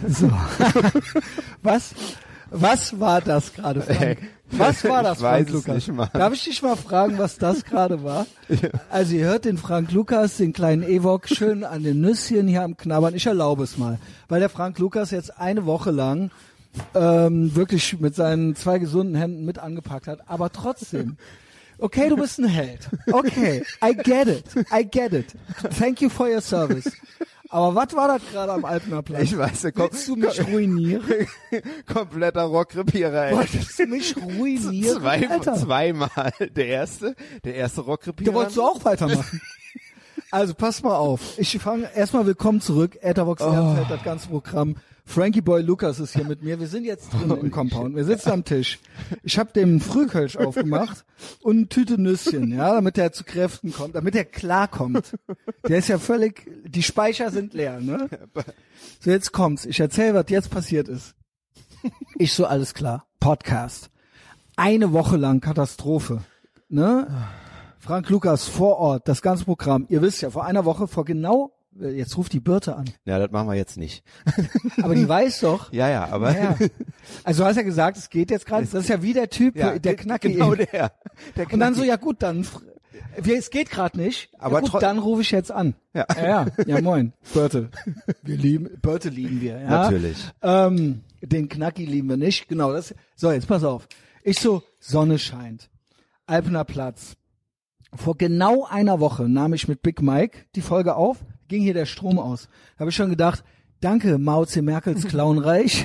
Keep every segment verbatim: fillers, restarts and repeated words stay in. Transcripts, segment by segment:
So. was, was war das gerade, Frank? Was war das, ich weiß Frank es Lukas? nicht, Mann. Darf ich dich mal fragen, was das gerade war? Ja. Also ihr hört den Frank Lukas, den kleinen Ewok, schön an den Nüsschen hier am Knabbern. Ich erlaube es mal, weil der Frank Lukas jetzt eine Woche lang ähm, wirklich mit seinen zwei gesunden Händen mit angepackt hat, aber trotzdem. Okay, du bist ein Held. Okay, I get it. I get it. Thank you for your service. Aber was war das gerade am Alpener Platz? Ich weiß, der Willst du mich ruinieren? kompletter Rockrepierer, ey. Wolltest du mich ruinieren? Zwei, Alter? zweimal. Der erste, der erste Rockrepierer. Da wolltest du auch weitermachen. Also pass mal auf. Ich fange erstmal willkommen zurück. Etherbox Oh. Ehrenfeld, das ganze Programm. Frankie Boy Lucas ist hier mit mir. Wir sind jetzt drin im Compound. Wir sitzen am Tisch. Ich habe dem Frühkölsch aufgemacht und eine Tüte Nüsschen, ja, damit er zu Kräften kommt, damit er klarkommt. Der ist ja völlig, die Speicher sind leer, ne? So, jetzt kommt's. Ich erzähle, was jetzt passiert ist. Ich so, alles klar. Podcast. Eine Woche lang Katastrophe, ne? Frank Lukas vor Ort, das ganze Programm. Ihr wisst ja, vor einer Woche, vor genau, jetzt ruft die Birte an. Ja, das machen wir jetzt nicht. Aber die weiß doch. Ja, ja, aber. Ja. Also du hast ja gesagt, es geht jetzt gerade. Das ist ja wie der Typ, ja, der Knacki. Genau der. der Knacki. Und dann so, ja gut, dann, wir, es geht gerade nicht. Aber ja gut, dann rufe ich jetzt an. Ja. ja, ja, ja moin, Birte. Wir lieben, Birte lieben wir. Ja? Natürlich. Ähm, den Knacki lieben wir nicht. Genau, das. So, jetzt pass auf. Ich so, Sonne scheint. Alpener Platz. Vor genau einer Woche nahm ich mit Big Mike die Folge auf, ging hier der Strom aus. Da habe ich schon gedacht, danke Mao C. Merkels Clownreich.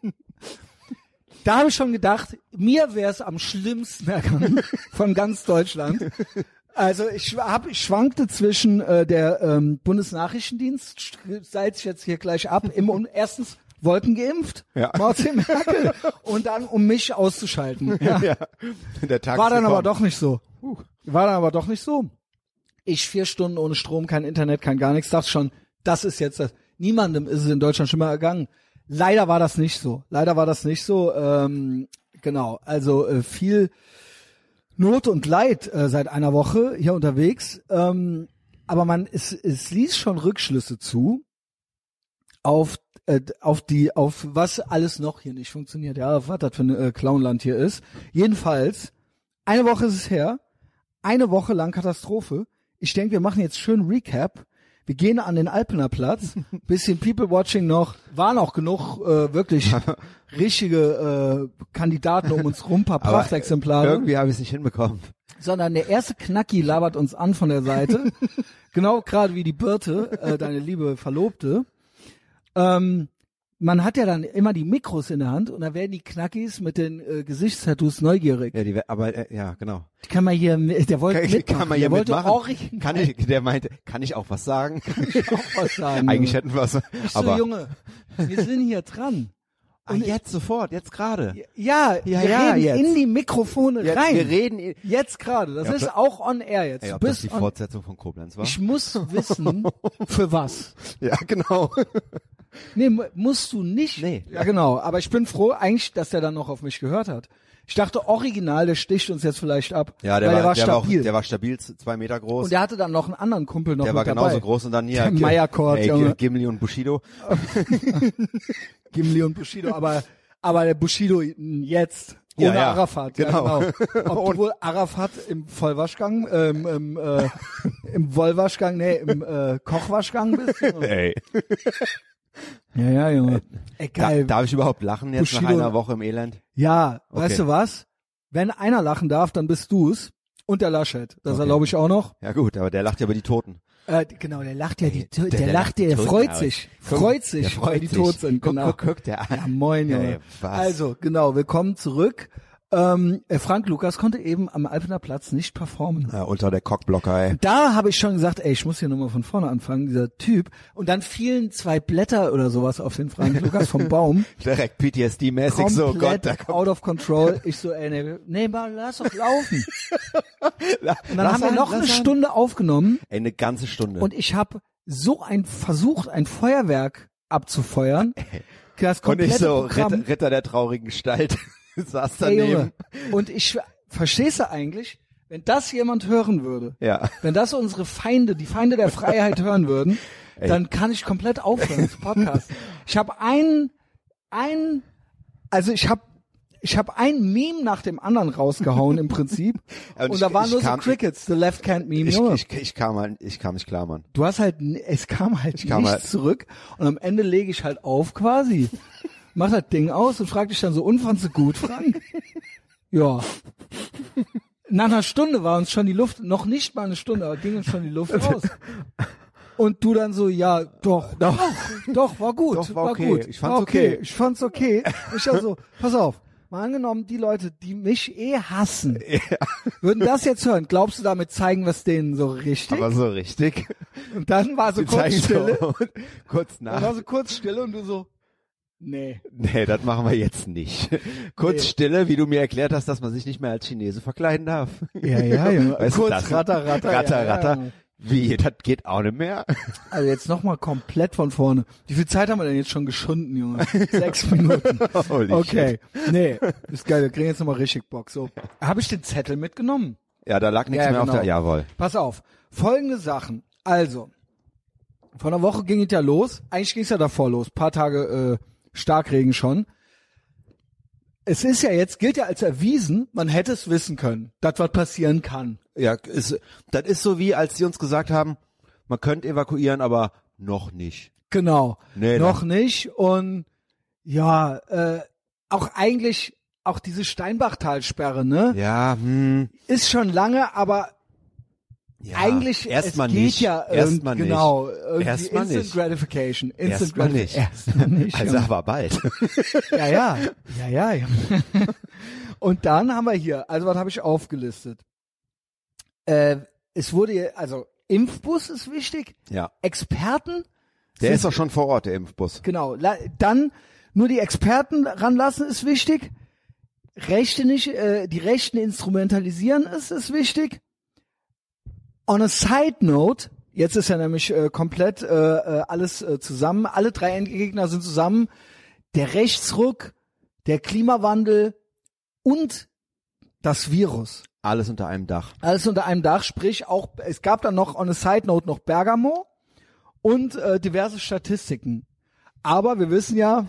Da habe ich schon gedacht, mir wäre es am schlimmsten ergangen von ganz Deutschland. Also ich, hab, ich schwankte zwischen äh, der ähm, Bundesnachrichtendienst, seit ich jetzt hier gleich ab, im, erstens Wolken geimpft, ja. Mao C. Merkel, und dann um mich auszuschalten. Ja. Ja. Der Tag War dann gekommen. aber doch nicht so. War dann aber doch nicht so. Ich vier Stunden ohne Strom, kein Internet, kein gar nichts. Dachte schon, das ist jetzt das. Niemandem ist es in Deutschland schon mal ergangen. Leider war das nicht so. Leider war das nicht so. Ähm, genau. Also äh, viel Not und Leid äh, seit einer Woche hier unterwegs. Ähm, aber man, es, es ließ schon Rückschlüsse zu auf äh, auf die auf was alles noch hier nicht funktioniert. Ja, was das für ein äh, Clownland hier ist. Jedenfalls eine Woche ist es her. Eine Woche lang Katastrophe. Ich denke, wir machen jetzt schön Recap. Wir gehen an den Alpener Platz. Bisschen People-Watching noch. Waren auch genug äh, wirklich richtige äh, Kandidaten um uns rum, paar Prachtexemplare. Irgendwie habe ich es nicht hinbekommen. Sondern der erste Knacki labert uns an von der Seite. Genau gerade wie die Birte, äh, deine liebe Verlobte. Ähm, man hat ja dann immer die Mikros in der Hand und da werden die Knackis mit den äh, Gesichtstattoos neugierig. Ja, die, aber äh, ja, genau. Die kann man hier, der wollte Kann, mitmachen. kann man hier der wollte mitmachen? original. Kann ich, der meinte, kann ich auch was sagen? Kann ich auch was sagen. Eigentlich Junge. hätten wir es. Ich so, Aber Junge, wir sind hier dran. ah, jetzt sofort, jetzt gerade. Ja, Ja, wir ja, reden jetzt. in die Mikrofone Jetzt, rein. wir reden. Jetzt gerade. Das Ja, ist ob- auch on air jetzt. Ey, Du ob das bist die on, Fortsetzung von Koblenz war? ich muss wissen, für was. Ja, genau. Nee, mu- musst du nicht. Nee. Ja, genau. Aber ich bin froh eigentlich, dass der dann noch auf mich gehört hat. Ich dachte, original, der sticht uns jetzt vielleicht ab. Ja, der weil war, der war der war auch, stabil. der war stabil, z- zwei Meter groß. Und der hatte dann noch einen anderen Kumpel noch der mit war genauso dabei. groß und dann hier. Der G- Meierkord, ey, Junge. Gimli und Bushido. Gimli und Bushido, aber, aber der Bushido jetzt. Ohne Ja, ja. Arafat. Genau. Ja, genau. Ob du wohl Arafat im Vollwaschgang, ähm, im, äh, im Wollwaschgang, nee, im äh, Kochwaschgang bist? Ey. Ja, ja, Junge. Ey, Da, geil. darf ich überhaupt lachen jetzt Bushido- nach einer Woche im Elend? Ja, Okay. weißt du was? Wenn einer lachen darf, dann bist du's. Und der Laschet. Das Okay. erlaube ich auch noch. Ja gut, aber der lacht ja über die Toten. Äh, genau, der lacht ja, die, der- der, der lacht lacht ja, der die Toten freut aus. sich. Guck, Freut sich, der freut weil die sich. tot sind. Guck, Genau. guck, guck, der Ja, moin, Junge. Ey, was? Also, genau, willkommen zurück. Ähm, äh, Frank Lukas konnte eben am Alpener Platz nicht performen. Ja, unter der Cockblocker, ey. Da habe ich schon gesagt, ey, ich muss hier nochmal von vorne anfangen, dieser Typ. Und dann fielen zwei Blätter oder sowas auf den Frank Lukas vom Baum. Direkt P T S D-mäßig so, Gott, Komplett da kommt. out of control. Ich so, ey, nee, nee mal, lass doch laufen. Und dann Lass haben wir an, noch lass eine an. Stunde aufgenommen Ey, eine ganze Stunde. und ich habe so ein versucht, ein Feuerwerk abzufeuern. Das Und komplette ich so, Programm. Ritter, Ritter der traurigen Gestalt, saß Ey, daneben. Junge. Und ich, verstehst du eigentlich, wenn das jemand hören würde, Ja. wenn das unsere Feinde, die Feinde der Freiheit hören würden, Ey. dann kann ich komplett aufhören zu podcasten. Ich habe einen, einen, also ich habe Ich habe ein Meme nach dem anderen rausgehauen im Prinzip. Und und ich- da waren ich nur kam- so Crickets, the left hand Meme. Ich, Junge. ich, ich kam halt, ich kam nicht klar, Mann. Du hast halt, n- es kam halt kam nichts halt- zurück und am Ende lege ich halt auf quasi, mach das Ding aus und frag dich dann so, und fandst du gut, Frank? Ja. Nach einer Stunde war uns schon die Luft, noch nicht mal eine Stunde, aber ging uns schon die Luft aus. Und du dann so, ja, doch, doch, doch, war gut, Doch, war okay. gut. Ich fand's war okay. okay. Ich fand's okay. Ich also, pass auf, mal angenommen, die Leute, die mich eh hassen, würden das jetzt hören. Glaubst du, damit zeigen wir es denen so richtig? Aber so richtig. Und dann war so Die kurz zeigen Stille. so kurz Dann war nach. so kurz Stille und du so, nee. Nee, das machen wir jetzt nicht. Kurz Nee. Stille, wie du mir erklärt hast, dass man sich nicht mehr als Chinese verkleiden darf. Ja, ja, Junge. Weißt du, Kurz das- ratter, ratter. Ratter, ja, ratter. Ja. Wie, das geht auch nicht mehr? Also jetzt nochmal komplett von vorne. Wie viel Zeit haben wir denn jetzt schon geschunden, Junge? Sechs Minuten. Holy Okay. Nee, ist geil. Wir kriegen jetzt nochmal richtig Bock. So. Habe ich den Zettel mitgenommen? Ja, da lag nichts Ja, mehr genau. auf der, jawohl. Pass auf. Folgende Sachen. Also, vor einer Woche ging es ja los. Eigentlich ging es ja davor los. Paar Tage äh, Starkregen schon. Es ist ja jetzt, gilt ja als erwiesen, man hätte es wissen können, dass was passieren kann. Ja, ist, das ist so wie, als die uns gesagt haben, man könnte evakuieren, aber noch nicht. Genau. Nee, Noch nicht. Und ja, äh, auch eigentlich, auch diese Steinbachtalsperre, ne? Ja, hm, Ist schon lange, aber ja, eigentlich, erstmal es geht nicht. ja Erstmal irgend- nicht. genau, irgendwie Erstmal Instant nicht. Gratification. Instant Erstmal nicht. Erstmal nicht. Also genau. aber bald. Ja, ja, ja, ja, ja. Und dann haben wir hier, also was habe ich aufgelistet? Äh, es wurde, hier- also Impfbus ist wichtig, Ja. Experten, Der sind- ist doch schon vor Ort, der Impfbus. genau, la- dann nur die Experten ranlassen ist wichtig, Rechte nicht, äh, die Rechten instrumentalisieren ist, ist wichtig. On a side note, jetzt ist ja nämlich äh, komplett äh, äh, alles äh, zusammen, alle drei Endgegner sind zusammen, der Rechtsruck, der Klimawandel und das Virus. Alles unter einem Dach. Alles unter einem Dach, sprich auch, es gab dann noch on a side note noch Bergamo und äh, diverse Statistiken. Aber wir wissen ja,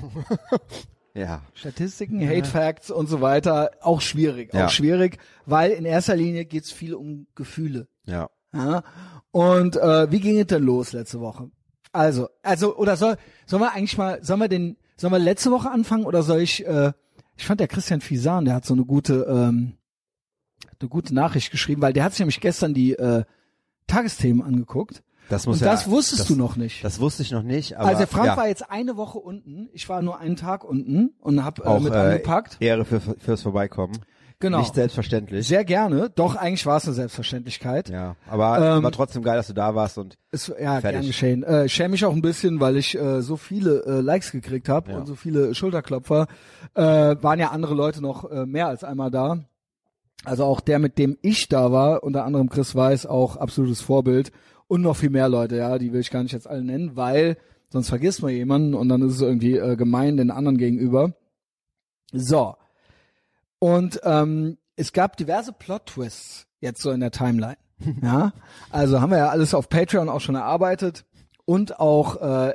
Ja. Statistiken, Hate Facts und so weiter, auch schwierig, auch Ja. schwierig, weil in erster Linie geht's viel um Gefühle. Ja. Ja? Und äh, wie ging es denn los letzte Woche? Also, also oder soll sollen wir eigentlich mal, sollen wir den, sollen wir letzte Woche anfangen oder soll ich? Äh, ich fand der Christian Fisan, der hat so eine gute, ähm, eine gute Nachricht geschrieben, weil der hat sich nämlich gestern die äh, Tagesthemen angeguckt. Das muss Und ja, das wusstest das, du noch nicht. Das wusste ich noch nicht, aber Also der Frank ja, war jetzt eine Woche unten, ich war nur einen Tag unten und hab äh, auch mit äh, angepackt. Ehre für, fürs Vorbeikommen. Genau. Nicht selbstverständlich. Sehr gerne. Doch, eigentlich war es eine Selbstverständlichkeit. Ja, aber Ähm, war trotzdem geil, dass du da warst und Es, ja, Fertig. gern geschehen. Äh, ich schäme mich auch ein bisschen, weil ich äh, so viele äh, Likes gekriegt habe Ja. und so viele Schulterklopfer. Äh, waren ja andere Leute noch äh, mehr als einmal da. Also auch der, mit dem ich da war, unter anderem Chris Weiß, auch absolutes Vorbild. Und noch viel mehr Leute, ja, die will ich gar nicht jetzt alle nennen, weil sonst vergisst man jemanden und dann ist es irgendwie äh, gemein den anderen gegenüber. So. Und ähm, es gab diverse Plot-Twists jetzt so in der Timeline. Ja, also haben wir ja alles auf Patreon auch schon erarbeitet und auch äh,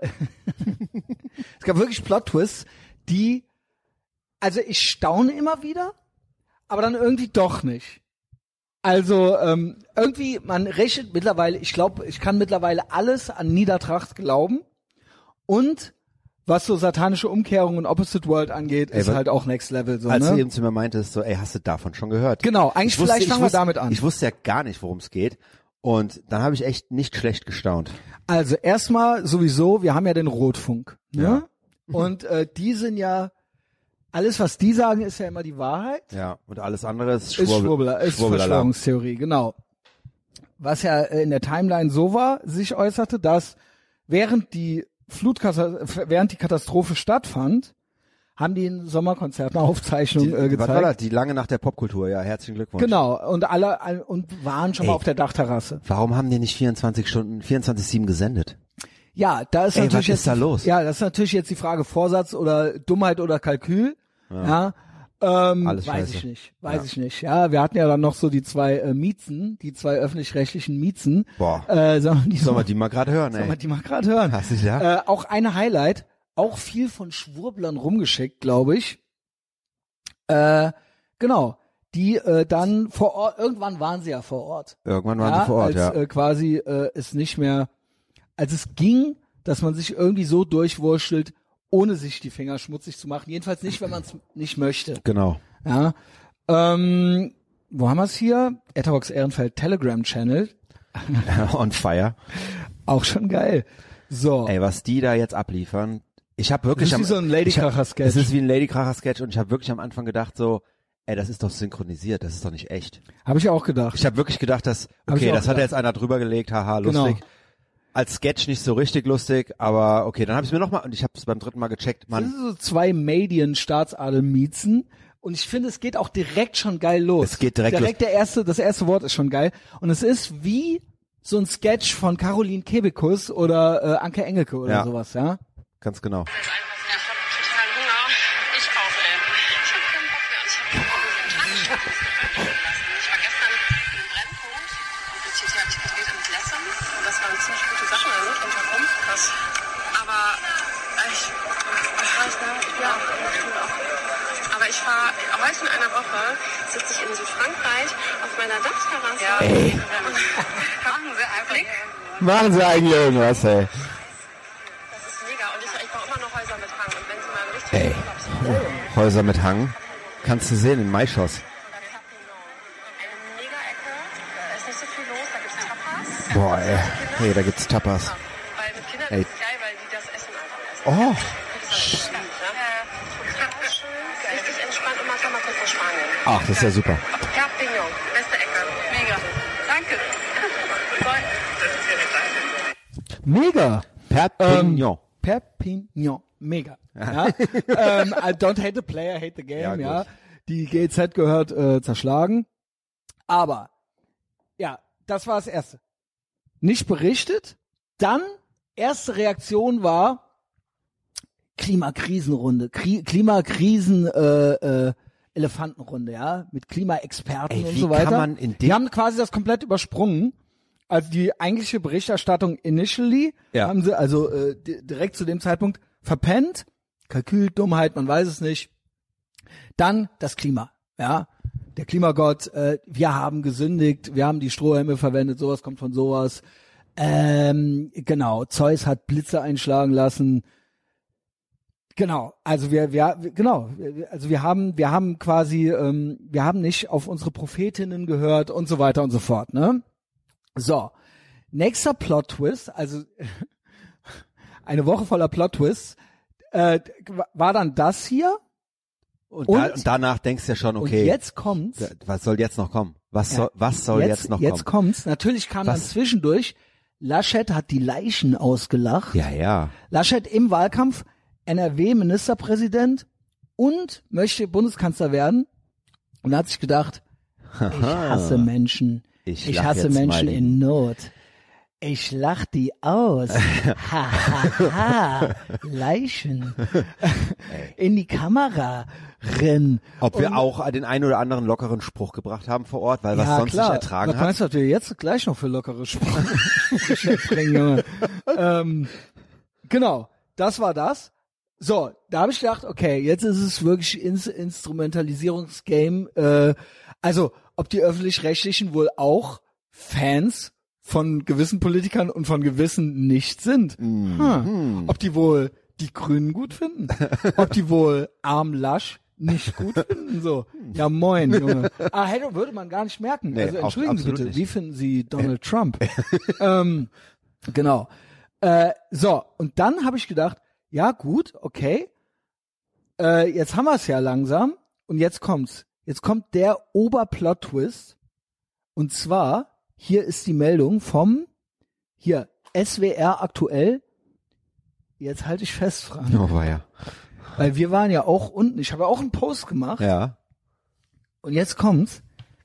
es gab wirklich Plot-Twists, die, also ich staune immer wieder, aber dann irgendwie doch nicht. Also ähm, irgendwie, man rechnet mittlerweile, ich glaube, ich kann mittlerweile alles an Niedertracht glauben und was so satanische Umkehrung und Opposite World angeht, Ey, ist was- halt auch Next Level. So, als ne? du eben zu mir meintest, so, ey, hast du davon schon gehört? Genau, eigentlich Ich wusste- vielleicht ich fangen wir wusste- damit an. Ich wusste ja gar nicht, worum es geht. Und dann habe ich echt nicht schlecht gestaunt. Also erstmal sowieso, wir haben ja den Rotfunk. Ne? Ja. Und äh, die sind ja, alles was die sagen, ist ja immer die Wahrheit. Ja, und alles andere ist Ist Schwurbel, Schwurbler, ist Schwurbelalarm. Verschwörungstheorie, genau. Was ja äh, in der Timeline so war, sich äußerte, dass während die Flutkatastrophe, während die Katastrophe stattfand, haben die in Sommerkonzerten Aufzeichnungen Die, äh, was war das? gezeigt. Die lange Nacht der Popkultur, ja, herzlichen Glückwunsch. Genau, und alle all- und waren schon mal Ey. auf der Dachterrasse. Warum haben die nicht vierundzwanzig Stunden, vierundzwanzig sieben gesendet? Ja, da ist Ey, natürlich was ist jetzt da die- los? Ja, das ist natürlich jetzt die Frage Vorsatz oder Dummheit oder Kalkül. Ja. Ähm, Alles weiß scheiße. ich nicht, weiß Ja. ich nicht. Ja, wir hatten ja dann noch so die zwei äh, Miezen, die zwei öffentlich-rechtlichen Miezen. Boah. Äh, sollen wir die, Sollen wir mal- die mal gerade hören, sollen wir ey? die mal gerade hören? Hast du ja? Äh, auch eine Highlight, auch viel von Schwurblern rumgeschickt, glaube ich. Äh, genau. Die äh, dann vor Ort, irgendwann waren sie ja vor Ort. Irgendwann waren ja, sie vor Ort, als, ja. Äh, quasi äh, es nicht mehr, als es ging, dass man sich irgendwie so durchwurschtelt, ohne sich die Finger schmutzig zu machen. Jedenfalls nicht, wenn man es nicht möchte. Genau. Ja. Ähm, wo haben wir es hier? Etherbox Ehrenfeld Telegram Channel. On fire. Auch schon geil. So. Ey, was die da jetzt abliefern. Ich habe wirklich das ist wie am, so ein Ladykracher-Sketch. Es ist wie ein Ladykracher-Sketch und ich habe wirklich am Anfang gedacht so, ey, das ist doch synchronisiert, das ist doch nicht echt. Habe ich auch gedacht. Ich habe wirklich gedacht, dass, Hab ich okay, auch das hat gedacht. jetzt einer drüber gelegt, haha, lustig. Genau. Als Sketch nicht so richtig lustig, aber okay, dann habe ich mir nochmal, und ich habe es beim dritten Mal gecheckt, Das man, sind so zwei Medien-Staatsadel-Miezen. Und ich finde, es geht auch direkt schon geil los. Es geht direkt Direkt der erste, das erste Wort ist schon geil. Und es ist wie so ein Sketch von Caroline Kebekus oder äh, Anke Engelke oder Ja. sowas, ja. ganz genau. Ich hab total Hunger. Ich auch, ey. Ich hab keinen Bock mehr und ich hab keinen Bock mehr, diesen Krankenschwester lassen. Ich war gestern im Brennpunkt und das T T hat sich gedreht in Lessem und das waren ziemlich gute Sachen, der Notunterkunft. Krass. Aber ich, ich weiß nicht, ja, aber ich war heute in einer Woche, sitze ich in Südfrankreich auf meiner Dachterrasse. Ja. Ey. Machen Sie einen Blick. Machen Sie eigentlich irgendwas, ey. Das ist mega und ich, ich baue immer noch Häuser mit Hang und wenn Sie mal einen richtigen Ey. Urlaubs Häuser mit Hang. Kannst du sehen, in Maischoss. Eine Mega-Ecke, da ist nicht so viel los, da gibt's Tapas. Boah, ey. Hey, da gibt's Tapas. Weil mit Kindern Ey. ist es geil, weil die das Essen einfach essen. Oh. Das ist schön, ne? Total schön, richtig entspannt und man kann mal kurz nach Spanien. Ach, das ist ja super. Perpignan, beste Ecke. Mega. Danke. Mega. Perpignan. Ähm, Perpignan. Mega. Ja? ähm, I don't hate the player, hate the game, Ja, ja. gut. Die G Z gehört äh, zerschlagen. Aber, ja, das war das Erste. Nicht berichtet. Dann, erste Reaktion war Klimakrisenrunde. Kri Klimakrisen äh, äh, Elefantenrunde, ja, mit Klimaexperten Ey, und wie so weiter. kann man in dem- Die haben quasi das komplett übersprungen. Also die eigentliche Berichterstattung initially Ja. haben sie also äh, di- direkt zu dem Zeitpunkt verpennt. Kalkül, Dummheit, man weiß es nicht. Dann das Klima, ja. Der Klimagott, äh, wir haben gesündigt, wir haben die Strohhelme verwendet, sowas kommt von sowas. Ähm, genau, Zeus hat Blitze einschlagen lassen. Genau, also wir, wir, genau, also wir haben, wir haben quasi, ähm, wir haben nicht auf unsere Prophetinnen gehört und so weiter und so fort, ne? So, nächster Plot-Twist, also eine Woche voller Plot-Twists, äh, war dann das hier. Und, Und? da, und danach denkst du ja schon, okay, Und jetzt kommt's. was soll jetzt noch kommen? Was Ja, soll, was soll jetzt, noch Jetzt kommen? kommt's. Natürlich kam Was? dann zwischendurch, Laschet hat die Leichen ausgelacht. Ja, ja. Laschet im Wahlkampf, N R W-Ministerpräsident und möchte Bundeskanzler werden. Und da hat sich gedacht, ich hasse Menschen. Ich Ich, lach hasse jetzt mal Menschen die- in Not. Ich lach die aus. Ha, ha, ha. Leichen. In die Kamera rennen. Ob wir Und- auch den einen oder anderen lockeren Spruch gebracht haben vor Ort, weil was ja, sonst klar. nicht ertragen Was hat. meinst du, was wir jetzt gleich noch für lockere Sprache bringen, Junge? ähm, genau, das war das. So, da habe ich gedacht, okay, jetzt ist es wirklich ins Instrumentalisierungsgame. Äh, also, ob die Öffentlich-Rechtlichen wohl auch Fans von gewissen Politikern und von gewissen nicht sind. Mhm. Hm. Ob die wohl die Grünen gut finden? Ob die wohl Arm Lasch nicht gut finden? So, ja moin, Junge. Ah, hätte, würde man gar nicht merken. Nee, also auf- entschuldigen Sie absolut bitte, nicht. wie finden Sie Donald Trump? ähm, genau. Äh, so, und dann habe ich gedacht, ja gut, okay, äh, jetzt haben wir es ja langsam und jetzt kommt's. Jetzt kommt der Oberplot-Twist und zwar, hier ist die Meldung vom, hier, S W R aktuell, jetzt halte ich fest, Frank, Oh, war ja. weil wir waren ja auch unten, ich habe ja auch einen Post gemacht Ja. und jetzt kommt's,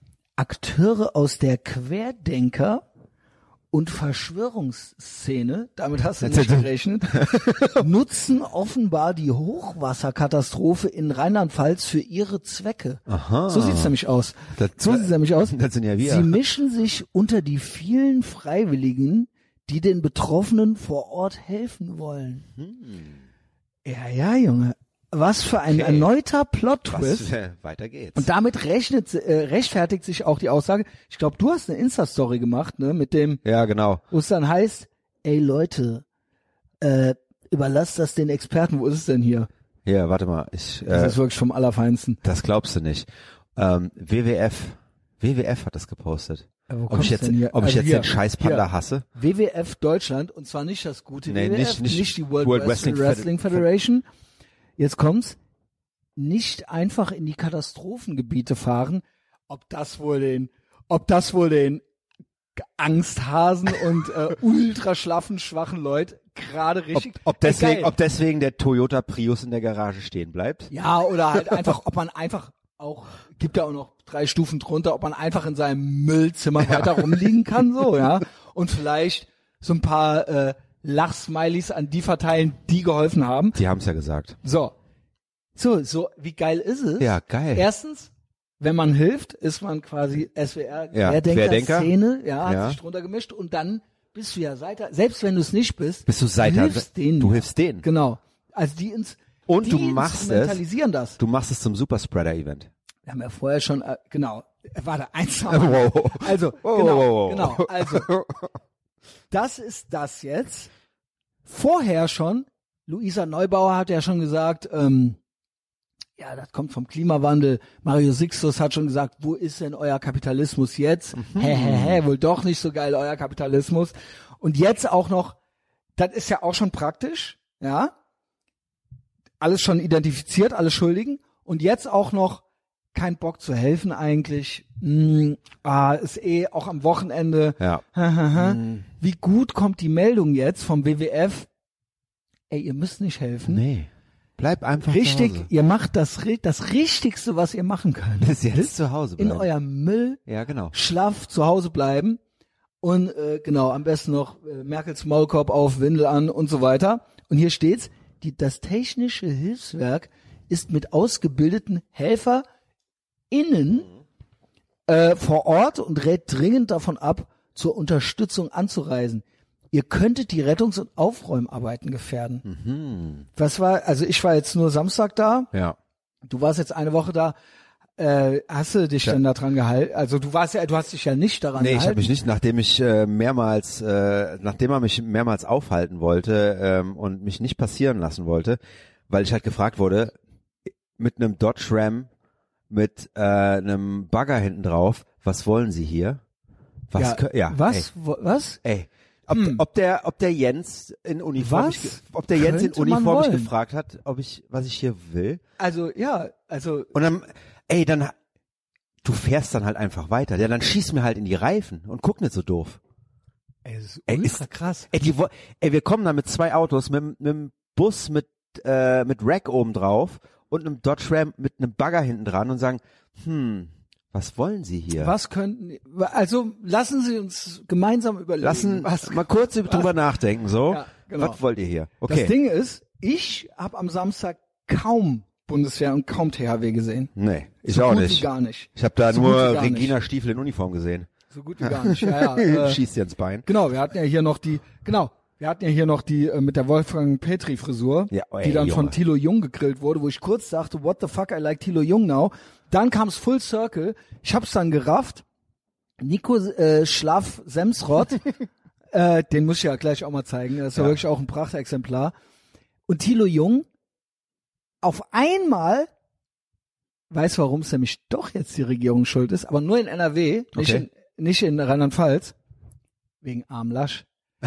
Akteure aus der Querdenker- und Verschwörungsszene, damit hast du nicht gerechnet, nutzen offenbar die Hochwasserkatastrophe in Rheinland-Pfalz für ihre Zwecke. Aha. So sieht's nämlich aus. Das- so sieht's nämlich aus. das sind ja wir. Sie mischen sich unter die vielen Freiwilligen, die den Betroffenen vor Ort helfen wollen. Ja, ja, Junge. Was für ein Okay. erneuter Plot-Twist. Was, äh, weiter geht's. Und damit rechnet, äh, rechtfertigt sich auch die Aussage. Ich glaube, du hast eine Insta-Story gemacht, ne, mit dem, ja, genau. wo es dann heißt, ey Leute, äh, überlasst das den Experten. Wo ist es denn hier? Hier, warte mal. Ich, Das äh, ist wirklich vom Allerfeinsten. das glaubst du nicht. Ähm, W W F. W W F hat das gepostet. Ja, wo Ob kommt's ich jetzt, denn hier? ob ich Also jetzt hier, den scheiß Panda hier. hasse? W W F Deutschland, und zwar nicht das gute Nee, W W F, nicht- nicht die World, World Wrestling, Wrestling Wrestling Fed- Federation. Jetzt kommt's. Nicht einfach in die Katastrophengebiete fahren. Ob das wohl den, ob das wohl den Angsthasen und äh, ultra schlaffen, schwachen Leute gerade Ob, richtig. ob, Ey, deswegen, geil. ob deswegen der Toyota Prius in der Garage stehen bleibt? Ja, oder halt einfach, ob man einfach auch, gibt ja auch noch drei Stufen drunter, ob man einfach in seinem Müllzimmer weiter rumliegen kann, so, ja. Und vielleicht so ein paar äh, Lachsmilies an die verteilen, die geholfen haben. Die haben es ja gesagt. So. So, so, wie geil ist es? Ja, geil. Erstens, wenn man hilft, ist man quasi S W R, Ja, Querdenker, Querdenker. Szene, ja, hat Ja. sich drunter gemischt und dann bist du ja Seiter, selbst wenn du es nicht bist, Bist du Seiter? du hilfst denen. Du ja. hilfst denen. Genau. Also die ins, Und die du machst es. instrumentalisieren das. Du machst es zum Superspreader-Event. Wir haben ja vorher schon, äh, genau, äh, warte, eins noch. Wow. Also, Wow, genau, wow, wow. genau, also, das ist das jetzt. Vorher schon, Luisa Neubauer hat ja schon gesagt, ähm, ja, das kommt vom Klimawandel. Mario Sixtus hat schon gesagt, wo ist denn euer Kapitalismus jetzt? Mhm. Hä, hä, hä, wohl doch nicht so geil, euer Kapitalismus. Und jetzt auch noch, das ist ja auch schon praktisch, ja, alles schon identifiziert, alle Schuldigen. Und jetzt auch noch kein Bock zu helfen eigentlich. Hm, ah, ist eh auch am Wochenende. Ja. Wie gut kommt die Meldung jetzt vom W W F? Ey, ihr müsst nicht helfen. Nee. Bleib einfach Richtig, zu Hause. ihr macht das, ri- das Richtigste, was ihr machen könnt. Bis jetzt zu Hause In bleiben. eurem Müll Ja, genau. schlaff zu Hause bleiben und äh, genau, am besten noch äh, Merkels Maulkorb auf, Windel an und so weiter. Und hier steht's, die, das technische Hilfswerk ist mit ausgebildeten HelferInnen äh, vor Ort und rät dringend davon ab, zur Unterstützung anzureisen. Ihr könntet die Rettungs- und Aufräumarbeiten gefährden. Mhm. Was war, also ich war jetzt nur Samstag da, Ja. du warst jetzt eine Woche da. Äh, hast du dich Ja. denn da dran gehalten? Also du warst ja, du hast dich ja nicht daran Nee, ich gehalten. habe mich nicht, nachdem ich äh, mehrmals, äh, nachdem er mich mehrmals aufhalten wollte ähm, und mich nicht passieren lassen wollte, weil ich halt gefragt wurde, mit einem Dodge Ram, mit äh, einem Bagger hinten drauf, was wollen Sie hier? Was? ja, kö- ja was? Ey, Wo, was? ey. Ob, Hm. ob der, ob der Jens in Uniform, Was mich, ge- ob der Jens in könnte man Uniform mich wollen? gefragt hat, ob ich, was ich hier will. Also ja, also Und dann, ey, dann, du fährst dann halt einfach weiter. Ja, dann schieß mir halt in die Reifen und guck nicht so doof. ey, das ist Ey, ultra ist- krass. Ey, die, wo- ey, wir kommen da mit zwei Autos, mit, mit einem Bus mit, äh, mit Rack oben drauf und einem Dodge Ram mit einem Bagger hinten dran und sagen, hm, was wollen Sie hier? Was könnten, also lassen Sie uns gemeinsam überlegen. Lassen, was, mal kurz drüber nachdenken, so. Ja, genau. Was wollt ihr hier? Okay. Das Ding ist, ich habe am Samstag kaum Bundeswehr und kaum T H W gesehen. Nee, ich so auch gut nicht. Wie gar nicht. Ich habe da So gut nur wie gar Regina nicht. Stiefel in Uniform gesehen. So gut wie gar nicht. Ja, ja, äh, Schießt dir ins Bein. genau, wir hatten ja hier noch die, genau, wir hatten ja hier noch die äh, mit der Wolfgang Petri Frisur, Ja, ey, die dann Junge. von Thilo Jung gegrillt wurde, wo ich kurz dachte, what the fuck, I like Thilo Jung now. Dann kam's Full Circle. Ich hab's dann gerafft. Nico äh, Schlaf Semsrott, äh, den muss ich ja gleich auch mal zeigen. Das ist ja, Ja. wirklich auch ein Prachtexemplar. Und Thilo Jung auf einmal weiß, warum es nämlich doch jetzt die Regierung schuld ist, aber nur in N R W, nicht Okay. in, nicht in Rheinland-Pfalz, wegen Arm Lasch.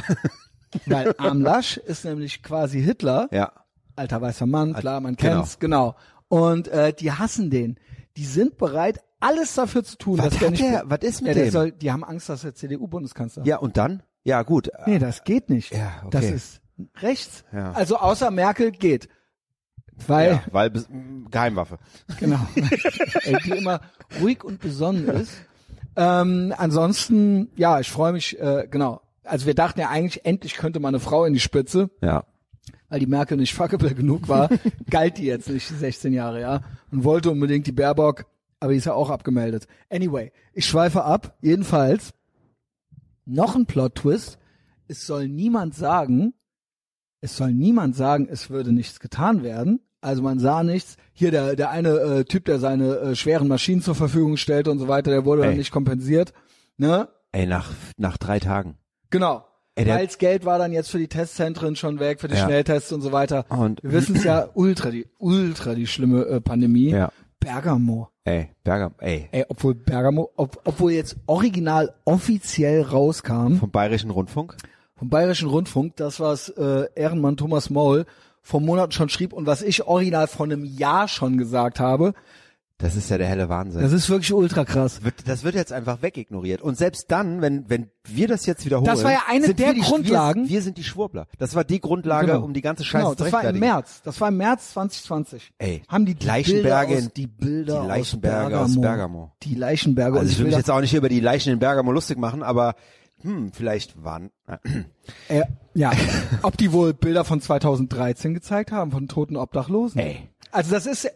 Weil Arm Lasch ist nämlich quasi Hitler, Ja. alter weißer Mann, klar, man Genau. kennt's, genau. Und äh, die hassen den. Die sind bereit, alles dafür zu tun, Was dass der hat nicht. der? Was ist mit ja, der dem? soll, die haben Angst, dass der C D U-Bundeskanzler. Ja, und dann? Ja, gut. Nee, das geht nicht. Ja, okay. Das ist rechts. Ja. Also außer Merkel geht. Weil, Ja, weil bis, m, Geheimwaffe. genau, Ey, die immer ruhig und besonnen ist. Ähm, ansonsten, ja, ich freue mich, äh, genau. Also wir dachten ja eigentlich, endlich könnte mal eine Frau in die Spitze, Ja. weil die Merkel nicht fuckable genug war, galt die jetzt nicht, die sechzehn Jahre, ja, und wollte unbedingt die Baerbock, aber die ist ja auch abgemeldet. Anyway, ich schweife ab, jedenfalls, noch ein Plot-Twist, es soll niemand sagen, es soll niemand sagen, es würde nichts getan werden. Also man sah nichts. Hier der der eine äh, Typ, der seine äh, schweren Maschinen zur Verfügung stellte und so weiter, der wurde Ey. dann nicht kompensiert. Ne? Ey, nach, nach drei Tagen. Genau. Ey, der- Weil das Geld war dann jetzt für die Testzentren schon weg, für die Ja. Schnelltests und so weiter. Und- Wir wissen es ja, ultra, die ultra die schlimme äh, Pandemie. Ja. Bergamo. Ey, Berger, ey. Ey, obwohl Bergamo, ob, obwohl jetzt original offiziell rauskam Vom Bayerischen Rundfunk. vom Bayerischen Rundfunk, das was äh, Ehrenmann Thomas Maul vor Monaten schon schrieb und was ich original vor einem Jahr schon gesagt habe, Das ist ja der helle Wahnsinn. das ist wirklich ultra krass. wird, das wird jetzt einfach wegignoriert. Und selbst dann, wenn, wenn wir das jetzt wiederholen. Das war ja eine sind der wir die, Grundlagen. Wir, wir sind die Schwurbler. Das war die Grundlage, Genau. um die ganze Scheiße Genau, zu das war im rechtfertigen. März. Das war im März zwanzig zwanzig. Ey, haben die, die Leichenberge Bilder in- aus, die Bilder die Leichenberge aus aus Bergamo. Bergamo. Die Leichenberge. Also und ich will mich will jetzt auch nicht über die Leichen in Bergamo lustig machen, aber hm, vielleicht waren. Äh, ja, ob die wohl Bilder von zweitausenddreizehn gezeigt haben, von toten Obdachlosen. Ey. Also das ist,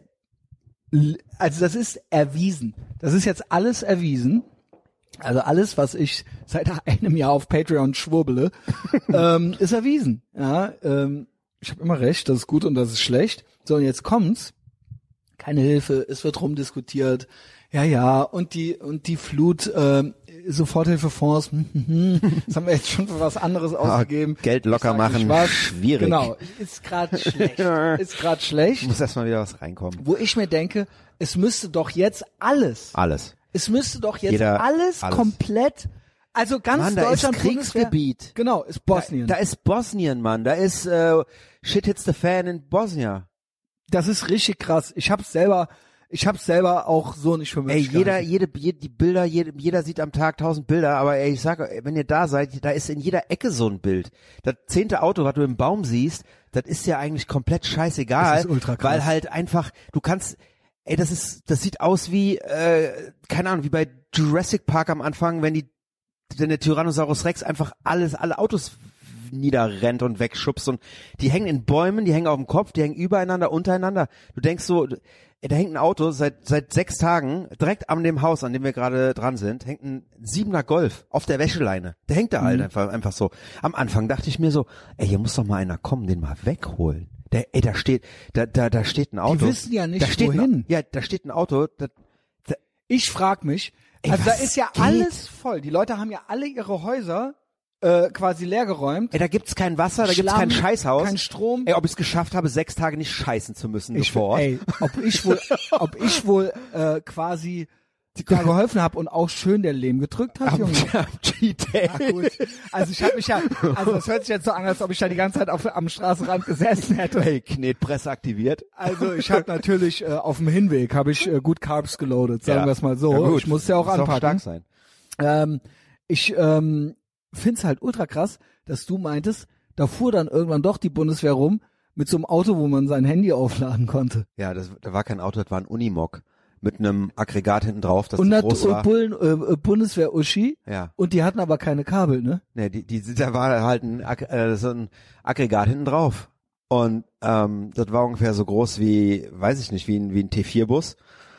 also das ist erwiesen. Das ist jetzt alles erwiesen. Also alles, was ich seit einem Jahr auf Patreon schwurbele, ähm, ist erwiesen. Ja, ähm, ich habe immer recht, das ist gut und das ist schlecht. So, und jetzt kommt's. Keine Hilfe, es wird rumdiskutiert. Ja, ja, und die und die Flut, ähm, Soforthilfefonds, hm, hm, hm. das haben wir jetzt schon für was anderes ausgegeben. Geld locker Ich sag nicht machen, was. schwierig. Genau, ist gerade schlecht. Ist gerade schlecht. Muss erstmal wieder was reinkommen. Wo ich mir denke, es müsste doch jetzt alles, Alles. es müsste doch jetzt Jeder- alles, alles. komplett, also ganz Mann, da ist Deutschland Kriegsgebiet. Bundeswehr- Genau, ist Bosnien. Da, da ist Bosnien, Mann. Da ist äh, Shit hits the fan in Bosnien. das ist richtig krass. Ich hab's selber, ich hab's selber auch so nicht für Ey, möglich jeder, gehalten. jede, jede, die Bilder, jede, jeder sieht am Tag tausend Bilder, aber ey, ich sag, wenn ihr da seid, da ist in jeder Ecke so ein Bild. Das zehnte Auto, was du im Baum siehst, das ist ja eigentlich komplett scheißegal, Das ist ultra krass. weil halt einfach, du kannst, ey, das ist, das sieht aus wie, äh, keine Ahnung, wie bei Jurassic Park am Anfang, wenn die, wenn der Tyrannosaurus Rex einfach alles, alle Autos niederrennt und wegschubst und die hängen in Bäumen, die hängen auf dem Kopf, die hängen übereinander, untereinander. Du denkst so, ey, da hängt ein Auto seit seit sechs Tagen direkt an dem Haus, an dem wir gerade dran sind, hängt ein siebener Golf auf der Wäscheleine. Der hängt da halt einfach einfach so. Am Anfang dachte ich mir so, ey, hier muss doch mal einer kommen, den mal wegholen. Der, ey, da steht, da da da steht ein Auto. wissen ja nicht, da steht wohin. Ein, ja, da steht ein Auto. Da, da, Ich frag mich, Ey, also da was ist ja geht? alles voll. Die Leute haben ja alle ihre Häuser äh, quasi leergeräumt. ey, da gibt's kein Wasser, da gibt's Schlamm, kein Scheißhaus. kein Strom. Ey, ob ich es geschafft habe, sechs Tage nicht scheißen zu müssen Ich, sofort. ey, ob ich wohl, ob ich wohl äh, quasi da geholfen habe und auch schön der Lehm gedrückt hat, Junge. G-Day. Ja, gut. Also ich habe mich ja, also das hört sich jetzt so an, als ob ich da die ganze Zeit auf, am Straßenrand gesessen hätte. Hey, Knetpresse aktiviert. Also ich habe natürlich äh, auf dem Hinweg habe ich äh, gut Carbs geloadet, sagen Ja. wir es mal so. Ja, gut. Ich muss ja auch Muss anpacken. stark sein. Ähm, ich ähm, find's halt ultra krass, dass du meintest, da fuhr dann irgendwann doch die Bundeswehr rum mit so einem Auto, wo man sein Handy aufladen konnte. Ja, das, da war kein Auto, das war ein Unimog mit einem Aggregat hinten drauf, das Und zu hat groß äh, war. Bullen, äh, äh, Bundeswehr-Uschi Ja. und die hatten aber keine Kabel, ne? Nee, die, die, da war halt ein, Ag- äh, so ein Aggregat hinten drauf. Und ähm, das war ungefähr so groß wie, weiß ich nicht, wie ein, wie ein T vier Bus.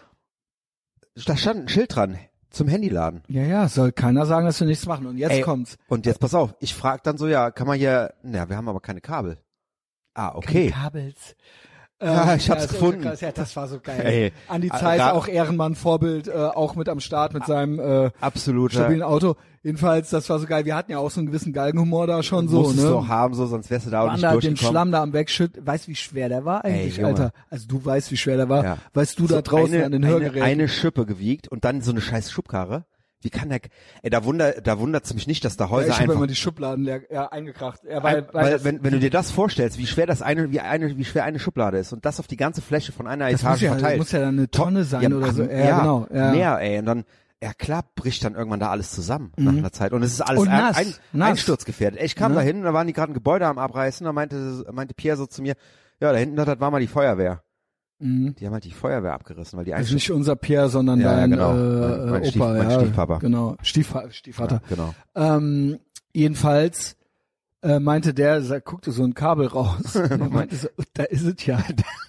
Da stand ein Schild dran, zum Handyladen. Ja, ja, soll keiner sagen, dass wir nichts machen. Und jetzt Ey, kommt's. Und jetzt pass auf, ich frag dann so, ja, kann man hier, na, wir haben aber keine Kabel. Ah, okay. Keine Kabels. Ja, ich hab's ist gefunden. krass. Ja, das war so geil. Ey, Andi äh, Zeiss, Ra- auch Ehrenmann, Vorbild, äh, auch mit am Start mit seinem äh, Absoluter. stabilen Auto. Jedenfalls, das war so geil. Wir hatten ja auch so einen gewissen Galgenhumor da schon so, Musstest ne? du auch haben, so, sonst wärst du da auch Waren nicht da den durchgekommen. Schlamm da am Wegschütten. Weißt wie schwer der war eigentlich, Ey, Junge. Alter? Also du weißt, wie schwer der war. Ja. Weißt du So da draußen eine, an den eine, Hörgeräten? eine Schippe gewiegt und dann so eine scheiß Schubkarre. Wie kann der, ey, da wunder, da wundert's mich nicht, dass da ja, Häuser ich habe einfach, immer die Schubladen leer, ja, eingekracht. Ja, weil, weil, weil, weil das, wenn, wenn du dir das vorstellst, wie schwer das eine, wie eine, wie schwer eine Schublade ist und das auf die ganze Fläche von einer das Etage muss ja, verteilt. muss ja dann eine Tonne sein Ja, oder ach, so. Ja, ja, genau. Ja. mehr, ey, und dann, ja klar, bricht dann irgendwann da alles zusammen nach einer Zeit und es ist alles Und ein, nass, ein, nass. einsturzgefährdet. Ey, ich kam Ne? da hin, da waren die gerade ein Gebäude am Abreißen, da meinte, meinte Pierre so zu mir, ja, da hinten, das war mal die Feuerwehr. Mhm. Die haben halt die Feuerwehr abgerissen, weil die Das ist Einsturz- nicht unser Pierre, sondern Ja, ja, dein genau. äh, Mein- mein Opa, Stief- mein ja, Stiefpapa. Genau, Stiefva Stiefvater. Ja, genau. Ähm, jedenfalls äh, meinte der, sa- guckte so ein Kabel raus. Und er meinte so, da ist es ja.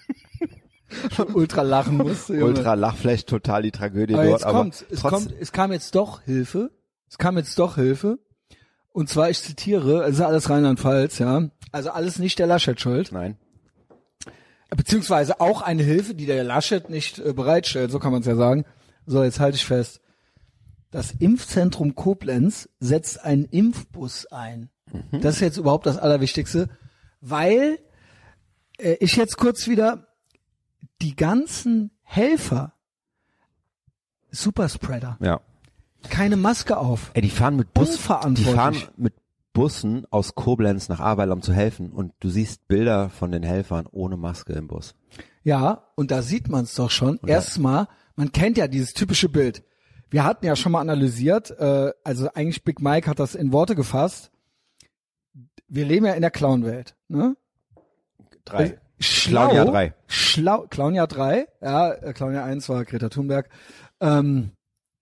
Ultra lachen musste. Junge. Ultra Lachfläche, total die Tragödie Aber dort. jetzt aber kommt's. Es trotz- kommt, es kam jetzt doch Hilfe. Es kam jetzt doch Hilfe. Und zwar, ich zitiere, es ist alles Rheinland-Pfalz, ja. Also alles nicht der Laschet schuld. Nein. Beziehungsweise auch eine Hilfe, die der Laschet nicht äh, bereitstellt, so kann man es ja sagen. So, jetzt halte ich fest. Das Impfzentrum Koblenz setzt einen Impfbus ein. Mhm. Das ist jetzt überhaupt das Allerwichtigste, weil äh, ich jetzt kurz wieder die ganzen Helfer, Superspreader, Ja. keine Maske auf. Ey, die fahren mit Bus, die Unverantwortlich. fahren mit Bussen aus Koblenz nach Ahrweiler, um zu helfen. Und du siehst Bilder von den Helfern ohne Maske im Bus. Ja, und da sieht man es doch schon. Erstmal, man kennt ja dieses typische Bild. Wir hatten ja schon mal analysiert, äh, also eigentlich Big Mike hat das in Worte gefasst. Wir leben ja in der Clown-Welt, ne? Drei. Schlau, Clownia drei. Schlau, Clownia drei, ja, äh, Clownia eins war Greta Thunberg. Ähm,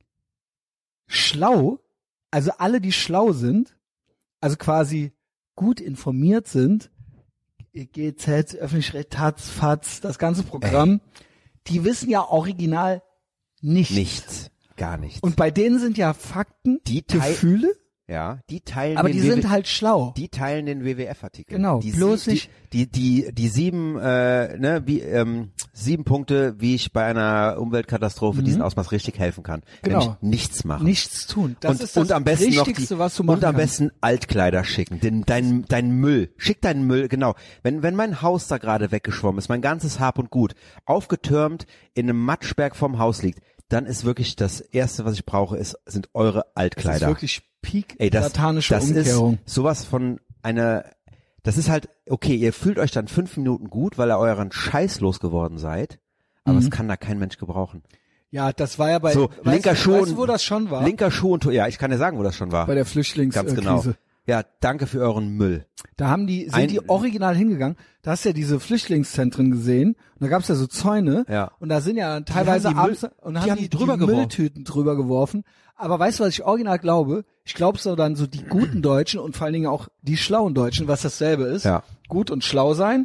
schlau, also alle, die schlau sind, also quasi gut informiert sind, G Z, Öffentlich-Recht, Taz, Fatz, das ganze Programm, Ey. die wissen ja original nichts. Nichts. Gar nichts. Und bei denen sind ja Fakten, die Teil- Gefühle, ja, die teilen aber den die W W sind halt schlau. Die teilen den W W F-Artikel. Genau, die bloß sie, nicht. Die, die, die, die sieben, äh, ne, wie, ähm, sieben Punkte, wie ich bei einer Umweltkatastrophe Mhm. diesen Ausmaß richtig helfen kann. Genau. Nämlich nichts machen. Nichts tun. Das und, ist das und am besten noch Wichtigste, die, was du machen und am kannst. besten Altkleider schicken, den, dein, dein Müll. Schick deinen Müll, genau. Wenn, wenn mein Haus da gerade weggeschwommen ist, mein ganzes Hab und Gut, aufgetürmt in einem Matschberg vorm Haus liegt, dann ist wirklich das Erste, was ich brauche, ist, sind eure Altkleider. Das ist wirklich Peak Ey, das, satanische das Umkehrung. ist sowas von einer, das ist halt, okay, ihr fühlt euch dann fünf Minuten gut, weil ihr euren Scheiß losgeworden seid, aber Mhm. es kann da kein Mensch gebrauchen. Ja, das war ja bei, So, weißt, linker du, Schuh weißt und- du, wo das schon war? Linker Schuh und, ja, ich kann dir sagen, wo das schon war. Bei der Flüchtlingskrise. Ganz genau. Ja, danke für euren Müll. Da haben die, sind Ein- die original hingegangen. Da hast du ja diese Flüchtlingszentren gesehen. Und da gab's ja so Zäune. Ja. Und da sind ja teilweise haben die Müll- abends, und die haben haben die, die drüber die geworfen. Mülltüten drüber geworfen. Aber weißt du, was ich original glaube? Ich glaube so dann so die guten Deutschen und vor allen Dingen auch die schlauen Deutschen, was dasselbe ist. Ja. Gut und schlau sein.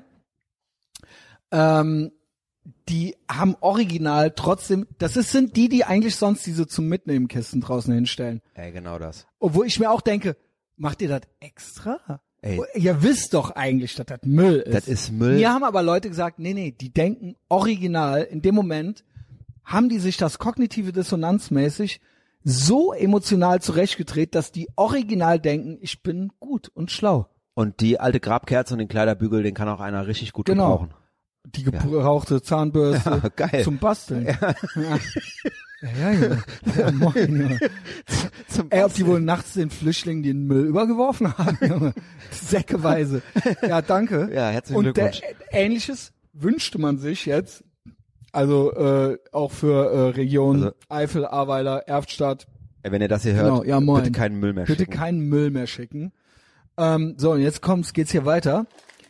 Ähm, die haben original trotzdem, das ist, sind die, die eigentlich sonst diese zum Mitnehmen Kisten draußen hinstellen. Ey, genau das. Obwohl ich mir auch denke, macht ihr das extra? Ey. Ihr wisst doch eigentlich, dass das Müll ist. Das ist Müll. Mir haben aber Leute gesagt, nee, nee, die denken original, in dem Moment haben die sich das kognitive Dissonanzmäßig so emotional zurechtgedreht, dass die original denken, ich bin gut und schlau. Und die alte Grabkerze und den Kleiderbügel, den kann auch einer richtig gut Genau. gebrauchen. Die gebrauchte Zahnbürste Ja, geil. zum Basteln. Ja, ja, ja, Junge. Ja, moin, Junge. Zum Ey, ob die wohl nachts den Flüchtlingen den Müll übergeworfen haben, Junge. Säckeweise. Ja, danke. Ja, herzlichen Und Glückwunsch. der, Ähnliches wünschte man sich jetzt, also äh, auch für äh, Region Also- Eifel, Ahrweiler, Erftstadt, Ey, wenn ihr das hier hört, Genau, ja, moin. bitte keinen Müll mehr bitte schicken. keinen Müll mehr schicken. Ähm, so, und jetzt kommt's, geht's hier weiter.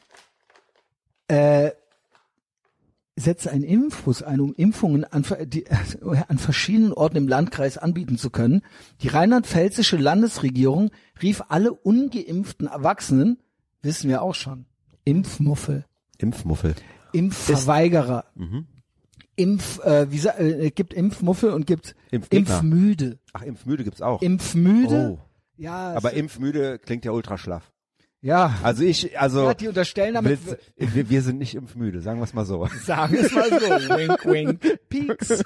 Äh, setze einen Impfbus ein, um Impfungen an, ver- die, an verschiedenen Orten im Landkreis anbieten zu können. Die rheinland-pfälzische Landesregierung rief alle ungeimpften Erwachsenen, wissen wir auch schon, Impfmuffel, Impfmuffel. Impfverweigerer, Mhm. Impf, äh, wie sa- äh, gibt Impfmuffel und gibt Impfgegner. Impfmüde. Ach, Impfmüde gibt's auch. Impfmüde? Oh. Ja, Aber es- Impfmüde klingt ja ultra schlaff. ja. Also ich, also Ja, die unterstellen damit, wir, wir, wir sind nicht impfmüde, sagen wir es mal so. sagen es mal so, wink, wink, peaks.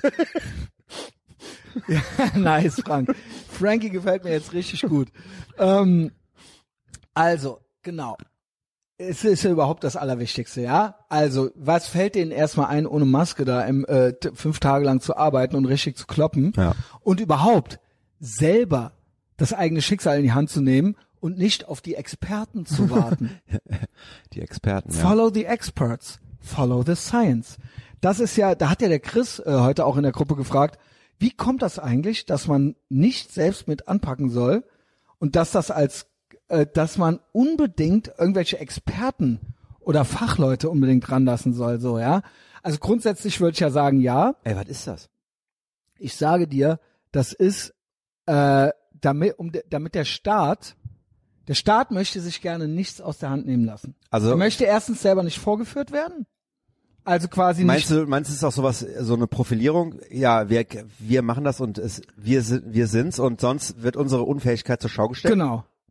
Ja, nice, Frank. Frankie gefällt mir jetzt richtig gut. Ähm, also, genau. Es ist ja überhaupt das Allerwichtigste, ja? Also, was fällt denen erstmal ein, ohne Maske da im, äh, t- fünf Tage lang zu arbeiten und richtig zu kloppen? Ja. Und überhaupt selber das eigene Schicksal in die Hand zu nehmen und nicht auf die Experten zu warten. Die Experten, ja. Follow the experts. Follow the science. Das ist ja, da hat ja der Chris äh, heute auch in der Gruppe gefragt, wie kommt das eigentlich, dass man nicht selbst mit anpacken soll und dass das als, äh, dass man unbedingt irgendwelche Experten oder Fachleute unbedingt ranlassen soll, so, ja? Also grundsätzlich würde ich ja sagen, ja. Ey, was ist das? Ich sage dir, das ist, äh, damit, um, de- damit der Staat, der Staat möchte sich gerne nichts aus der Hand nehmen lassen. Also Er möchte erstens selber nicht vorgeführt werden. Also quasi meinst nicht. du, meinst du, es ist auch sowas, so eine Profilierung? Ja, wir, wir machen das und es, wir sind, wir sind's und sonst wird unsere Unfähigkeit zur Schau gestellt. Genau.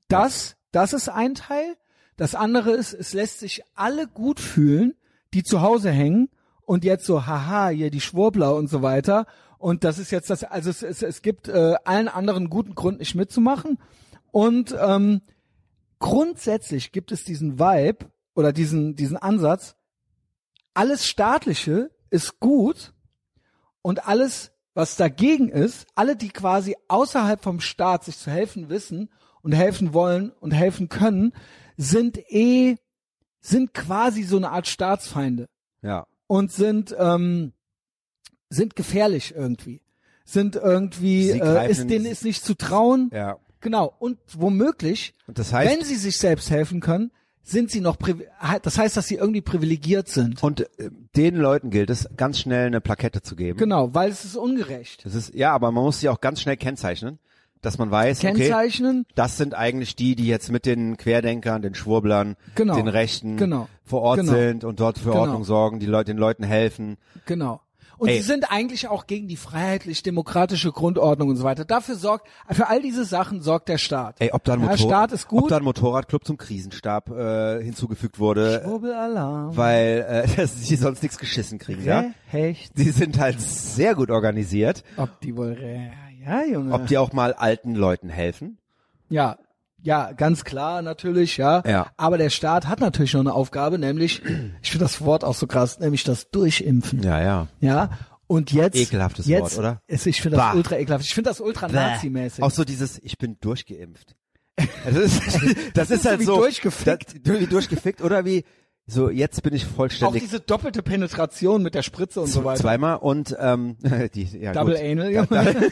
Das, das ist ein Teil. Das andere ist, es lässt sich alle gut fühlen, die zu Hause hängen und jetzt so, haha, hier die Schwurbler und so weiter. Und das ist jetzt das, also es, es, es gibt äh, allen anderen guten Grund, nicht mitzumachen. Und ähm, grundsätzlich gibt es diesen Vibe oder diesen diesen Ansatz, alles Staatliche ist gut und alles, was dagegen ist, alle, die quasi außerhalb vom Staat sich zu helfen wissen und helfen wollen und helfen können, sind eh, sind quasi so eine Art Staatsfeinde. Ja. Und sind ähm, sind gefährlich irgendwie. Sind irgendwie, Sie äh, greifen- ist denen ist nicht zu trauen. Ja. Genau. Und womöglich, Und das heißt, wenn sie sich selbst helfen können, sind sie noch, privi- das heißt, dass sie irgendwie privilegiert sind. und äh, den Leuten gilt es, ganz schnell eine Plakette zu geben. Genau, weil es ist ungerecht. Das ist, ja, aber man muss sie auch ganz schnell kennzeichnen, dass man weiß, okay, Kennzeichnen, das sind eigentlich die, die jetzt mit den Querdenkern, den Schwurblern, Genau. den Rechten Genau. vor Ort Genau. sind und dort für Genau. Ordnung sorgen, die Leute, den Leuten helfen. genau. Und Ey. sie sind eigentlich auch gegen die freiheitlich-demokratische Grundordnung und so weiter. Dafür sorgt, für all diese Sachen sorgt der Staat. Ey, ob da ein, Der Motor- Staat ist gut. ob da ein Motorradclub zum Krisenstab äh, hinzugefügt wurde, Schwurbelalarm. weil äh, dass sie sonst nichts geschissen kriegen, ja? Recht. Die sind halt sehr gut organisiert. Ob die wohl, re- ja, Junge. Ob die auch mal alten Leuten helfen? Ja, ja, ganz klar, natürlich, ja. Ja. Aber der Staat hat natürlich noch eine Aufgabe, nämlich, ich finde das Wort auch so krass, nämlich das Durchimpfen. Ja, ja. Ja. Und jetzt. Ekelhaftes jetzt, Wort, oder? Ist, ich finde das Bah. ultra ekelhaft. Ich finde das ultra nazimäßig. Auch so dieses, ich bin durchgeimpft. Das ist, das ist halt wie so. durchgefickt. Das, wie durchgefickt oder wie, so jetzt bin ich Auch vollständig. diese doppelte Penetration mit der Spritze und so weiter. Zweimal und ähm, die, ja, Double gut. Anal, Junge.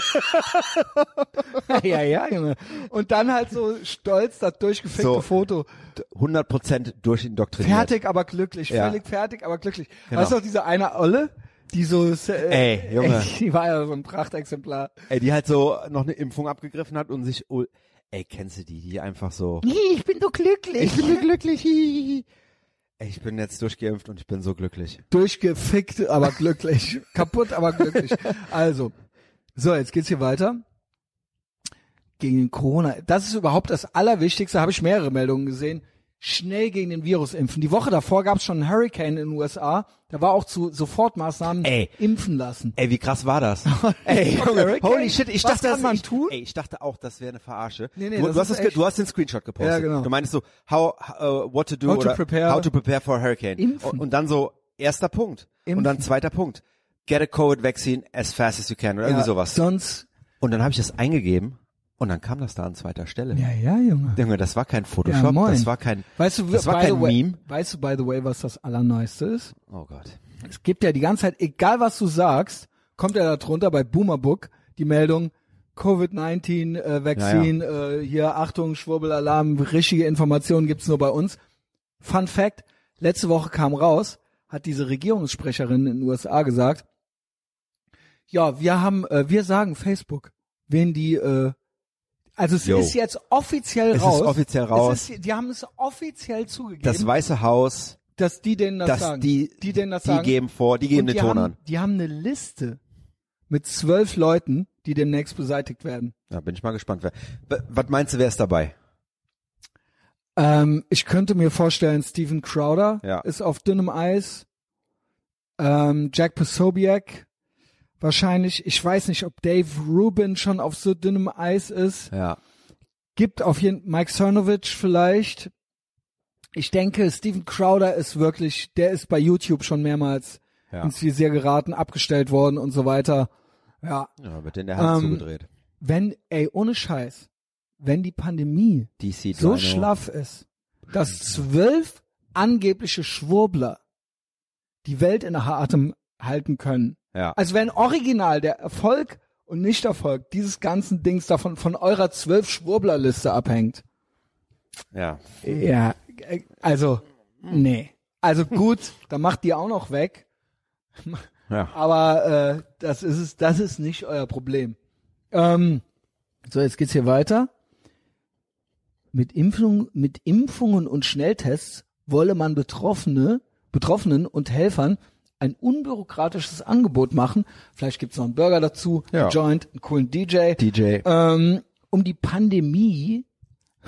ja, ja, Junge. Und dann halt so stolz das durchgefickte So. Foto. hundert Prozent durchindoktriniert. Fertig, aber glücklich. Ja. Völlig fertig, aber glücklich. Genau. Weißt du noch, diese eine Olle, die so, äh, Ey, Junge. die war ja so ein Prachtexemplar. Ey, die halt so noch eine Impfung abgegriffen hat und sich, oh, ey, kennst du die, die einfach so, Ich bin so glücklich. ich bin so glücklich, hihihi. Ey, ich bin jetzt durchgeimpft und ich bin so glücklich. Durchgefickt, aber glücklich. Kaputt, aber glücklich. Also, so, jetzt geht's hier weiter. Gegen den Corona. Das ist überhaupt das Allerwichtigste, habe ich mehrere Meldungen gesehen. Schnell gegen den Virus impfen. Die Woche davor gab es schon einen Hurricane in den U S A. Da war auch zu Sofortmaßnahmen Ey. impfen lassen. Ey, wie krass war das? Ey, Junge, Hurricane? holy shit, ich Was dachte, kann das man ich, tun? Ey, ich dachte auch, das wäre eine Verarsche. Nee, nee, du, das du, hast ist es ge- echt. du hast den Screenshot gepostet. Ja, genau. Du meinst so, how, uh, what to do How to oder prepare. how to prepare for a hurricane. Impfen. Und, und dann so, erster Punkt. Und Impfen. dann zweiter Punkt. Get a COVID vaccine as fast as you can oder irgendwie Ja, sowas. Sonst, Und dann habe ich das eingegeben und dann kam das da an zweiter Stelle. ja, ja, Junge. Junge, das war kein Ja, Photoshop, moin. das war kein, Weißt du, das war by kein the way, Meme. Weißt du, by the way, was das Allerneueste ist? Oh Gott. Es gibt ja die ganze Zeit, egal was du sagst, kommt ja da drunter bei Boomerbook die Meldung, Covid neunzehn äh, Vaccine, Äh, hier Achtung, Schwurbelalarm, richtige Informationen gibt's nur bei uns. Fun Fact, letzte Woche kam raus, hat diese Regierungssprecherin in den U S A gesagt, ja, wir haben, äh, wir sagen Facebook, wen die, äh, also es Yo. ist jetzt offiziell Es ist raus. offiziell raus. Es ist, die haben es offiziell zugegeben, Das Weiße Haus, dass die denen das dass sagen. die, die denen das die sagen. geben vor, die geben Und den die Ton haben, an. Die haben eine Liste mit zwölf Leuten, die demnächst beseitigt werden. Ja, bin ich mal gespannt. Wer, w- was meinst du, wer ist dabei? Ähm, ich könnte mir vorstellen, Steven Crowder Ja. ist auf dünnem Eis. Ähm, Jack Posobiec wahrscheinlich. Ich weiß nicht, ob Dave Rubin schon auf so dünnem Eis ist. Ja. Gibt auf jeden Mike Cernovich vielleicht. Ich denke, Steven Crowder ist wirklich, der ist bei YouTube schon mehrmals Ja. ins Visier geraten, abgestellt worden und so weiter. Ja, Ja, wird in der Hand Ähm, zugedreht. wenn, ey, ohne Scheiß, wenn die Pandemie D C so Dino. schlaff ist, dass zwölf angebliche Schwurbler die Welt in Atem halten können. Ja. Also wenn original der Erfolg und Nichterfolg dieses ganzen Dings davon von eurer zwölf Schwurblerliste abhängt. Ja. Ja, äh, also, nee. Also gut, dann macht die auch noch weg. Ja. Aber äh, das ist es, das ist nicht euer Problem. Ähm, so, jetzt geht's hier weiter. Mit Impfung, mit Impfungen und Schnelltests wolle man Betroffene, Betroffenen und Helfern ein unbürokratisches Angebot machen. Vielleicht gibt's noch einen Burger dazu, Ja. einen Joint, einen coolen D J. D J. Ähm, um die Pandemie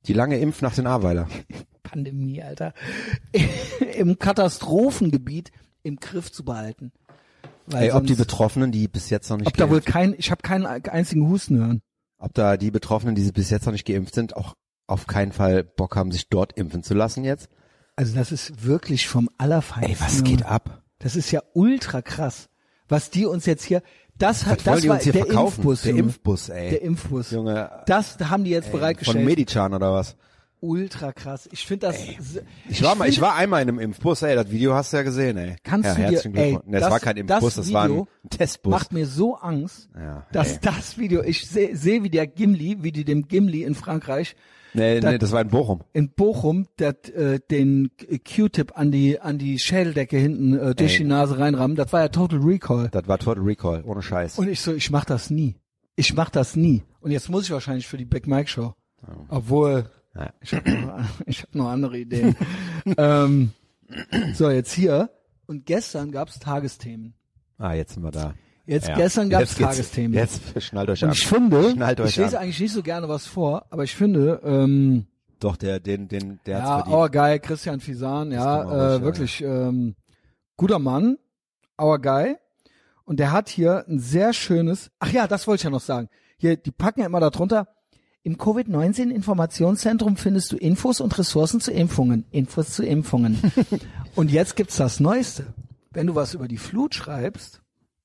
Die lange Impf nach den Ahrweiler. Pandemie, Alter. Im Katastrophengebiet im Griff zu behalten. Weil Ey, ob die sonst- Betroffenen, die bis jetzt noch nicht ob da wohl geimpft, kein, ich habe keinen einzigen Husten hören. ob da die Betroffenen, die bis jetzt noch nicht geimpft sind, auch auf keinen Fall Bock haben, sich dort impfen zu lassen jetzt. Also das ist wirklich vom Allerfeinsten. Ey, was geht ab? Das ist ja ultra krass. Was die uns jetzt hier, das hat, Was wollen das die war uns hier der verkaufen? Impfbus, Der Junge. Impfbus, ey. Der Impfbus. Junge, Das haben die jetzt ey, bereitgestellt. von Medichan oder was? Ultra krass. Ich finde das. Ich war mal, ich finde- war einmal in einem Impfbus, ey, das Video hast du ja gesehen, ey. Kannst ja, du dir- herzlichen ey, Glückwunsch. Nee, das, das- war kein Impfbus, das das, war Video ein Testbus. Macht mir so Angst, Ja, dass ey. das Video, ich sehe seh, wie der Gimli, wie die dem Gimli in Frankreich, Nee, das- nee, das war in Bochum. in Bochum, der, äh, den Q-Tip an die, an die Schädeldecke hinten äh, durch Ey. die Nase reinrammen. Das war ja Total Recall. Das war Total Recall, ohne Scheiß. Und ich so, ich mach das nie. Ich mach das nie. Und jetzt muss ich wahrscheinlich für die Big Mike Show. Obwohl, Ja. ich habe noch, ich hab noch andere Ideen. ähm, so, jetzt hier. Und gestern gab's Tagesthemen. Ah, jetzt sind wir da. Jetzt Ja. gestern gab's Jetzt geht's- Tagesthemen. Jetzt schnallt euch Und an. ich finde, Schnallt euch ich lese an. eigentlich nicht so gerne was vor, aber ich finde, ähm, Doch, der, den, den, der hat's ja, verdient. our guy, Christian Fisan, kann man ja, ruhig, äh, wirklich ähm, guter Mann, our guy. Und der hat hier ein sehr schönes, ach ja, das wollte ich ja noch sagen. Hier, die packen ja immer da drunter, im Covid neunzehn Informationszentrum findest du Infos und Ressourcen zu Impfungen. Infos zu Impfungen. Und jetzt gibt's das Neueste. Wenn du was über die Flut schreibst,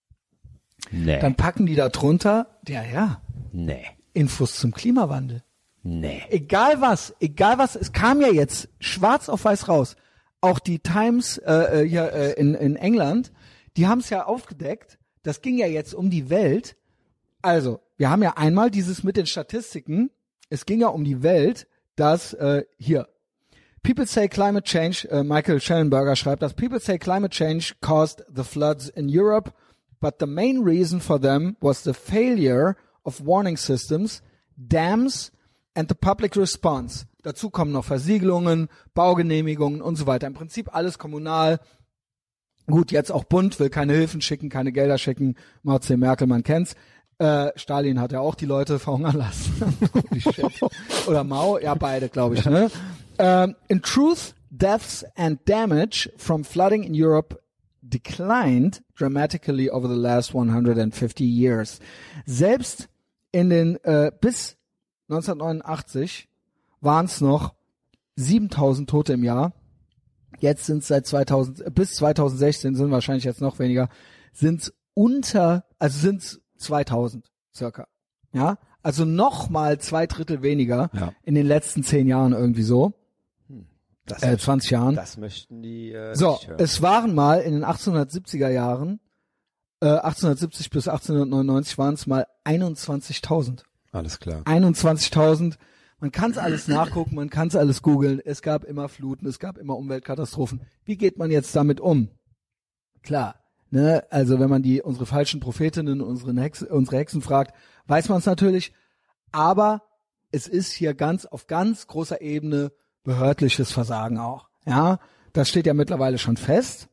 Nee. dann packen die da drunter, ja, ja, nee. Infos zum Klimawandel. Nee. Egal was, egal was, es kam ja jetzt schwarz auf weiß raus. Auch die Times äh, äh, hier äh, in, in England, die haben es ja aufgedeckt. Das ging ja jetzt um die Welt. Also, wir haben ja einmal dieses mit den Statistiken. Es ging ja um die Welt, dass äh, hier People say climate change, äh, Michael Schellenberger schreibt das, People say climate change caused the floods in Europe, but the main reason for them was the failure of warning systems, dams and the public response. Dazu kommen noch Versiegelungen, Baugenehmigungen und so weiter. Im Prinzip alles kommunal. Gut, jetzt auch Bund, will keine Hilfen schicken, keine Gelder schicken. Mao Tse Merkel, man kennt's. Äh, Stalin hat ja auch die Leute verhungern lassen. Holy shit. Oder Mao, ja beide, glaube ich. Ne? Um, in truth, deaths and damage from flooding in Europe declined dramatically over the last one hundred fifty years. Selbst in den äh, bis neunzehnhundertneunundachtzig waren es noch siebentausend Tote im Jahr. Jetzt sind es seit zweitausend bis zweitausendsechzehn sind wahrscheinlich jetzt noch weniger. Sind es unter, also sind es zweitausend circa. Ja, also noch mal zwei Drittel weniger Ja. in den letzten zehn Jahren irgendwie so. Das, Äh, zwanzig Jahren. das möchten die äh, So, nicht hören. es waren mal in den achtzehnhundertsiebziger Jahren, äh, achtzehnhundertsiebzig bis achtzehnhundertneunundneunzig waren es mal einundzwanzigtausend. Alles klar. einundzwanzigtausend. Man kann es alles nachgucken, man kann es alles googeln. Es gab immer Fluten, es gab immer Umweltkatastrophen. Wie geht man jetzt damit um? Klar, ne, also wenn man die unsere falschen Prophetinnen, unsere, Hex, unsere Hexen fragt, weiß man es natürlich. Aber es ist hier ganz auf ganz großer Ebene behördliches Versagen auch. Ja, das steht ja mittlerweile schon fest.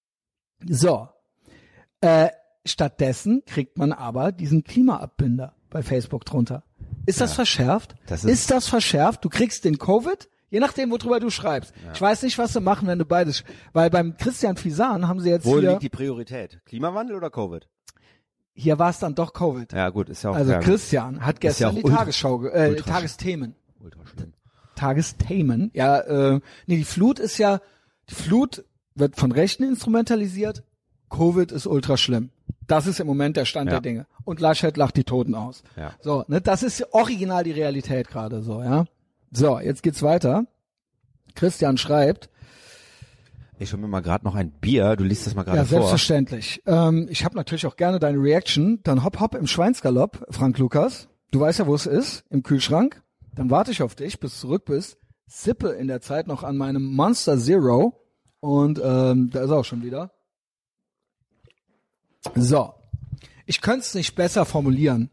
So, äh, stattdessen kriegt man aber diesen Klimaabbinder bei Facebook drunter. Ist das Ja, verschärft? das ist, ist- das verschärft? Du kriegst den Covid, je nachdem, worüber du schreibst. Ich weiß nicht, was sie machen, wenn du beides, weil beim Christian Fisan haben sie jetzt Wo hier, liegt die Priorität? Klimawandel oder Covid? hier war es dann doch Covid. Ja gut, ist ja auch Also fair. Christian hat Ist ja gestern auch die ultra- Tagesschau, ge- äh, ultra Tagesthemen. ultra schlimm. Tagesthemen. Ja, äh, nee, die Flut ist ja, die Flut wird von Rechten instrumentalisiert. Covid ist ultra schlimm. Das ist im Moment der Stand Ja. der Dinge. Und Laschet lacht die Toten aus. Ja. So, ne, das ist original die Realität gerade so, ja. So, jetzt geht's weiter. Christian schreibt, Ich hol mir mal gerade noch ein Bier. Du liest das mal gerade ja, vor. selbstverständlich. Ähm, ich habe natürlich auch gerne deine Reaction. Dann hopp hopp im Schweinsgalopp, Frank Lukas. Du weißt ja, wo es ist, im Kühlschrank. Dann warte ich auf dich, bis du zurück bist. Sippe in der Zeit noch an meinem Monster Zero. Und ähm, da ist er auch schon wieder. So. Ich könnte es nicht besser formulieren.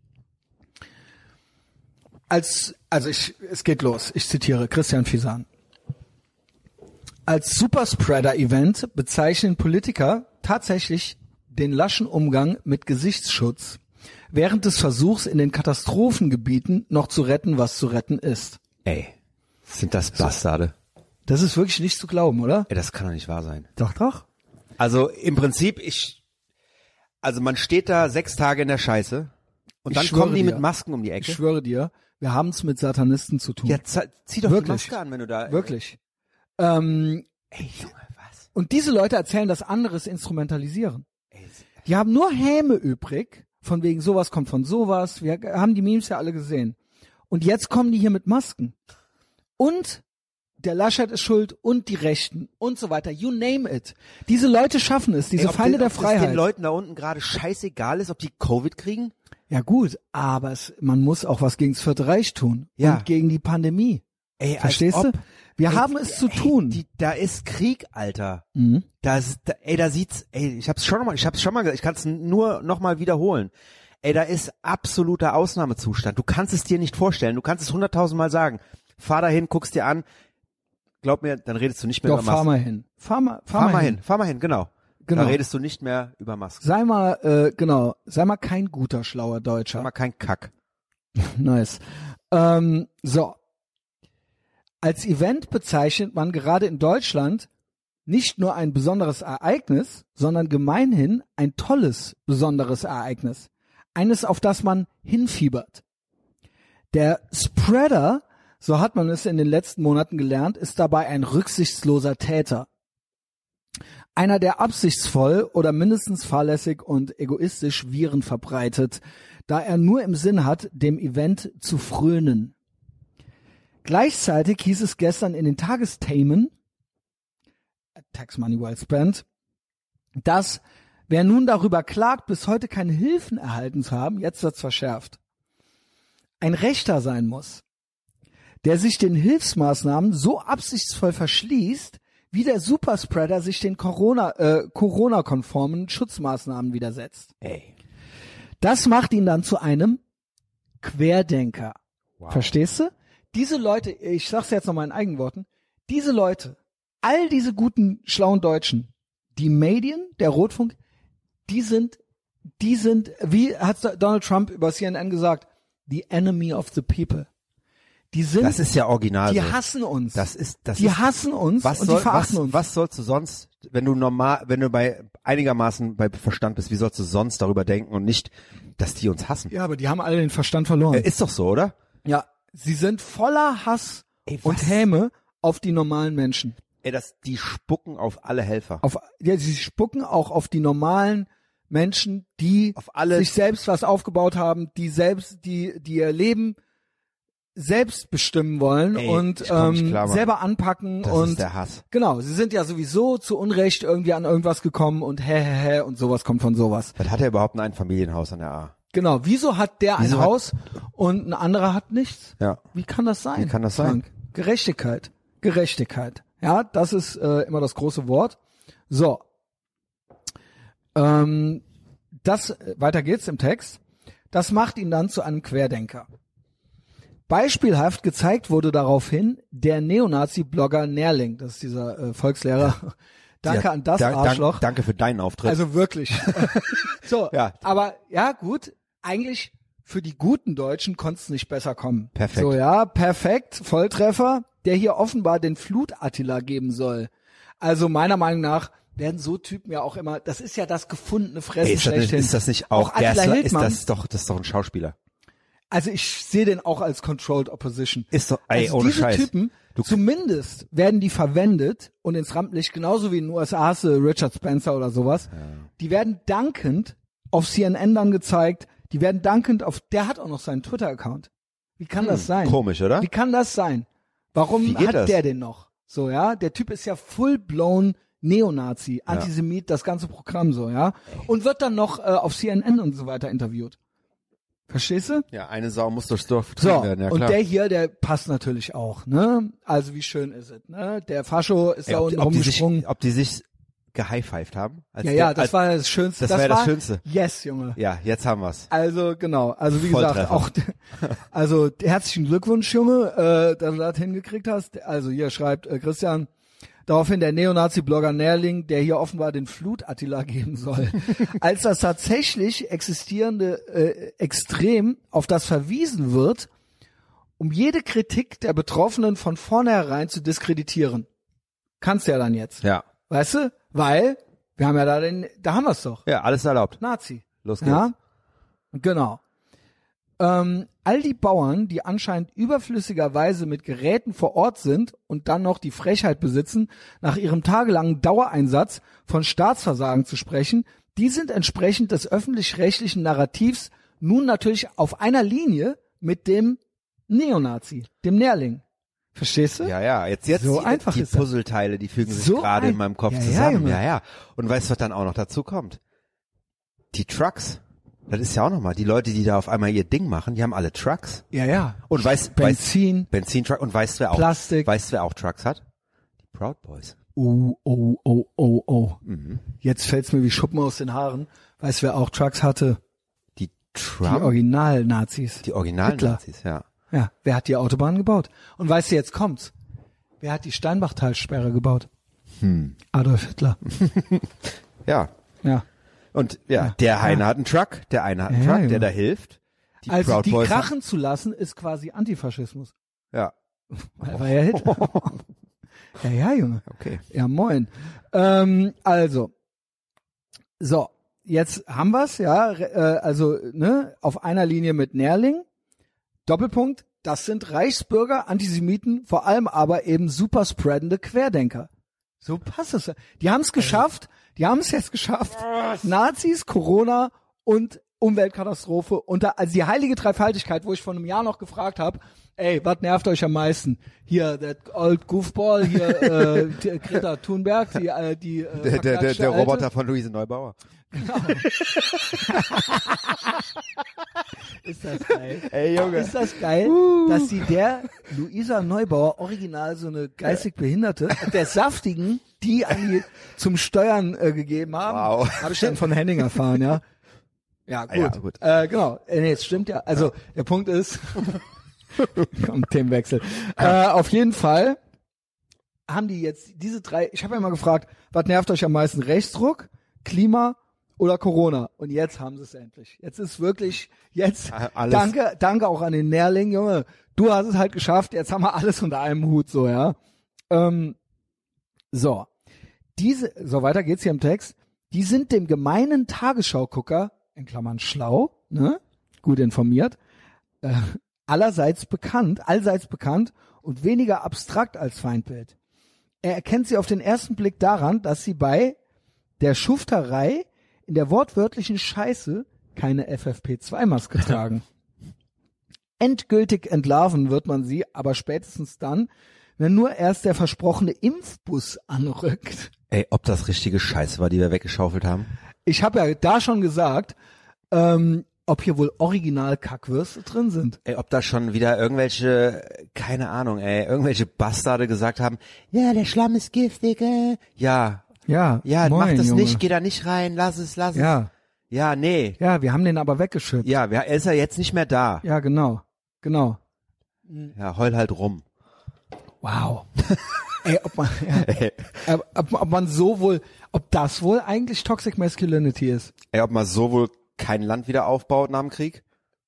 Als, also ich, es geht los. Ich zitiere Christian Fisan. Als Superspreader-Event bezeichnen Politiker tatsächlich den laschen Umgang mit Gesichtsschutz während des Versuchs in den Katastrophengebieten noch zu retten, was zu retten ist. Ey, sind das Bastarde. Das ist wirklich nicht zu glauben, oder? Ey, das kann doch nicht wahr sein. Doch, doch. Also im Prinzip, ich, also man steht da sechs Tage in der Scheiße und Ich dann schwöre kommen die dir. mit Masken um die Ecke. Ich schwöre dir, wir haben es mit Satanisten zu tun. Ja, z- zieh doch Wirklich. die Maske an, wenn du da... Wirklich. Ähm, Ey, Junge, was? und diese Leute erzählen, dass anderes instrumentalisieren. Ey, Die haben nur Häme übrig, von wegen sowas kommt von sowas. Wir haben die Memes ja alle gesehen. Und jetzt kommen die hier mit Masken. Und der Laschet ist schuld und die Rechten und so weiter. You name it. Diese Leute schaffen es, diese Ey, ob Feinde den, der ob das Freiheit. den Leuten da unten gerade scheißegal ist, ob die Covid kriegen? Ja gut, aber es, man muss auch was gegen das Vierte Reich tun. Ja. Und gegen die Pandemie. Ey, als Verstehst ob, du? Wir ey, haben es zu ey, tun. Die, da ist Krieg, Alter. Mhm. Da, ist- da, ey, da sieht's, ey, ich hab's schon noch mal, ich hab's schon mal gesagt, ich kann es nur noch mal wiederholen. Ey, da ist absoluter Ausnahmezustand. Du kannst es dir nicht vorstellen. Du kannst es hunderttausend Mal sagen. Fahr dahin, guck's dir an. Glaub mir, dann redest du nicht mehr Doch, über fahr Masken. mal hin. Fahr mal, fahr, Fahr mal hin, fahr mal hin, genau. Genau. Da redest du nicht mehr über Masken. Sei mal, äh, genau, sei mal kein guter, schlauer Deutscher. Sag mal kein Kack. Nice. Ähm, so. Als Event bezeichnet man gerade in Deutschland nicht nur ein besonderes Ereignis, sondern gemeinhin ein tolles, besonderes Ereignis. Eines, auf das man hinfiebert. Der Spreader, so hat man es in den letzten Monaten gelernt, ist dabei ein rücksichtsloser Täter. Einer, der absichtsvoll oder mindestens fahrlässig und egoistisch Viren verbreitet, da er nur im Sinn hat, dem Event zu frönen. Gleichzeitig hieß es gestern in den Tagesthemen, Tax Money Well Spent, dass wer nun darüber klagt, bis heute keine Hilfen erhalten zu haben, jetzt wird's verschärft, ein Rechter sein muss, der sich den Hilfsmaßnahmen so absichtsvoll verschließt, wie der Superspreader sich den Corona, äh, Corona-konformen Schutzmaßnahmen widersetzt. Ey. Das macht ihn dann zu einem Querdenker. Wow. Verstehst du? Diese Leute, ich sag's jetzt noch mal in eigenen Worten, diese Leute, all diese guten, schlauen Deutschen, die Medien, der Rotfunk, die sind, die sind, wie hat Donald Trump über C N N gesagt, the enemy of the people. Die sind, Das ist ja original die so. hassen uns. Das ist, das die ist, hassen uns was und soll, die verachten was, uns. was sollst du sonst, wenn du normal, wenn du bei einigermaßen bei Verstand bist, wie sollst du sonst darüber denken und nicht, dass die uns hassen? Ja, aber die haben alle den Verstand verloren. Äh, ist doch so, oder? Ja, sie sind voller Hass Ey, was? und Häme auf die normalen Menschen. Ey, das, die spucken auf alle Helfer. Auf, ja, sie spucken auch auf die normalen Menschen, die Auf alle- sich selbst was aufgebaut haben, die selbst, die, die ihr Leben selbst bestimmen wollen Ey, und ich komm nicht ähm, klar, Mann. selber anpacken Das und ist der Hass. genau, sie sind ja sowieso zu Unrecht irgendwie an irgendwas gekommen und hä, hä, hä und sowas kommt von sowas. Was hat er überhaupt ein Einfamilienhaus an der A? Genau, wieso hat der Wieso ein hat- Haus und ein anderer hat nichts? Ja. Wie kann das sein? Wie kann das sein? Frank? Gerechtigkeit. Gerechtigkeit. Ja, das ist äh, immer das große Wort. So. Ähm, das, weiter geht's im Text. Das macht ihn dann zu einem Querdenker. Beispielhaft gezeigt wurde daraufhin der Neonazi-Blogger Nerling. Das ist dieser äh, Volkslehrer. Danke Ja, an das dank- Arschloch. Dank, danke für deinen Auftritt. Also wirklich. So, Ja. aber ja, gut, eigentlich für die guten Deutschen konnte es nicht besser kommen. Perfekt. So, ja, perfekt, Volltreffer, der hier offenbar den Flut-Attila geben soll. Also meiner Meinung nach werden so Typen ja auch immer, das ist ja das gefundene Fressen Ey, ist, das nicht, schlechthin. ist das nicht auch, Auch Attila der ist, ist Hildmann. das doch, das ist doch ein Schauspieler. Also ich sehe den auch als Controlled Opposition. Ist doch, ey, Also ohne diese Scheiß. Typen, Du- zumindest werden die verwendet und ins Rampenlicht, genauso wie in den U S A hast du Richard Spencer oder sowas, die werden dankend auf C N N dann gezeigt, die werden dankend auf, der hat auch noch seinen Twitter-Account. Wie kann das sein? Komisch, oder? Wie kann das sein? Warum Wie geht hat das? der den noch? So, ja, der Typ ist ja full-blown Neonazi, Antisemit, das ganze Programm so, ja, und wird dann noch äh, auf C N N und so weiter interviewt. Verstehst du? Ja, eine Sau muss durchs Dorf So, getrieben werden, ja und klar. der hier, der passt natürlich auch, ne? Also wie schön ist es, ne? Der Fascho ist Ey, da ob, unten ob, die sich, rumgesprungen. ob die sich gehighfived haben? Als Ja, der, ja, das als, war das Schönste. das war ja das war, Schönste. Yes, Junge. Ja, jetzt haben wir's. Also genau, also wie gesagt, Volltreffer. auch also herzlichen Glückwunsch, Junge, äh, dass du das hingekriegt hast. Also hier schreibt äh, Christian, daraufhin der Neonazi-Blogger Nerling, der hier offenbar den Flut-Attila geben soll. Als das tatsächlich existierende äh, Extrem, auf das verwiesen wird, um jede Kritik der Betroffenen von vornherein zu diskreditieren. Kannst ja dann jetzt. Ja. Weißt du? Weil, wir haben ja da den, da haben wir es doch. Ja, alles erlaubt. Nazi. Los geht's. Ja, genau. Ähm, all die Bauern, die anscheinend überflüssigerweise mit Geräten vor Ort sind und dann noch die Frechheit besitzen, nach ihrem tagelangen Dauereinsatz von Staatsversagen zu sprechen, die sind entsprechend des öffentlich-rechtlichen Narrativs nun natürlich auf einer Linie mit dem Neonazi, dem Nährling. Verstehst du? Ja, ja, jetzt, jetzt So die, einfach die ist das. Puzzleteile, die fügen sich So gerade in ein- meinem Kopf Ja, ja, zusammen. Junge. Ja, ja. Und weißt du, was dann auch noch dazu kommt? Die Trucks. Das ist ja auch nochmal, die Leute, die da auf einmal ihr Ding machen, die haben alle Trucks. Ja, ja. Und weißt, Benzin, weißt, Benzintruck. Und weißt du, wer auch, Plastik. weißt du, wer auch Trucks hat? Die Proud Boys. Oh, oh, oh, oh, oh. Mhm. Jetzt fällt's mir wie Schuppen aus den Haaren. Weißt du, wer auch Trucks hatte? Die Die Trump, Original-Nazis. die originalen Hitler. Nazis, ja. Ja, wer hat die Autobahn gebaut? Und weißt du, jetzt kommt's. Wer hat die Steinbachtalsperre gebaut? Hm. Adolf Hitler. Ja. Ja. Und ja, Ja. der eine Ja. hat einen Truck, der eine hat einen Ja, Truck, ja. der da hilft. Die Also Proud die Boys krachen zu lassen, ist quasi Antifaschismus. Ja, Weil war ja Hitler. Ja, ja, Junge. okay. Ja, moin. Ähm, also, so, jetzt haben wir's, ja, re- äh, also, ne, auf einer Linie mit Nährling. Doppelpunkt, das sind Reichsbürger, Antisemiten, vor allem aber eben superspreadende Querdenker. So passt es. Die haben es geschafft, die haben es jetzt geschafft, Nazis, Corona und Umweltkatastrophe unter, also die heilige Dreifaltigkeit, wo ich vor einem Jahr noch gefragt habe, ey, was nervt euch am meisten? Hier, der old Goofball, hier, äh, die Greta Thunberg, die, äh, die, äh, Der, der, der, verklatschte der Alte. Roboter von Luise Neubauer. Ist das geil? Ey, Junge. Ist das geil, dass sie der Luisa Neubauer original so eine geistig Behinderte, der Saftigen, die an die zum Steuern äh, gegeben haben, Wow. habe ich dann von Henning erfahren, ja. Ja, gut. Ja, gut. Äh, genau. Äh, nee, es stimmt ja. Also, der Punkt ist, komm, Themenwechsel. Äh, auf jeden Fall haben die jetzt diese drei, ich habe ja mal gefragt, was nervt euch am meisten? Rechtsruck, Klima oder Corona? Und jetzt haben sie es endlich. Jetzt ist wirklich, jetzt, Alles. danke, danke auch an den Nährling, Junge. Du hast es halt geschafft, jetzt haben wir alles unter einem Hut, so, ja. Ähm, so. Diese, so weiter geht's hier im Text. Die sind dem gemeinen Tagesschaugucker, in Klammern schlau, ne, gut informiert, äh, allerseits bekannt, allseits bekannt und weniger abstrakt als Feindbild. Er erkennt sie auf den ersten Blick daran, dass sie bei der Schufterei in der wortwörtlichen Scheiße keine F F P zwei Maske tragen. Endgültig entlarven wird man sie, aber spätestens dann, wenn nur erst der versprochene Impfbus anrückt. Ey, ob das richtige Scheiße war, die wir weggeschaufelt haben? Ich habe ja da schon gesagt, ähm, ob hier wohl original Kackwürste drin sind. Ey, ob da schon wieder irgendwelche, keine Ahnung, ey, irgendwelche Bastarde gesagt haben, ja, der Schlamm ist giftig, äh. Ja, Ja, ja, moin, mach das Junge. nicht, geh da nicht rein, lass es, lass es. Ja, Ja, nee. ja, wir haben den aber weggeschüttet. Ja, wer, er ist ja jetzt nicht mehr da. Ja, genau, genau. Ja, heul halt rum. Wow. Ey, ob man, ja, ob, ob man so wohl, ob das wohl eigentlich Toxic Masculinity ist. Ey, ob man so wohl kein Land wieder aufbaut nach dem Krieg?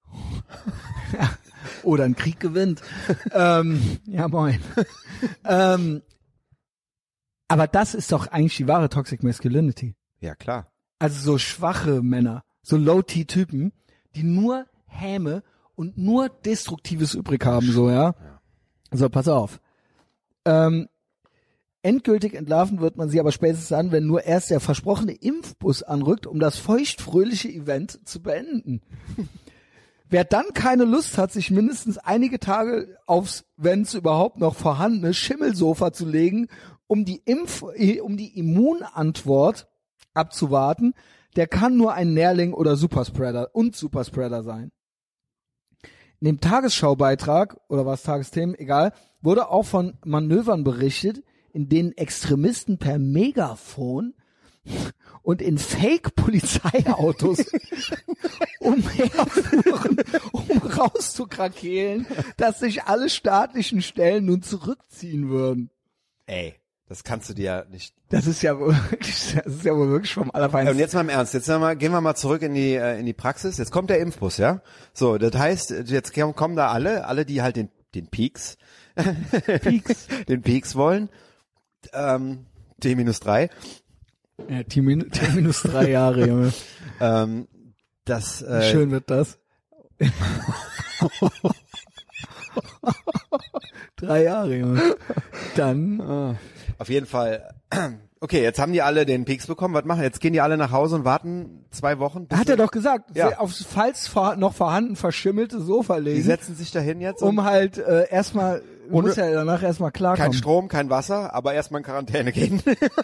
Oder einen Krieg gewinnt. ähm, ja, moin. ähm, aber das ist doch eigentlich die wahre Toxic Masculinity. Ja, klar. Also so schwache Männer, so Low-T-Typen, die nur Häme und nur Destruktives übrig haben, so, ja. So, pass auf. Ähm, endgültig entlarven wird man sie aber spätestens an, wenn nur erst der versprochene Impfbus anrückt, um das feuchtfröhliche Event zu beenden. Wer dann keine Lust hat, sich mindestens einige Tage aufs, wenn es überhaupt noch vorhandene, Schimmelsofa zu legen, um die Impf, um die Immunantwort abzuwarten, der kann nur ein Nährling oder Superspreader und Superspreader sein. In dem Tagesschaubeitrag, oder was Tagesthemen, egal, wurde auch von Manövern berichtet, in denen Extremisten per Megafon und in Fake-Polizeiautos umherfuhren, um rauszukrakehlen, dass sich alle staatlichen Stellen nun zurückziehen würden. Ey, das kannst du dir ja nicht. Das ist ja wohl wirklich, das ist ja wohl wirklich vom Ey, und Allerfeinsten. jetzt mal im Ernst, jetzt mal, gehen wir mal zurück in die äh, in die Praxis. Jetzt kommt der Impfbus, ja? So, das heißt, jetzt kommen da alle, alle, die halt den den Peaks, Peaks. den Peaks wollen, ähm, T minus drei, Ja, T minus drei Jahre, Junge. ähm, das, Wie äh, schön wird das? Drei Jahre, Junge. Dann, auf jeden Fall, okay, jetzt haben die alle den Peaks bekommen, was machen? Jetzt gehen die alle nach Hause und warten zwei Wochen? bis hat er doch gesagt, Ja. aufs falls vor, noch vorhanden verschimmelte Sofa Die legen, setzen sich dahin jetzt und um halt äh, erstmal, Ohne- muss ja danach erstmal kein klarkommen. Strom, kein Wasser, aber erstmal in Quarantäne gehen.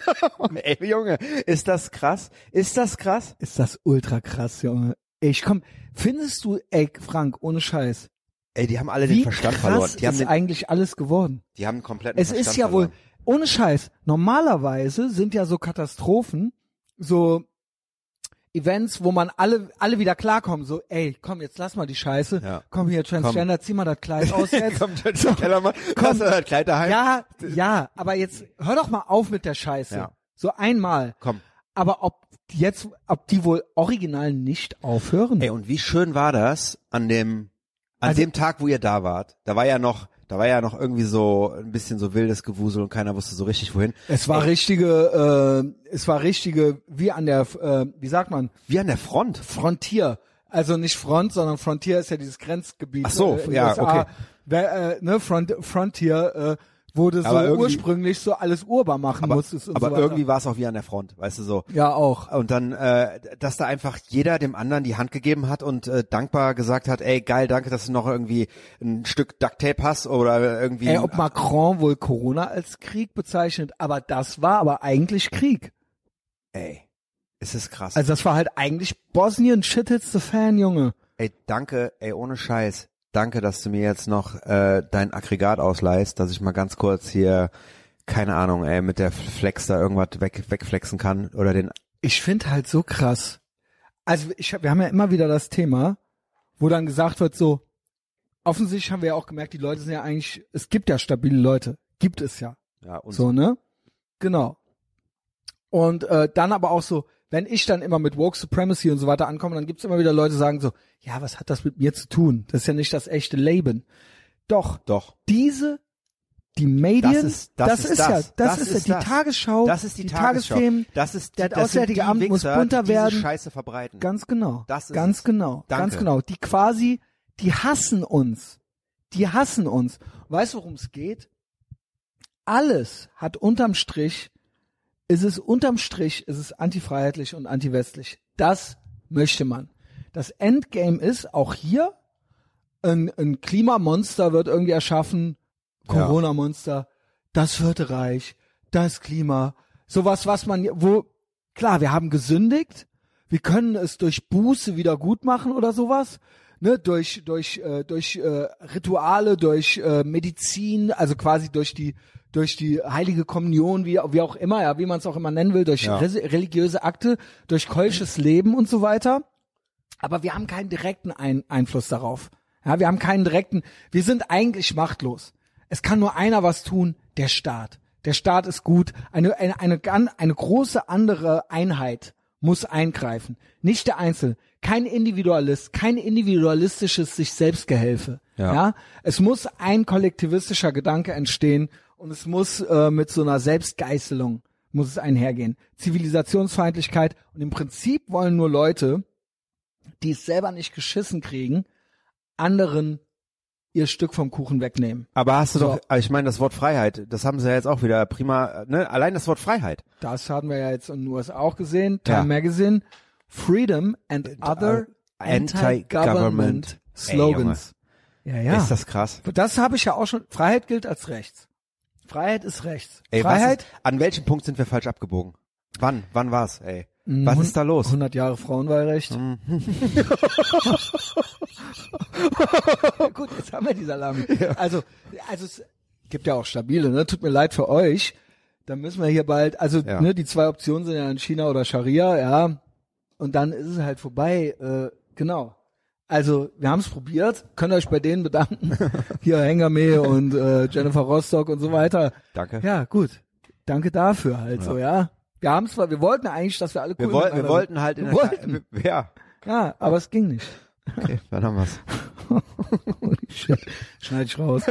Ey, Junge, ist das krass? Ist das krass? Ist das ultra krass, Junge. Ey, ich komm, findest du, ey, Frank, ohne Scheiß, Ey, die haben alle wie den Verstand krass verloren. Die haben, ist den, eigentlich alles geworden? die haben einen kompletten Es Verstand ist ja verloren. wohl, ohne Scheiß, normalerweise sind ja so Katastrophen, so Events, wo man alle alle wieder klarkommen, so, ey, komm, jetzt lass mal die Scheiße, Ja. komm hier, Transgender, zieh mal das Kleid aus jetzt. Kommt schon Kellermann, Komm. hast du das Kleid daheim? Ja, ja, aber jetzt hör doch mal auf mit der Scheiße. Ja. So einmal. Komm. Aber ob jetzt, ob die wohl original nicht aufhören? Ey, und wie schön war das an dem, an Also- dem Tag, wo ihr da wart? Da war ja noch, da war ja noch irgendwie so ein bisschen so wildes Gewusel und keiner wusste so richtig wohin. Es war richtige, äh, es war richtige, wie an der, äh, wie sagt man, Wie an der Front. Frontier. Also nicht Front, sondern Frontier ist ja dieses Grenzgebiet. Ach so, äh, in ja, U S A. okay. Wer, äh, ne, Front, Frontier, äh, wo du so Aber irgendwie- ursprünglich so alles urbar machen Aber, musstest und aber so weiter. irgendwie war es auch wie an der Front, weißt du so. Ja, auch. Und dann, äh, dass da einfach jeder dem anderen die Hand gegeben hat und äh, dankbar gesagt hat, ey, geil, danke, dass du noch irgendwie ein Stück Duct Tape hast oder irgendwie. Ey, ob Macron wohl Corona als Krieg bezeichnet, aber das war aber eigentlich Krieg. Ey, ist es krass. Also das war halt eigentlich Bosnien shit hits the fan, Junge. Ey, danke, ey, ohne Scheiß. Danke, dass du mir jetzt noch äh, dein Aggregat ausleihst, dass ich mal ganz kurz hier, keine Ahnung, ey, mit der Flex da irgendwas weg, wegflexen kann oder den. Ich finde halt so krass. Also ich, hab- wir haben ja immer wieder das Thema, wo dann gesagt wird so, offensichtlich haben wir ja auch gemerkt, die Leute sind ja eigentlich, es gibt ja stabile Leute. Gibt es ja. Ja, und So, ne? Genau. Und äh, dann aber auch so, wenn ich dann immer mit Woke Supremacy und so weiter ankomme, dann gibt's immer wieder Leute, die sagen so, ja, was hat das mit mir zu tun? Das ist ja nicht das echte Leben. Doch, doch. diese, die Medien, Das ist- das ist ja, das. das, Das ist ist ja das. die Tagesschau, Das ist die, Tagesschau. Tagesthemen, Das ist der das sind Auswärtige die Amt muss Wichser, bunter die diese werden. Scheiße verbreiten. Ganz genau. Das ist ganz es. genau. Danke. Ganz genau. Die quasi, die hassen uns. Die hassen uns. Weißt du, worum es geht? Alles hat unterm Strich, ist es unterm Strich, ist es antifreiheitlich und antiwestlich. Das möchte man. Das Endgame ist auch hier, ein, ein Klimamonster wird irgendwie erschaffen, Ja. Corona-Monster, das Vierte Reich, das Klima, sowas, was man, wo, klar, wir haben gesündigt, wir können es durch Buße wieder gut machen oder sowas, ne, durch, durch, äh, durch äh, Rituale, durch äh, Medizin, also quasi durch die, durch die heilige Kommunion, wie, wie auch immer, ja, wie man es auch immer nennen will, durch Ja. re- religiöse Akte, durch keusches Leben und so weiter. Aber wir haben keinen direkten Ein- Einfluss darauf. Ja, wir haben keinen direkten, wir sind eigentlich machtlos. Es kann nur einer was tun, der Staat. Der Staat ist gut. Eine, eine, eine, gan- eine große andere Einheit muss eingreifen. Nicht der Einzelne. Kein Individualist, kein individualistisches sich selbst Gehelfe. Ja. Ja. Es muss ein kollektivistischer Gedanke entstehen und es muss äh, mit so einer Selbstgeißelung muss es einhergehen. Zivilisationsfeindlichkeit und im Prinzip wollen nur Leute, die es selber nicht geschissen kriegen, anderen ihr Stück vom Kuchen wegnehmen. Aber hast du So. doch, ich meine, das Wort Freiheit, das haben sie ja jetzt auch wieder prima, ne? Allein das Wort Freiheit. Das haben wir ja jetzt in den U S A auch gesehen. Time Ja. Magazine. Freedom and other Anti-Government anti-government Slogans. Ja, ja. Ist das krass? Das habe ich ja auch schon. Freiheit gilt als rechts. Freiheit ist rechts. Ey, Freiheit. was ist, an welchem Punkt sind wir falsch abgebogen? Wann? Wann war's, ey? Was ist da los? hundert Jahre Frauenwahlrecht. Gut, jetzt haben wir die Salami. Also, also es gibt ja auch stabile, ne? Tut mir leid für euch. Dann müssen wir hier bald, also Ja. ne, die zwei Optionen sind ja in China oder Scharia, ja. Und dann ist es halt vorbei. Äh, genau. Also, wir haben es probiert. Könnt ihr euch bei denen bedanken. Hier Hengame und äh, Jennifer Rostock und so weiter. Danke. Ja, gut. Danke dafür halt so, ja. Wir haben zwar, wir wollten eigentlich, dass wir alle cool Wir, woll, wir miteinander wollten halt in Wir der wollten. Scha- Ja, Ja, aber es ging nicht. okay, dann haben wir's. Holy shit. Schneid ich raus.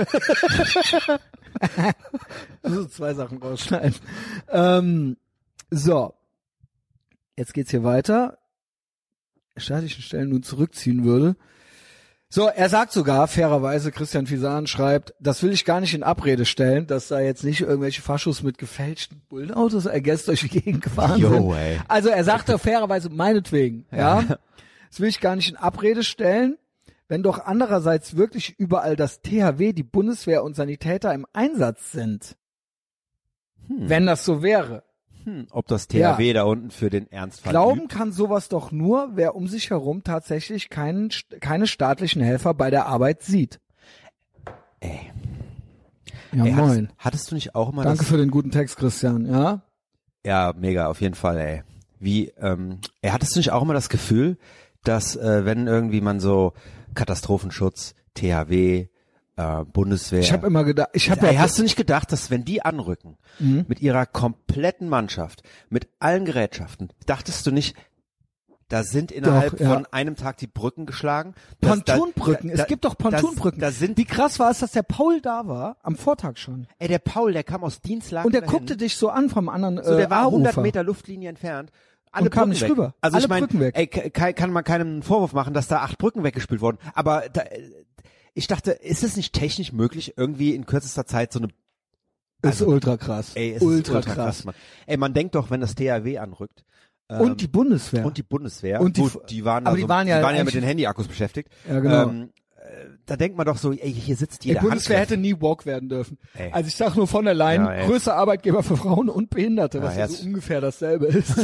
Also zwei Sachen rausschneiden. Ähm, so. Jetzt geht's hier weiter. Staatlichen Stellen nun zurückziehen würde. So, er sagt sogar, fairerweise, Christian Fisan schreibt, das will ich gar nicht in Abrede stellen, dass da jetzt nicht irgendwelche Faschos mit gefälschten Bullenautos ergänzt durch die Gegend gefahren Yo, sind. ey. Also er sagt doch fairerweise, meinetwegen, ja. ja. Das will ich gar nicht in Abrede stellen, wenn doch andererseits wirklich überall das T H W, die Bundeswehr und Sanitäter im Einsatz sind. Hm. Wenn das so wäre. Hm, ob das T H W ja. da unten für den Ernstfall Glauben übt? kann sowas doch nur, wer um sich herum tatsächlich keinen, keine staatlichen Helfer bei der Arbeit sieht. Ey. Ja, ey, moin. Hattest, hattest du nicht auch immer Danke das? für den guten Text, Christian, ja? Ja, mega, auf jeden Fall, ey. Wie, ähm, ey, hattest du nicht auch immer das Gefühl, dass, äh, wenn irgendwie man so Katastrophenschutz, T H W, äh, Bundeswehr. Ich habe immer gedacht, ich habe Ey, ja, hast du nicht gedacht, dass wenn die anrücken, Mhm. mit ihrer kompletten Mannschaft, mit allen Gerätschaften, dachtest du nicht, da sind innerhalb Doch, ja. von einem Tag die Brücken geschlagen? Das- Pontonbrücken, da- es da- gibt doch Pontonbrücken. Da, da sind, Wie krass war es, dass der Paul da war, am Vortag schon. ey, der Paul, der kam aus Dienstlagen Und der dahin. guckte dich so an vom anderen So, der äh, war hundert A-Ufer. Meter Luftlinie entfernt. Alle Und kam Brücken nicht weg. rüber. Also Alle ich meine, Brücken weg. ey, kann, kann man keinem einen Vorwurf machen, dass da acht Brücken weggespült wurden. Aber da, ich dachte, ist es nicht technisch möglich, irgendwie in kürzester Zeit so eine, ist ultra krass. ey, es ultra, ist ultra krass. krass, Mann. Ey, man denkt doch, wenn das T H W anrückt. Ähm, Und die Bundeswehr. und die Bundeswehr. Und die- Gut, die waren, aber also, die waren ja die waren ja eigentlich- mit den Handyakkus beschäftigt. Ja, genau. Ähm, äh, da denkt man doch so, ey, hier sitzt Die jeder Bundeswehr Handgriff. hätte nie woke werden dürfen. Ey. Also ich sag nur von der Leyen, Ja, ey. größter Arbeitgeber für Frauen und Behinderte, Ja, was ja jetzt- so ungefähr dasselbe ist.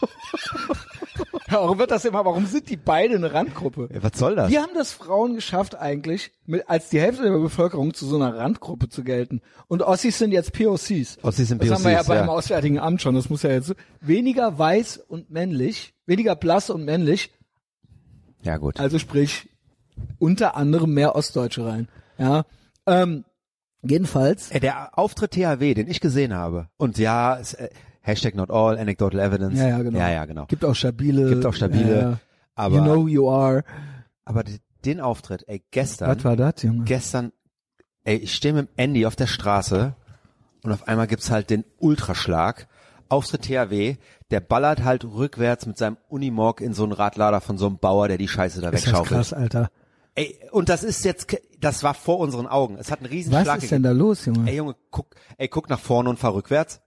Warum wird das immer, warum sind die beide eine Randgruppe? Ey, was soll das? Wie haben das Frauen geschafft eigentlich, mit, als die Hälfte der Bevölkerung zu so einer Randgruppe zu gelten? Und Ossis sind jetzt P O Cs. Ossis sind Das P O haben wir ja Cs, beim ja. Auswärtigen Amt schon. Das muss ja jetzt so. Weniger weiß und männlich, weniger blass und männlich, Ja, gut. also sprich unter anderem mehr Ostdeutsche rein. Ja, ähm, jedenfalls. Ey, der Auftritt T H W, den ich gesehen habe, und ja, es, äh, Hashtag not all, anecdotal evidence. Ja, ja, genau. Ja, ja, genau. Gibt auch stabile. Gibt auch stabile, Ja, ja. aber, You know you are. aber d- den Auftritt, ey, gestern, Was war das, Junge? gestern, ey, ich stehe mit dem Andy auf der Straße und auf einmal gibt's halt den Ultraschlag. Auftritt T H W, der ballert halt rückwärts mit seinem Unimog in so einen Radlader von so einem Bauer, der die Scheiße da Ist das wegschaufelt. krass, Alter. Ey, und das ist jetzt, ke- das war vor unseren Augen. Es hat einen riesen Was Schlag ist denn gegeben. da los, Junge? Ey, Junge, guck, ey, guck nach vorne und fahr rückwärts.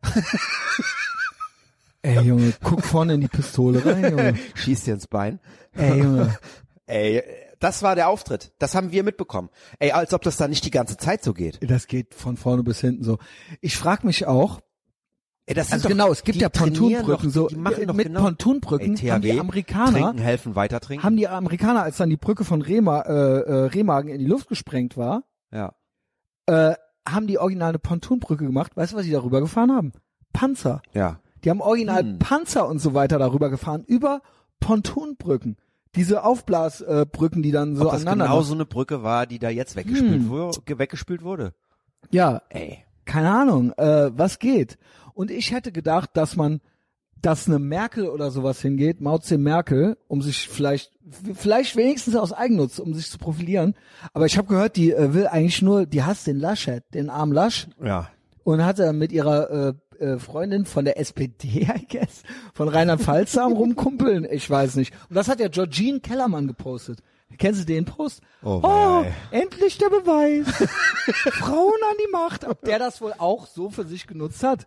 Ey, Junge, guck vorne in die Pistole rein, Junge. Schießt dir ins Bein. Ey, Junge. Ey, das war der Auftritt. Das haben wir mitbekommen. Ey, als ob das da nicht die ganze Zeit so geht. Das geht von vorne bis hinten so. Ich frag mich auch, Ey, das also sind genau, doch, es gibt die ja trainieren Pontonbrücken, doch, so die machen doch mit genau. Pontonbrücken Ey, haben die T H W, Amerikaner, trinken, helfen, weiter trinken. haben die Amerikaner, als dann die Brücke von Rema, äh, äh, Remagen in die Luft gesprengt war, Ja. äh, haben die original eine Pontonbrücke gemacht. Weißt du, was die darüber gefahren haben? Panzer. Ja. Die haben original Hm. Panzer und so weiter darüber gefahren, über Pontonbrücken. Diese Aufblasbrücken, äh, Brücken, die dann so Ob das aneinander. genau so eine Brücke war, die da jetzt weggespült, Hm. wurde, weggespült wurde. Ja, Ey. keine Ahnung, äh, was geht. Und ich hätte gedacht, dass man, dass eine Merkel oder sowas hingeht, Mao Tse Merkel, um sich vielleicht, vielleicht wenigstens aus Eigennutz, um sich zu profilieren. Aber ich habe gehört, die äh, will eigentlich nur, die hasst den Laschet, den armen Lasch, Ja. und hat er mit ihrer äh, äh, Freundin von der S P D, I guess, von Rheinland-Pfalz am rumkumpeln, ich weiß nicht. Und das hat ja Georgine Kellermann gepostet. Kennst du den Post? Oh, oh wei. endlich der Beweis. Frauen an die Macht. Ob der das wohl auch so für sich genutzt hat?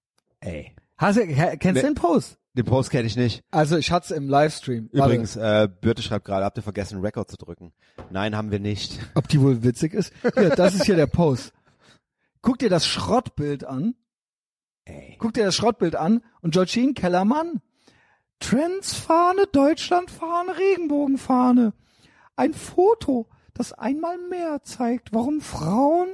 Ey. Hast du, kennst du Nee. den Post? Den Post kenne ich nicht. Also ich hatte es im Livestream. Warte, Übrigens, äh, Birte schreibt gerade, habt ihr vergessen, Record zu drücken? Nein, haben wir nicht. ob die wohl witzig ist? Hier, das ist hier der Post. Guck dir das Schrottbild an. Ey. Guck dir das Schrottbild an und Georgine Kellermann. Trendsfahne, Deutschlandfahne, Regenbogenfahne. Ein Foto, das einmal mehr zeigt, warum Frauen,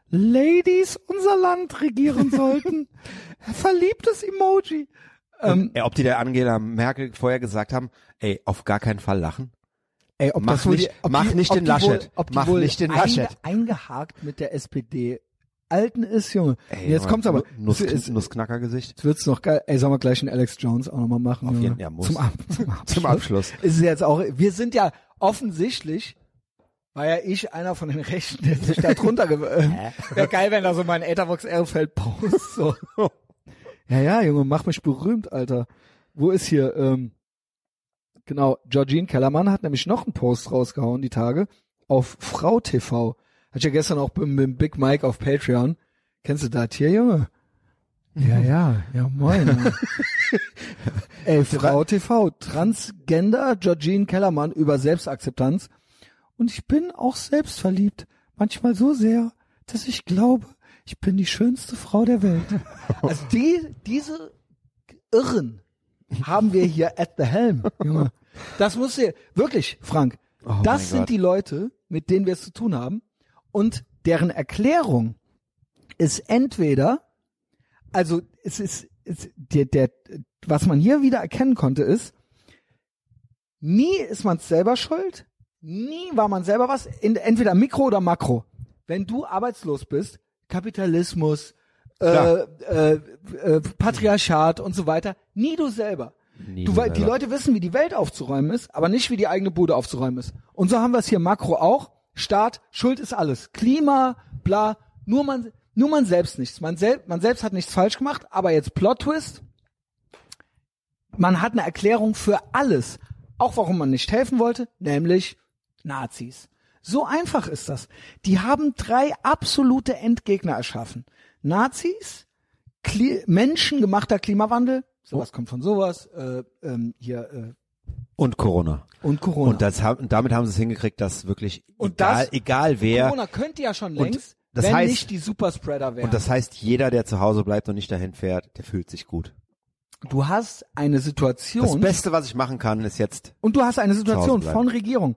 Ladies unser Land regieren sollten. Verliebtes Emoji. Ähm, Ey, ob die der Angela Merkel vorher gesagt haben, ey, auf gar keinen Fall lachen. ey, ob mach das wohl nicht- die, ob mach die, nicht ob den die wohl, Laschet. ob die Mach wohl nicht den einge, Laschet. eingehakt mit der S P D. Alten ist, Junge. Ey, Und jetzt Junge, kommt's aber. Nuss, es, es, Nussknackergesicht. es wird's noch geil. Ey, sollen wir gleich einen Alex Jones auch nochmal machen? Auf Junge? jeden- ja, muss. Zum, Ab zum Abschluss. Zum Abschluss. Ist es jetzt auch, wir sind ja offensichtlich war ja ich einer von den Rechten, der sich da drunter ge... äh, Wäre geil, wenn da so mein Etherbox Erfeld post. So. Ja, ja, Junge, mach mich berühmt, Alter. Wo ist hier, ähm, genau, Georgine Kellermann hat nämlich noch einen Post rausgehauen, die Tage, auf Frau T V. Hat ja gestern auch mit, mit Big Mike auf Patreon. Kennst du das hier, Junge? Ja, ja, ja, moin. Ey, Frau T V, Transgender Georgine Kellermann über Selbstakzeptanz. Und ich bin auch selbstverliebt. Manchmal so sehr, dass ich glaube, ich bin die schönste Frau der Welt. Also die, diese Irren haben wir hier at the helm, Junge. Das muss ihr, wirklich, Frank, Oh das sind Gott. die Leute, mit denen wir es zu tun haben. Und deren Erklärung ist entweder, also es ist, es, der, der, was man hier wieder erkennen konnte, ist, nie ist man selber schuld, nie war man selber was, in, entweder Mikro oder Makro. Wenn du arbeitslos bist, Kapitalismus, äh, äh, äh, Patriarchat und so weiter, nie du selber. Nie Du, so wei- die selber. Leute wissen, wie die Welt aufzuräumen ist, aber nicht, wie die eigene Bude aufzuräumen ist. Und so haben wir es hier Makro auch. Staat, Schuld ist alles. Klima, bla, nur man, nur man selbst nichts. Man, sel man selbst hat nichts falsch gemacht, aber jetzt Plot-Twist. Man hat eine Erklärung für alles. Auch warum man nicht helfen wollte, nämlich Nazis. So einfach ist das. Die haben drei absolute Endgegner erschaffen. Nazis, Kli menschengemachter Klimawandel, sowas kommt von sowas, äh, ähm, hier, äh, Und Corona. und Corona. Und, das, haben- und damit haben sie es hingekriegt, dass wirklich Und egal, das- egal wer. Corona könnte ja schon Und längst, das wenn heißt- nicht die Superspreader wären. Und das heißt, jeder, der zu Hause bleibt und nicht dahin fährt, der fühlt sich gut. Du hast eine Situation, Das Beste, was ich machen kann, ist jetzt. und du hast eine Situation bleiben. von Regierung,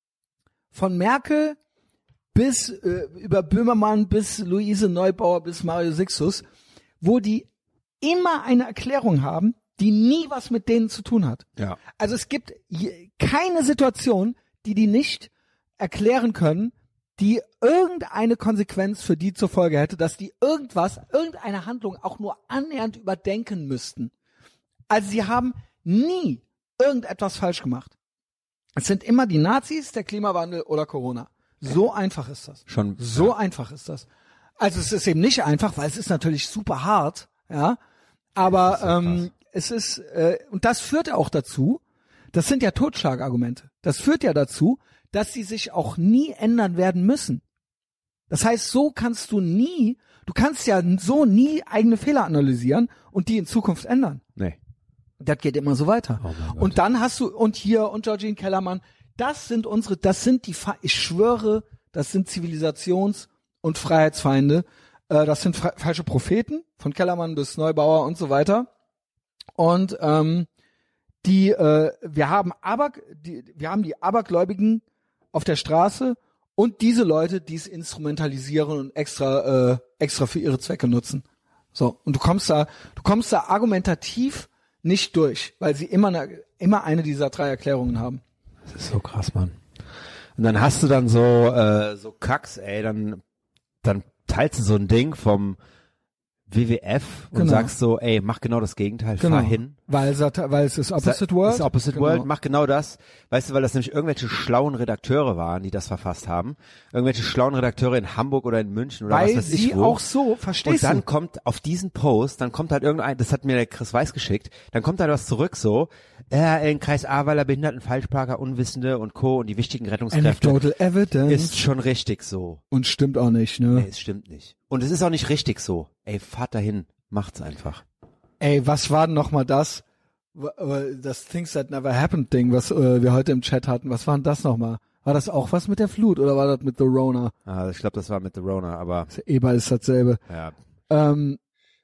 von Merkel bis äh, über Böhmermann, bis Luise Neubauer, bis Mario Sixtus, wo die immer eine Erklärung haben, die nie was mit denen zu tun hat. Ja. Also es gibt je- keine Situation, die die nicht erklären können, die irgendeine Konsequenz für die zur Folge hätte, dass die irgendwas, irgendeine Handlung auch nur annähernd überdenken müssten. Also sie haben nie irgendetwas falsch gemacht. Es sind immer die Nazis, der Klimawandel oder Corona. So einfach ist das. Schon. So einfach ist das. Also es ist eben nicht einfach, weil es ist natürlich super hart, ja. Aber Das ist so ähm, es ist, äh, und das führt auch dazu, das sind ja Totschlagargumente. Das führt ja dazu, dass sie sich auch nie ändern werden müssen. Das heißt, so kannst du nie, du kannst ja so nie eigene Fehler analysieren und die in Zukunft ändern. Nee. Das geht immer so weiter. Oh mein Gott. Und dann hast du, und hier, und Georgine Kellermann, das sind unsere, das sind die, Fa- ich schwöre, das sind Zivilisations- und Freiheitsfeinde. Äh, das sind fa- falsche Propheten, von Kellermann bis Neubauer und so weiter. Und ähm, die, äh, wir haben aber, die, wir haben die Abergläubigen auf der Straße und diese Leute, die es instrumentalisieren und extra, äh, extra für ihre Zwecke nutzen. So, und du kommst da, du kommst da argumentativ nicht durch, weil sie immer eine, immer eine dieser drei Erklärungen haben. Das ist so krass, Mann. Und dann hast du dann so, äh, so Kacks, ey, dann, dann teilst du so ein Ding vom W W F und Genau. sagst so, ey, mach genau das Gegenteil, Genau. fahr hin. Weil, Sat- weil es ist Opposite World. Das ist Opposite Genau. World, mach genau das. Weißt du, weil das nämlich irgendwelche schlauen Redakteure waren, die das verfasst haben. Irgendwelche schlauen Redakteure in Hamburg oder in München oder Weil was weiß sie ich wo. auch so, Und verstehst dann du? kommt auf diesen Post, dann kommt halt irgendein, das hat mir der Chris Weiß geschickt, dann kommt halt was zurück so, äh, in Kreis Ahrweiler Behinderten, Falschparker, Unwissende und Co. und die wichtigen Rettungskräfte. Anecdotal Evidence. Ist schon richtig so. Und stimmt auch nicht, ne? Ey, es stimmt nicht. Und es ist auch nicht richtig so. Ey, fahrt dahin, macht's einfach. Ey, was war denn noch mal das? W- äh, Das Things That Never Happened Ding, was äh, wir heute im Chat hatten. Was war denn das noch mal? War das auch was mit der Flut oder war das mit The Rona? Ah, ich glaube, das war mit The Rona, aber Ist ja eh beides dasselbe. ja. Ähm,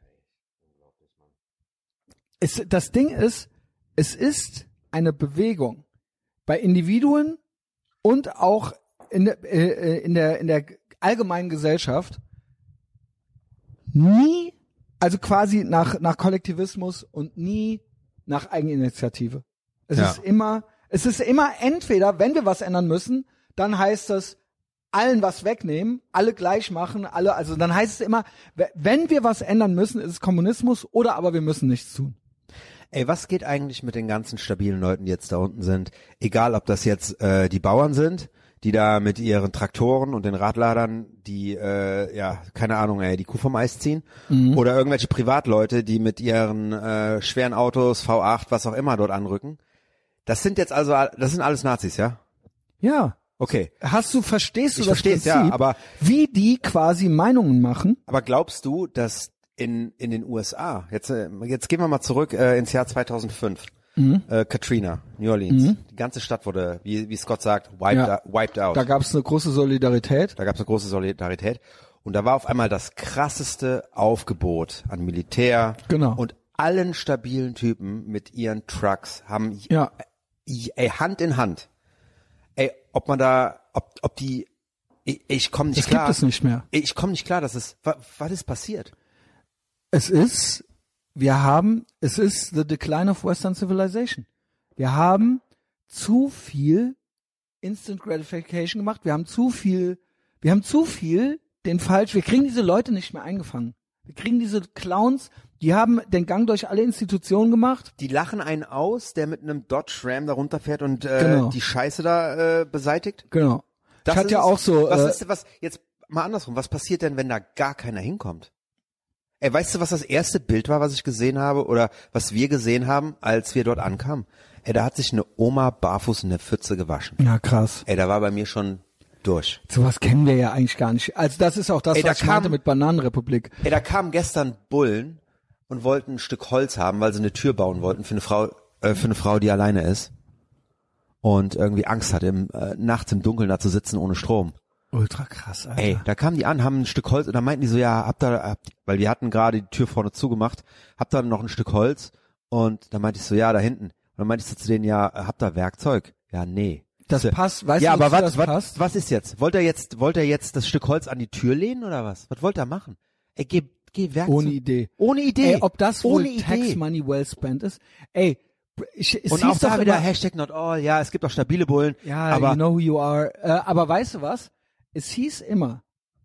es, das Ding ist, es ist eine Bewegung bei Individuen und auch in der, äh, in der, in der allgemeinen Gesellschaft nie, also quasi nach, nach Kollektivismus und nie nach Eigeninitiative. Es Ja. ist immer, es ist immer entweder, wenn wir was ändern müssen, dann heißt das, allen was wegnehmen, alle gleich machen, alle, also dann heißt es immer, w- wenn wir was ändern müssen, ist es Kommunismus oder aber wir müssen nichts tun. Ey, was geht eigentlich mit den ganzen stabilen Leuten, die jetzt da unten sind? Egal, ob das jetzt äh, die Bauern sind, die da mit ihren Traktoren und den Radladern, die, äh, ja, keine Ahnung, ey, die Kuh vom Eis ziehen. Mhm. Oder irgendwelche Privatleute, die mit ihren äh, schweren Autos, V acht, was auch immer dort anrücken. Das sind jetzt also, das sind alles Nazis, ja? Ja. Okay. Hast du, verstehst du ich das versteh's, Prinzip, ja, aber wie die quasi Meinungen machen? Aber glaubst du, dass in in den U S A, jetzt äh, jetzt gehen wir mal zurück äh, ins Jahr zweitausendfünf, mhm. äh, Katrina, New Orleans, mhm. die ganze Stadt wurde, wie wie Scott sagt, wiped, ja. out, wiped out. Da gab es eine große Solidarität. Da gab es eine große Solidarität und da war auf einmal das krasseste Aufgebot an Militär genau. und allen stabilen Typen mit ihren Trucks haben ja. ey, Hand in Hand. Ey, ob man da, ob ob die ich, ich komme nicht das klar. Das gibt es nicht mehr. Ich komme nicht klar, dass es was, was ist passiert? Es ist, wir haben, es ist the decline of Western Civilization. Wir haben zu viel Instant Gratification gemacht. Wir haben zu viel, wir haben zu viel den falsch, wir kriegen diese Leute nicht mehr eingefangen. Wir kriegen diese Clowns, die haben den Gang durch alle Institutionen gemacht. Die lachen einen aus, der mit einem Dodge Ram da runterfährt und äh, genau. die Scheiße da äh, beseitigt. Genau. Das ich hatte ja auch so. Was äh, ist was jetzt mal andersrum? Was passiert denn, wenn da gar keiner hinkommt? Ey, weißt du, was das erste Bild war, was ich gesehen habe oder was wir gesehen haben, als wir dort ankamen? Ey, da hat sich eine Oma barfuß in der Pfütze gewaschen. Ja, krass. Ey, da war bei mir schon durch. Sowas kennen wir ja eigentlich gar nicht. Also das ist auch das, ey, was ich meinte mit Bananenrepublik. Ey, da kamen gestern Bullen und wollten ein Stück Holz haben, weil sie eine Tür bauen wollten für eine Frau, äh, für eine Frau, die alleine ist und irgendwie Angst hatte, im, äh, nachts im Dunkeln da zu sitzen ohne Strom. Ultra krass, Alter. Ey, da kamen die an, haben ein Stück Holz und dann meinten die so, ja, habt ihr, habt, weil wir hatten gerade die Tür vorne zugemacht, habt ihr noch ein Stück Holz? Und dann meinte ich so, ja, da hinten. Und dann meinte ich so zu denen, ja, habt ihr Werkzeug? Ja, nee. Das so, passt, weißt ja, du, aber was, was, das was, passt? was ist jetzt? Wollt er jetzt, wollt er jetzt das Stück Holz an die Tür lehnen oder was? Was wollt er machen? Ey, geh, geh Werkzeug. Ohne Idee. Ohne Idee. Ey, ob das wohl Ohne Tax Idee. Money well spent ist? Ey, ich, es und hieß auch da doch wieder immer, Hashtag not all, ja, es gibt auch stabile Bullen. Ja, aber you know who you are. Äh, aber weißt du was? Es hieß immer,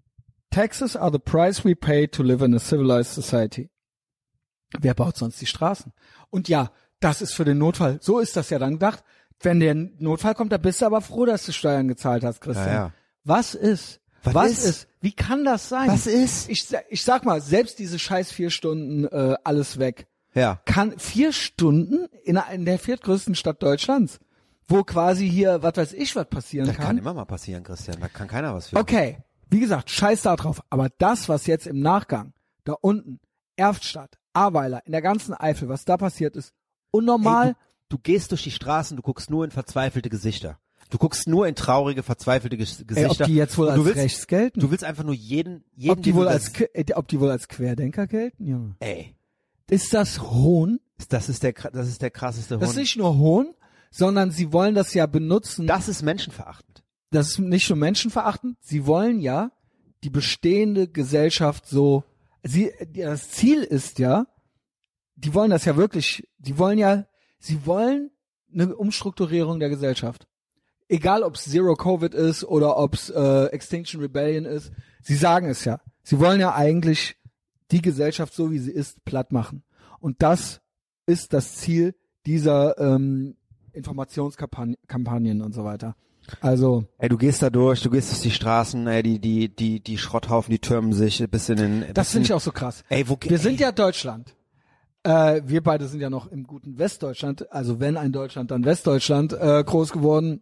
Taxes are the price we pay to live in a civilized society. Wer baut sonst die Straßen? Und ja, das ist für den Notfall. So ist das ja dann gedacht. Wenn der Notfall kommt, da bist du aber froh, dass du Steuern gezahlt hast, Christian. Ja, ja. Was ist? Was, Was ist? ist? Wie kann das sein? Was ist? Ich, ich sag mal, selbst diese scheiß vier Stunden äh, alles weg. Ja. Kann vier Stunden in, in der viertgrößten Stadt Deutschlands, wo quasi hier, was weiß ich, was passieren Das kann. kann immer mal passieren, Christian. Da kann keiner was für. Okay, wie gesagt, scheiß da drauf. Aber das, was jetzt im Nachgang, da unten, Erftstadt, Ahrweiler, in der ganzen Eifel, was da passiert ist, unnormal. Ey, du, du gehst durch die Straßen, du guckst nur in verzweifelte Gesichter. Du guckst nur in traurige, verzweifelte Ges- Gesichter. Ey, ob die jetzt wohl Und als du willst, rechts gelten? Du willst einfach nur jeden, jeden ob die den wohl du als, das- äh, ob die wohl als Querdenker gelten? Junge. Ey, Ist das Hohn? das ist der, das ist der krasseste Hohn. Das ist nicht nur Hohn, sondern sie wollen das ja benutzen. Das ist menschenverachtend. Das ist nicht nur menschenverachtend. Sie wollen ja die bestehende Gesellschaft so, sie, das Ziel ist ja, die wollen das ja wirklich, die wollen ja, sie wollen eine Umstrukturierung der Gesellschaft. Egal, ob es Zero Covid ist oder ob es äh, Extinction Rebellion ist. Sie sagen es ja. Sie wollen ja eigentlich die Gesellschaft, so wie sie ist, platt machen. Und das ist das Ziel dieser ähm, Informationskampagnen und so weiter. Also, Ey, du gehst da durch, du gehst durch die Straßen, ey, die, die, die, die Schrotthaufen, die türmen sich bis in den, das bis finde ich in- auch so krass. Ey, wo, Wir sind ja Deutschland. Äh, wir beide sind ja noch im guten Westdeutschland, also wenn ein Deutschland, dann Westdeutschland äh, groß geworden.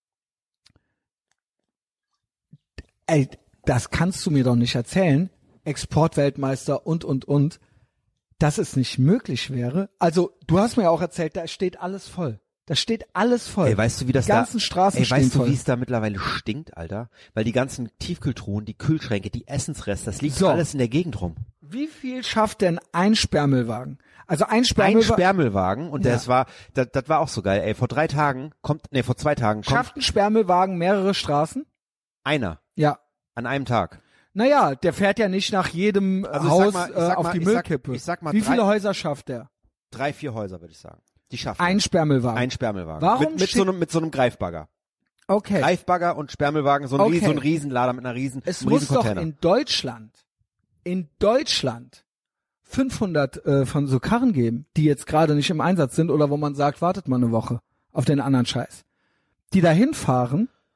Ey, das kannst du mir doch nicht erzählen. Exportweltmeister und, und, und. Dass es nicht möglich wäre. Also, du hast mir ja auch erzählt, da steht alles voll. Da steht alles voll. Ey, weißt du, wie das Die ganzen da, Straßen ey, stehen weißt du, voll. wie es da mittlerweile stinkt, Alter? Weil die ganzen Tiefkühltruhen, die Kühlschränke, die Essensreste, das liegt So. alles in der Gegend rum. Wie viel schafft denn ein Sperrmüllwagen? Also ein Ein Sperrmüllwagen Sperrmüllwagen und Ja. das war, das, das war auch so geil, ey, vor drei Tagen kommt, nee, vor zwei Tagen kommt schafft ein Sperrmüllwagen mehrere Straßen? einer Ja. an einem Tag. Naja, der fährt ja nicht nach jedem Also ich Haus sag mal- ich äh, sag auf mal- die ich sag- Müllkippe. ich sag mal Wie drei- viele Häuser schafft er? Drei, vier Häuser, würde ich sagen. Die schaffen Ein das. Sperrmüllwagen. Ein Sperrmüllwagen. Warum mit, mit steht- so einem, mit so einem Greifbagger. Okay. Greifbagger und Sperrmüllwagen, so ein, Okay. Ries- so ein Riesenlader mit einer riesen, Es einem muss riesen doch Container. in Deutschland, in Deutschland fünfhundert äh, von so Karren geben, die jetzt gerade nicht im Einsatz sind oder wo man sagt, wartet mal eine Woche auf den anderen Scheiß. Die da hinfahren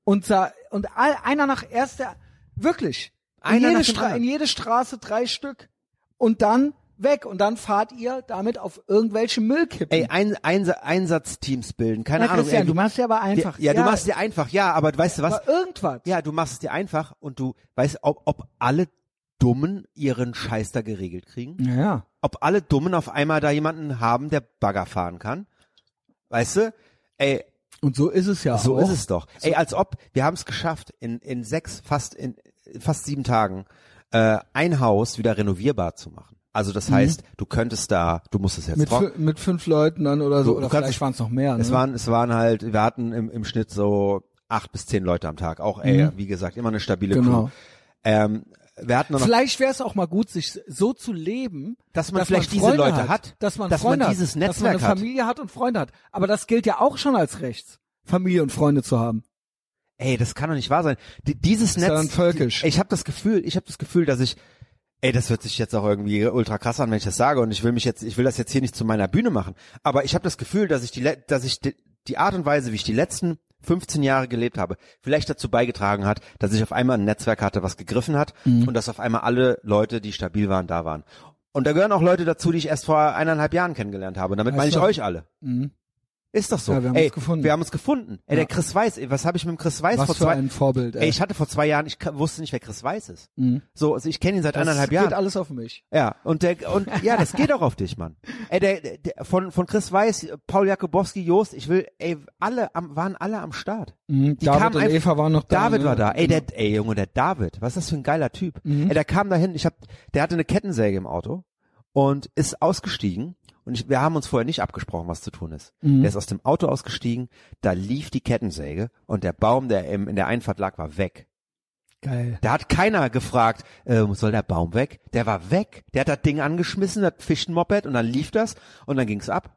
Und sa- und all, einer nach erster, wirklich, in Einer jede, nach dem Stra- anderen. in jede Straße drei Stück. Und dann weg. Und dann fahrt ihr damit auf irgendwelche Müllkippen. Ey, ein, ein, Einsatzteams bilden, keine Na, Ahnung. Christian, ey, du machst ja aber einfach. Ja, ja, du machst es dir einfach, ja, aber weißt du was? aber irgendwas. Ja, du machst es dir einfach und du weißt, ob, ob alle Dummen ihren Scheiß da geregelt kriegen. Ja, ja. Ob alle Dummen auf einmal da jemanden haben, der Bagger fahren kann. Weißt du? Ey, Und so ist es ja so auch. ist es doch. Ey, als ob, wir haben es geschafft, in, in sechs, fast in fast sieben Tagen, äh, ein Haus wieder renovierbar zu machen. Also das heißt, du könntest da, du musst es jetzt Mit, trocken. fü- mit fünf Leuten dann oder so. Du- du oder kannst vielleicht es- waren es noch mehr. Es ne? waren, es waren halt, wir hatten im, im Schnitt so acht bis zehn Leute am Tag. Auch, ey, Mhm. wie gesagt, immer eine stabile Genau. Crew. Ähm, wir hatten noch, Vielleicht wäre es auch mal gut, sich so zu leben, dass man dass vielleicht man diese Freunde Leute hat, hat, dass man dass man Freunde dieses hat, dass man Netzwerk eine hat. Familie hat und Freunde hat. Aber das gilt ja auch schon als Rechts, Familie und Freunde zu haben. Ey, das kann doch nicht wahr sein. D dieses Ist ja Netz, dann völkisch. Die, ich habe das Gefühl, ich habe das Gefühl, dass ich, ey, das hört sich jetzt auch irgendwie ultra krass an, wenn ich das sage, und ich will mich jetzt, ich will das jetzt hier nicht zu meiner Bühne machen, aber ich habe das Gefühl, dass ich die, le- dass ich die, die Art und Weise, wie ich die letzten fünfzehn Jahre gelebt habe, vielleicht dazu beigetragen hat, dass ich auf einmal ein Netzwerk hatte, was gegriffen hat, Mhm. und dass auf einmal alle Leute, die stabil waren, da waren. Und da gehören auch Leute dazu, die ich erst vor eineinhalb Jahren kennengelernt habe. Und damit Weißt meine ich du- euch alle. Mhm. Ist doch so. Ja, wir haben ey, uns gefunden. Wir haben uns gefunden. Ey, Ja. der Chris Weiß, ey, was habe ich mit dem Chris Weiß Was vor für zwei ein Vorbild. Ey, ich hatte vor zwei Jahren, ich ka- wusste nicht, wer Chris Weiß ist. Mhm. So, also ich kenne ihn seit das eineinhalb geht Jahren. alles auf mich. Ja, und der und ja, das geht auch auf dich, Mann. Ey, der, der, der von von Chris Weiß, Paul Jakubowski, Jost, ich will, ey, alle am, waren alle am Start. Mhm. Die David kamen und einfach- Eva waren noch da. David ne? war da. Ey, Genau. der, ey, Junge, der David, was ist das für ein geiler Typ? Mhm. Ey, der kam dahin, ich hab, der hatte eine Kettensäge im Auto und ist ausgestiegen. Und ich, wir haben uns vorher nicht abgesprochen, was zu tun ist. Mhm. Der ist aus dem Auto ausgestiegen, da lief die Kettensäge und der Baum, der im, in der Einfahrt lag, war weg. Geil. Da hat keiner gefragt, äh, soll der Baum weg? Der war weg. Der hat das Ding angeschmissen, das Fischenmoped, und dann lief das und dann ging's ab.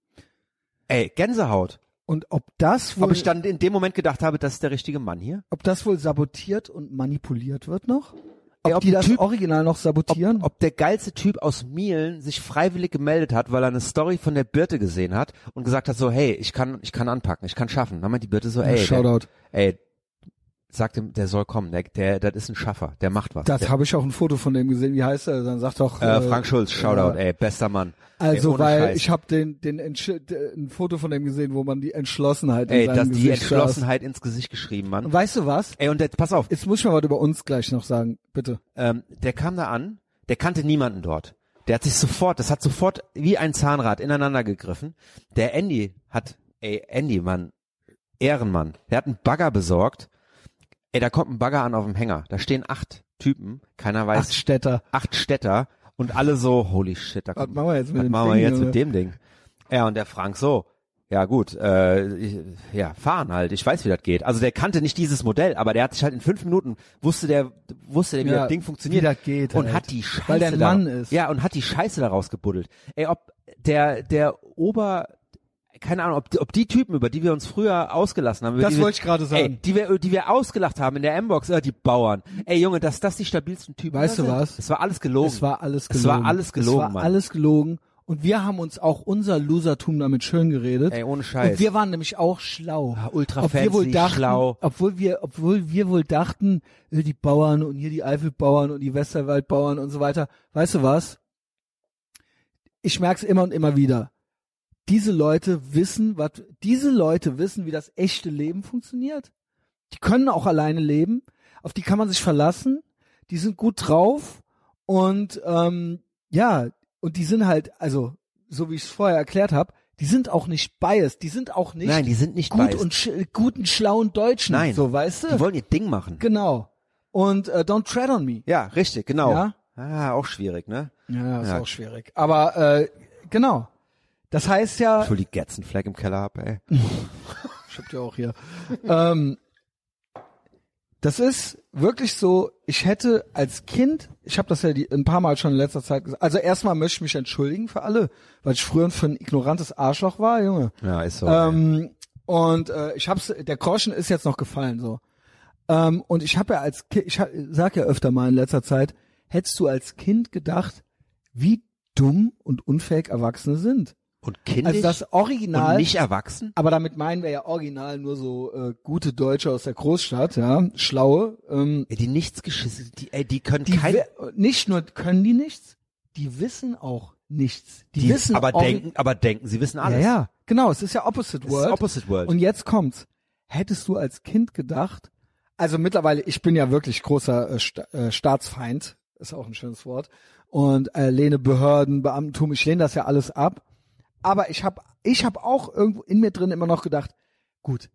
Ey, Gänsehaut. Und ob das wohl, Ob ich dann in dem Moment gedacht habe, das ist der richtige Mann hier? ob das wohl sabotiert und manipuliert wird noch? Ob, Ey, ob die ein das Typ- Original noch sabotieren? Ob, ob der geilste Typ aus Mielen sich freiwillig gemeldet hat, weil er eine Story von der Birte gesehen hat und gesagt hat so, hey, ich kann, ich kann anpacken, ich kann schaffen. Dann meint die Birte so, ey, der, Shoutout. ey, sagt ihm, der soll kommen, der, der, das ist ein Schaffer, der macht was. Das der, habe ich auch ein Foto von dem gesehen. Wie heißt er? Dann sagt doch äh, Frank Schulz, Shoutout, ja. ey, bester Mann. Also, ey, ohne weil Scheiß. ich habe den, den Entsch- d- ein Foto von dem gesehen, wo man die Entschlossenheit in Ey, seinem das, die Gesicht Entschlossenheit ins Gesicht geschrieben, saß. Mann. Und weißt du was? Ey, und der, pass auf, Jetzt muss ich mal was über uns gleich noch sagen, bitte. ähm, der kam da an, der kannte niemanden dort. Der hat sich sofort, das hat sofort wie ein Zahnrad ineinander gegriffen. Der Andy hat, ey, Andy, Mann, Ehrenmann, der hat einen Bagger besorgt. Ey, da kommt ein Bagger an auf dem Hänger. Da stehen acht Typen, keiner weiß, Acht Städter. acht Städter, und alle so, holy shit, da Was kommt, machen wir jetzt mit was dem machen wir Ding, jetzt Junge? mit dem Ding? Ja, und der Frank so, ja gut, äh, ich, ja, fahren halt, ich weiß, wie das geht. Also der kannte nicht dieses Modell, aber der hat sich halt in fünf Minuten, wusste der, wusste der, wie Ja, das Ding funktioniert. wie das geht Und halt. hat die Scheiße Weil der ein da, Mann ist. Ja, und hat die Scheiße daraus gebuddelt. Ey, ob der, der Ober, keine Ahnung, ob die, ob die Typen, über die wir uns früher ausgelassen haben, über Das die wir- wollte ich gerade Ey, sagen. die wir, die wir ausgelacht haben in der M-Box, äh, die Bauern. Ey, Junge, dass das die stabilsten Typen Weißt da du sind. was? Es war alles gelogen. Es war alles Es gelogen. war alles gelogen, Es war Mann. alles gelogen. Und wir haben uns auch unser Losertum damit schön geredet. Ey, ohne Scheiß. Und wir waren nämlich auch schlau. Ja, ultra Ob wir wohl fancy, dachten, schlau. Obwohl wir, obwohl wir wohl dachten, äh, die Bauern und hier die Eifelbauern und die Westerwaldbauern und so weiter. Weißt du was? Ich merk's immer und immer wieder. Diese Leute wissen, was, diese Leute wissen, wie das echte Leben funktioniert. Die können auch alleine leben. Auf die kann man sich verlassen. Die sind gut drauf. Und, ähm, ja, und die sind halt, also, so wie ich es vorher erklärt habe, die sind auch nicht biased, die sind auch nicht Nein, die sind nicht gut biased. und sch guten, schlauen Deutschen, Nein. so, weißt Die du? wollen ihr Ding machen. Genau. Und äh, don't tread on me. Ja, richtig, genau. Ja? Ah, auch schwierig, ne? Ja, ist Ja. auch schwierig. Aber äh, genau. Das heißt ja, Ich hol die Getzenfleck im Keller ab, ey. ich hab die auch hier. ähm, das ist wirklich so, ich hätte als Kind, ich habe das ja die, ein paar Mal schon in letzter Zeit gesagt, also erstmal möchte ich mich entschuldigen für alle, weil ich früher für ein ignorantes Arschloch war, Junge. Ja, ist so. ey. Ähm, und äh, ich hab's, der Groschen ist jetzt noch gefallen so. Ähm, und ich habe ja als Kind, ich hab, sag ja öfter mal in letzter Zeit, hättest du als Kind gedacht, wie dumm und unfähig Erwachsene sind. Und kindisch Also das Original. und nicht erwachsen? Aber damit meinen wir ja original nur so äh, gute Deutsche aus der Großstadt, ja, schlaue. Ähm, Ey, die nichts geschissen, die, ey, die können die kein, wi- nicht nur können die nichts, die wissen auch nichts. Die, die wissen aber ori- denken, aber denken, sie wissen alles. Ja, ja, genau. Es ist ja Opposite Es ist World. Opposite World. Und jetzt kommt's. Hättest du als Kind gedacht, also mittlerweile, ich bin ja wirklich großer äh, Sta äh, Staatsfeind, ist auch ein schönes Wort, und äh, lehne Behörden, Beamtentum, ich lehne das ja alles ab. Aber ich habe ich hab auch irgendwo in mir drin immer noch gedacht, gut,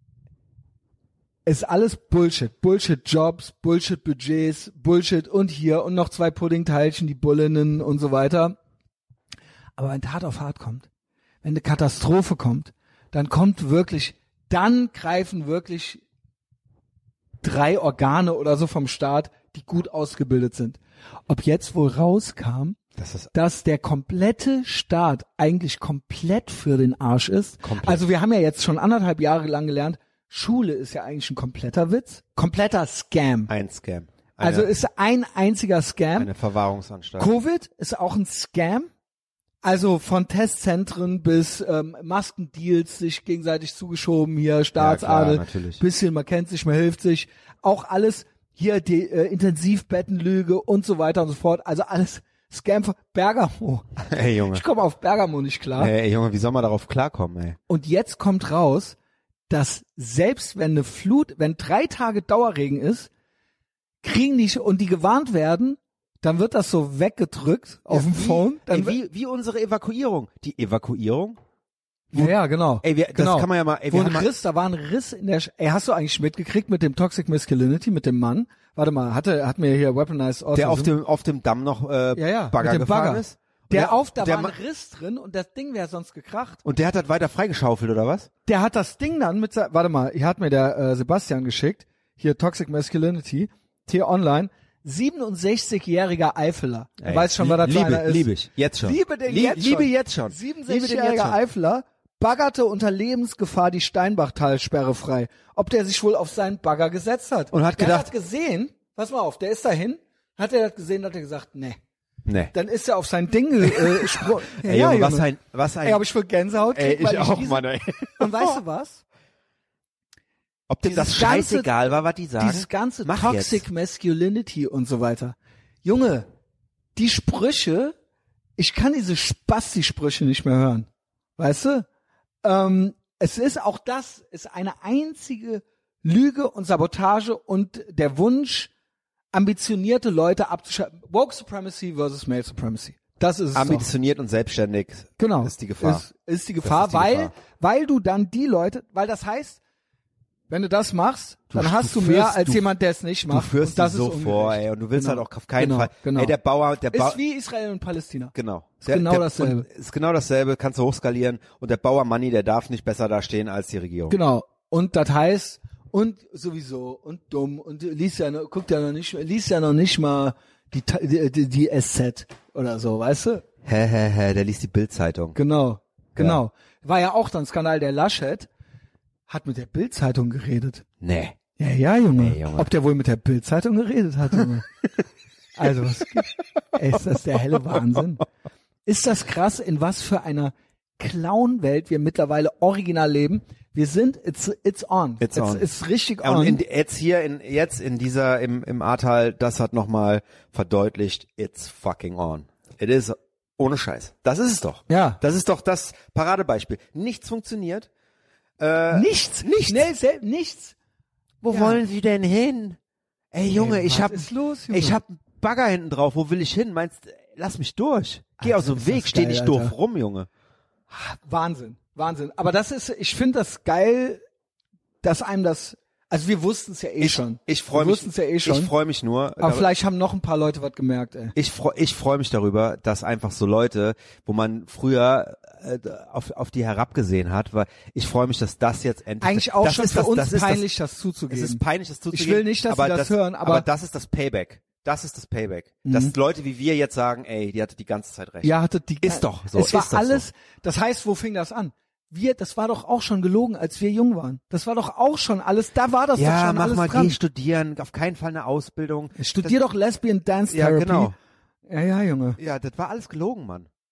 ist alles Bullshit. Bullshit-Jobs, Bullshit-Budgets, Bullshit und hier und noch zwei Puddingteilchen, die Bullinnen und so weiter. Aber wenn Tat auf Hart kommt, wenn eine Katastrophe kommt, dann kommt wirklich, dann greifen wirklich drei Organe oder so vom Staat, die gut ausgebildet sind. Ob jetzt wohl rauskam, Das ist dass der komplette Staat eigentlich komplett für den Arsch ist. Komplett. Also wir haben ja jetzt schon anderthalb Jahre lang gelernt, Schule ist ja eigentlich ein kompletter Witz, kompletter Scam. ein Scam. Eine, Also ist ein einziger Scam. eine Verwahrungsanstalt. Covid ist auch ein Scam. Also von Testzentren bis ähm, Maskendeals sich gegenseitig zugeschoben, hier Staatsadel, klar, natürlich. bisschen, man kennt sich, man hilft sich. Auch alles hier die äh, Intensivbettenlüge und so weiter und so fort. Also alles Scam von Bergamo. Ey, Junge. Ich komme auf Bergamo nicht klar. Ey, Junge, wie soll man darauf klarkommen, ey? Und jetzt kommt raus, dass selbst wenn eine Flut, wenn drei Tage Dauerregen ist, kriegen die und die gewarnt werden, dann wird das so weggedrückt auf dem wie, Phone. Dann Ey, wie, wie unsere Evakuierung. Die Evakuierung? ja, ja, genau. Ey, wir, genau. das kann man ja mal, ey, Wo wir ein haben mal, Riss, da war ein Riss in der, Sch ey, hast du eigentlich mitgekriegt mit dem Toxic Masculinity, mit dem Mann? Warte mal, hatte, hat mir hier Weaponized Autism. der auf dem, auf dem Damm noch, äh, ja, ja, Bagger mit dem gefahren Bagger. ist. Der, der- auf, da der war Ma- ein Riss drin und das Ding wäre sonst gekracht. Und der hat das weiter freigeschaufelt, oder was? Der hat das Ding dann mit, se- warte mal, hier hat mir der äh, Sebastian geschickt, hier Toxic Masculinity, T-Online, siebenundsechzigjähriger Eifeler. Du Ey, weißt schon, wer das liebe, einer ist. Liebe ich. Jetzt schon. Liebe den Lie- jetzt schon. Liebe jetzt schon. Liebe den jetzt siebenundsechzigjähriger schon. Eifeler baggerte unter Lebensgefahr die Steinbachtalsperre frei. Ob der sich wohl auf seinen Bagger gesetzt hat. Und hat der gedacht- hat gesehen, pass mal auf, der ist dahin, hat er das gesehen, hat er gesagt, nee. Nee. Dann ist er auf sein Ding äh, gesprungen. Ja, Ey, ja, Junge, was Junge. ein, was ein, Ey, hab ich voll Gänsehaut ey, gekriegt, weil ich auch, diese- Mann, ey. Und weißt du was? Ob dem das dieses ganze- scheißegal war, was die sagen? Dieses ganze Mach Toxic jetzt. Masculinity und so weiter. Junge, die Sprüche, ich kann diese Spasti-Sprüche nicht mehr hören. Weißt du? Ähm, es ist auch das, ist eine einzige Lüge und Sabotage und der Wunsch, ambitionierte Leute abzuschalten. Woke Supremacy versus Male Supremacy. Das ist es doch. Ambitioniert und selbstständig. Genau. Ist die Gefahr. Ist, ist die Gefahr, ist die weil, Gefahr. weil du dann die Leute, weil das heißt, wenn du das machst, Du- dann hast du du mehr führst- als du- jemand, der es nicht Du macht. führst und das die so ist vor, ungerecht. ey, und du willst Genau, halt auch auf keinen genau, Fall. Genau. Ey, der Bauer, der Bauer, ist wie Israel und Palästina. genau. Ist genau dasselbe. und Ist genau dasselbe, kannst du hochskalieren. Und der Bauer Money, der darf nicht besser dastehen als die Regierung. Genau. Und das heißt, und sowieso, und dumm, und liest ja, noch, guckt ja noch nicht, liest ja noch nicht mal die, Ta- die, die, die S Z oder so, weißt du? Hä, hä, hä, der liest die Bild-Zeitung. Genau, genau. War ja auch dann Skandal, der Laschet hat mit der Bild-Zeitung geredet. Nee. Ja, ja, Junge. Ey, Junge. Ob der wohl mit der Bild-Zeitung geredet hat, Junge. Also, was gibt, ey, ist das der helle Wahnsinn? Ist das krass, in was für einer Clown-Welt wir mittlerweile original leben? Wir sind, it's, it's on. It's on. It's richtig Ja, on. und in, jetzt hier in jetzt in dieser im im Ahrtal, das hat nochmal verdeutlicht, it's fucking on. It is ohne Scheiß. Das ist es doch. ja. Das ist doch das Paradebeispiel. Nichts funktioniert. Äh, Nichts. nichts. Schnell, sel- nichts. Wo Ja. wollen Sie denn hin? Ey Junge, Ey, ich was hab ist los, Junge? ich hab einen Bagger hinten drauf. Wo will ich hin? Meinst lass mich durch. Geh Alter, aus dem ist Weg, das steh geil, nicht Alter. doof rum, Junge. Wahnsinn. Wahnsinn. Aber das ist, ich finde das geil, dass einem das, also wir wussten es ja eh Ich, schon. ich freue Wir mich. wussten es ja eh schon. Ich freue mich nur. aber aber- vielleicht haben noch ein paar Leute was gemerkt, ey. Ich freue ich freu mich darüber, dass einfach so Leute, wo man früher äh, auf, auf die herabgesehen hat, weil ich freue mich, dass das jetzt endlich... Eigentlich auch das schon ist für das, uns das ist peinlich, das, Das, zuzugeben. es ist peinlich, das zuzugeben. Ich will nicht, dass aber sie das hören, aber- aber das ist das Payback. Das ist das Payback. Dass Leute wie wir jetzt sagen, ey, die hatte die ganze Zeit recht. Ja, hatte die Ist doch so, Es war ist doch alles, so. das heißt, wo fing das an? Wir, das war doch auch schon gelogen, als wir jung waren. Das war doch auch schon alles, da war das doch Ja, schon mach alles mal, dran. geh studieren, auf keinen Fall eine Ausbildung. Studier doch Lesbian Dance Ja, Therapy. genau. Ja, ja, Junge. Ja, das war alles gelogen, Mann.